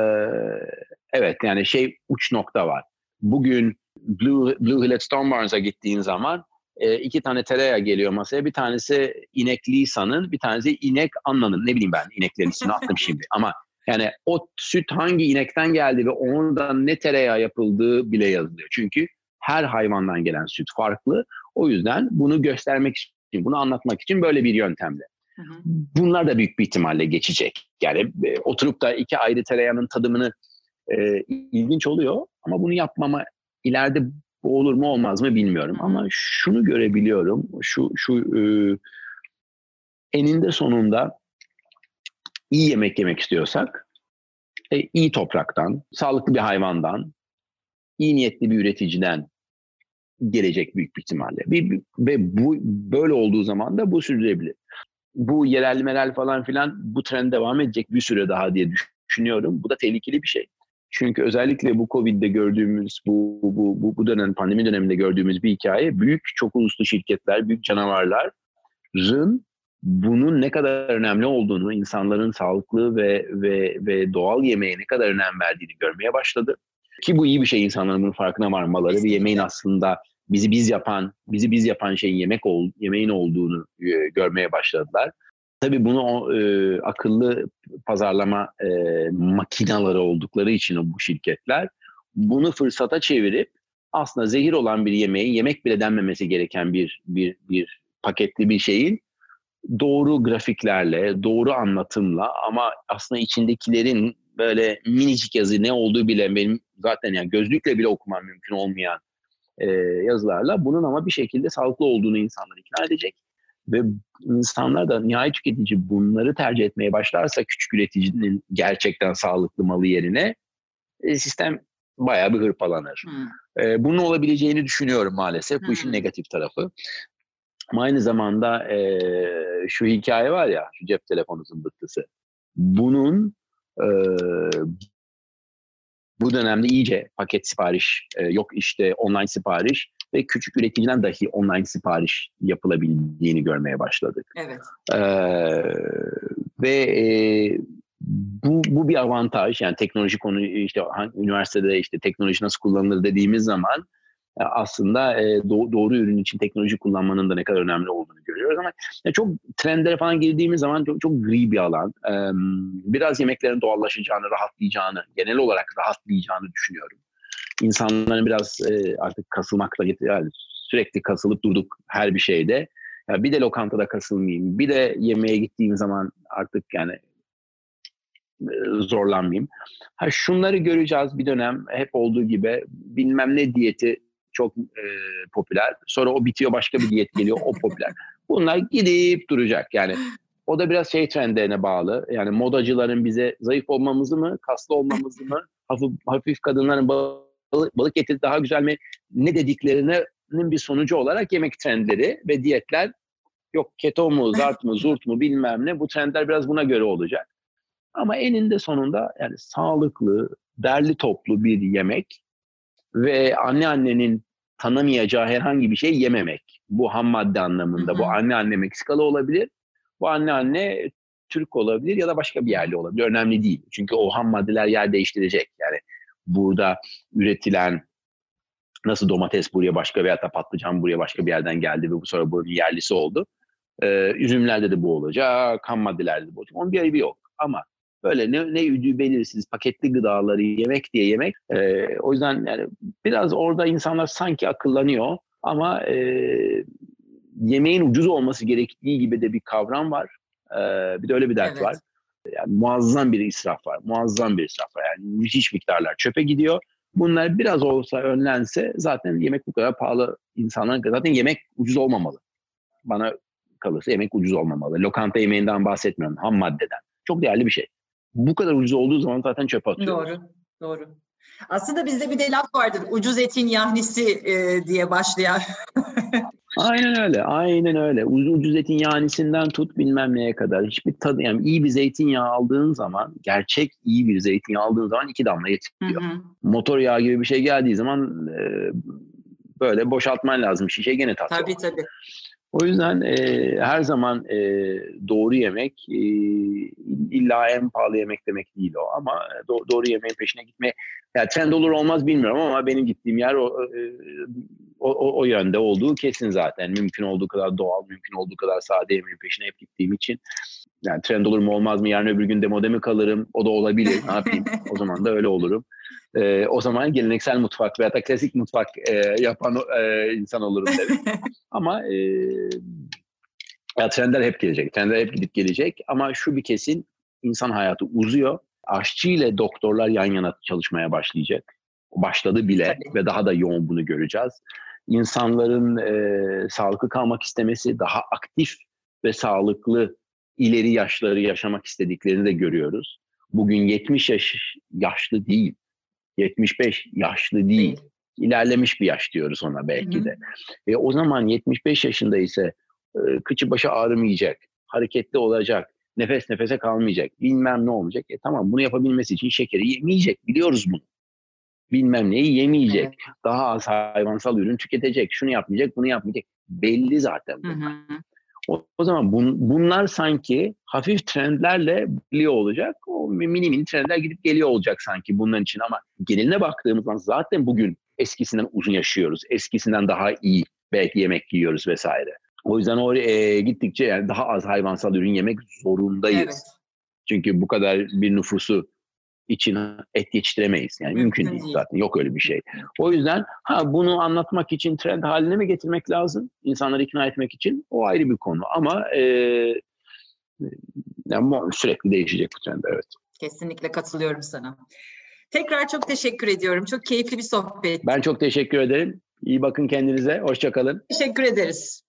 evet yani uç nokta var. Bugün Blue Hill at Stone Barns'a gittiğin zaman 2 tane tereyağı geliyor masaya. Bir tanesi inek Lisa'nın, bir tanesi inek Anna'nın. Ne bileyim ben ineklerin ismini attım şimdi. Ama yani o süt hangi inekten geldi ve ondan ne tereyağı yapıldığı bile yazılıyor. Çünkü her hayvandan gelen süt farklı. O yüzden bunu göstermek için, bunu anlatmak için böyle bir yöntemle. Bunlar da büyük bir ihtimalle geçecek. Yani oturup da 2 ayrı tereyağının tadımını ilginç oluyor ama bunu yapmama ileride olur mu olmaz mı bilmiyorum. Ama şunu görebiliyorum. Eninde sonunda iyi yemek yemek istiyorsak iyi topraktan, sağlıklı bir hayvandan, iyi niyetli bir üreticiden gelecek büyük bir ihtimalle. Ve bu böyle olduğu zaman da bu sürdürülebilir. Bu yerel falan filan bu trend devam edecek bir süre daha diye düşünüyorum. Bu da tehlikeli bir şey. Çünkü özellikle bu Covid'de gördüğümüz, bu dönem, pandemi döneminde gördüğümüz bir hikaye, büyük çok uluslu şirketler, büyük canavarların bunun ne kadar önemli olduğunu, insanların sağlıklı ve doğal yemeğe ne kadar önem verdiğini görmeye başladı. Ki bu iyi bir şey, insanların bunun farkına varmaları ve yemeğin aslında bizi biz yapan şeyin yemeğin olduğunu görmeye başladılar. Tabii bunu akıllı pazarlama makinaları oldukları için bu şirketler bunu fırsata çevirip aslında zehir olan bir yemeği, yemek bile denmemesi gereken bir paketli bir şeyin doğru grafiklerle, doğru anlatımla ama aslında içindekilerin böyle minicik yazı ne olduğu bile benim zaten yani gözlükle bile okumam mümkün olmayan yazılarla bunun ama bir şekilde sağlıklı olduğunu insanları ikna edecek. Ve insanlar da nihayet tüketici bunları tercih etmeye başlarsa küçük üreticinin gerçekten sağlıklı malı yerine sistem bayağı bir hırpalanır. Bunun olabileceğini düşünüyorum maalesef. Bu işin negatif tarafı. Ama aynı zamanda şu hikaye var ya, şu cep telefonu zımbırtısı. Bunun bu dönemde iyice paket sipariş, yok işte online sipariş, ve küçük üreticiden dahi online sipariş yapılabildiğini görmeye başladık. Evet. Bu bir avantaj. Yani teknoloji konu işte üniversitede işte teknoloji nasıl kullanılır dediğimiz zaman aslında doğru ürün için teknoloji kullanmanın da ne kadar önemli olduğunu görüyoruz ama çok trendlere falan girdiğimiz zaman çok gri bir alan. Biraz yemeklerin doğallaşacağını, rahatlayacağını, genel olarak rahatlayacağını düşünüyorum. İnsanların biraz artık kasılmakla yani sürekli kasılıp durduk her bir şeyde. Ya bir de lokantada kasılmayayım, bir de yemeğe gittiğim zaman artık yani zorlanmayayım. Şunları göreceğiz bir dönem hep olduğu gibi bilmem ne diyeti çok popüler. Sonra o bitiyor başka bir diyet geliyor o popüler. Bunlar gidip duracak yani. O da biraz trendlerine bağlı. Yani modacıların bize zayıf olmamızı mı, kaslı olmamızı mı, hafif kadınların balık eti daha güzel mi ne dediklerinin bir sonucu olarak yemek trendleri ve diyetler yok keto mu, zart mı, zurt mu bilmem ne bu trendler biraz buna göre olacak. Ama eninde sonunda yani sağlıklı, derli toplu bir yemek ve anneannenin tanımayacağı herhangi bir şey yememek. Bu ham madde anlamında. Bu anneanne Meksikalı olabilir. Bu anneanne Türk olabilir ya da başka bir yerli olabilir. Önemli değil. Çünkü o ham maddeler yer değiştirecek. Yani burada üretilen nasıl domates buraya başka veya da patlıcan buraya başka bir yerden geldi ve bu sonra buranın yerlisi oldu. Ürünlerde de bu olacak, ham maddelerde de bu olacak. Onun bir ayıbı yok. Ama böyle ne üdüğü belirsiz paketli gıdaları yemek diye yemek. O yüzden yani biraz orada insanlar sanki akıllanıyor ama yemeğin ucuz olması gerektiği gibi de bir kavram var. Bir de öyle bir dert var. Yani muazzam bir israf var. Muazzam bir israf var. Yani müthiş miktarlar çöpe gidiyor. Bunlar biraz olsa önlense zaten yemek bu kadar pahalı insanlar. Zaten yemek ucuz olmamalı. Bana kalırsa yemek ucuz olmamalı. Lokanta yemeğinden bahsetmiyorum. Ham maddeden. Çok değerli bir şey. Bu kadar ucuz olduğu zaman zaten çöpe atıyoruz. Doğru. Aslında bizde bir de laf vardır. Ucuz etin yahnisi diye başlayan. Aynen öyle. Ucuz etin yahnisinden tut bilmem neye kadar. Hiçbir tadı yani iyi bir zeytinyağı aldığın zaman, gerçek iyi bir zeytinyağı aldığın zaman 2 damla yetiyor. Motor yağı gibi bir şey geldiği zaman böyle boşaltman lazım. Şişe gene tatlı. Tabii. O yüzden her zaman doğru yemek illa en pahalı yemek demek değil o ama doğru yemeğin peşine gitmeye yani trend olur olmaz bilmiyorum ama benim gittiğim yer o yönde olduğu kesin zaten. Mümkün olduğu kadar doğal, mümkün olduğu kadar sade yemeğin peşine hep gittiğim için yani trend olur mu olmaz mı yarın öbür gün demode mi kalırım o da olabilir ne yapayım o zaman da öyle olurum. O zaman geleneksel mutfak veya da klasik mutfak yapan insan olurum derim. Ama trendler hep gelecek. Trendler hep gidip gelecek. Ama şu bir kesin insan hayatı uzuyor. Aşçı ile doktorlar yan yana çalışmaya başlayacak. Başladı bile ve daha da yoğun bunu göreceğiz. İnsanların sağlıklı kalmak istemesi, daha aktif ve sağlıklı ileri yaşları yaşamak istediklerini de görüyoruz. Bugün 70 yaş yaşlı değil. 75 yaşlı değil. İlerlemiş bir yaş diyoruz ona belki de. O zaman 75 yaşında ise kıçı başı ağrımayacak, hareketli olacak, nefes nefese kalmayacak, bilmem ne olmayacak. Tamam bunu yapabilmesi için şekeri yemeyecek, biliyoruz bunu. Bilmem neyi yemeyecek, daha az hayvansal ürün tüketecek, şunu yapmayacak, bunu yapmayacak. Belli zaten bunlar. O zaman bunlar sanki hafif trendlerle birliği olacak. O mini trendler gidip geliyor olacak sanki bunların için ama geneline baktığımız zaman zaten bugün eskisinden uzun yaşıyoruz. Eskisinden daha iyi belki yemek yiyoruz vesaire. O yüzden oraya gittikçe yani daha az hayvansal ürün yemek zorundayız. Çünkü bu kadar bir nüfusu için et yetiştiremeyiz. Yani mümkün değil zaten. Yok öyle bir şey. O yüzden bunu anlatmak için trend haline mi getirmek lazım? İnsanları ikna etmek için. O ayrı bir konu. Ama yani sürekli değişecek bu trend. Evet. Kesinlikle katılıyorum sana. Tekrar çok teşekkür ediyorum. Çok keyifli bir sohbet. Ben çok teşekkür ederim. İyi bakın kendinize. Hoşça kalın. Teşekkür ederiz.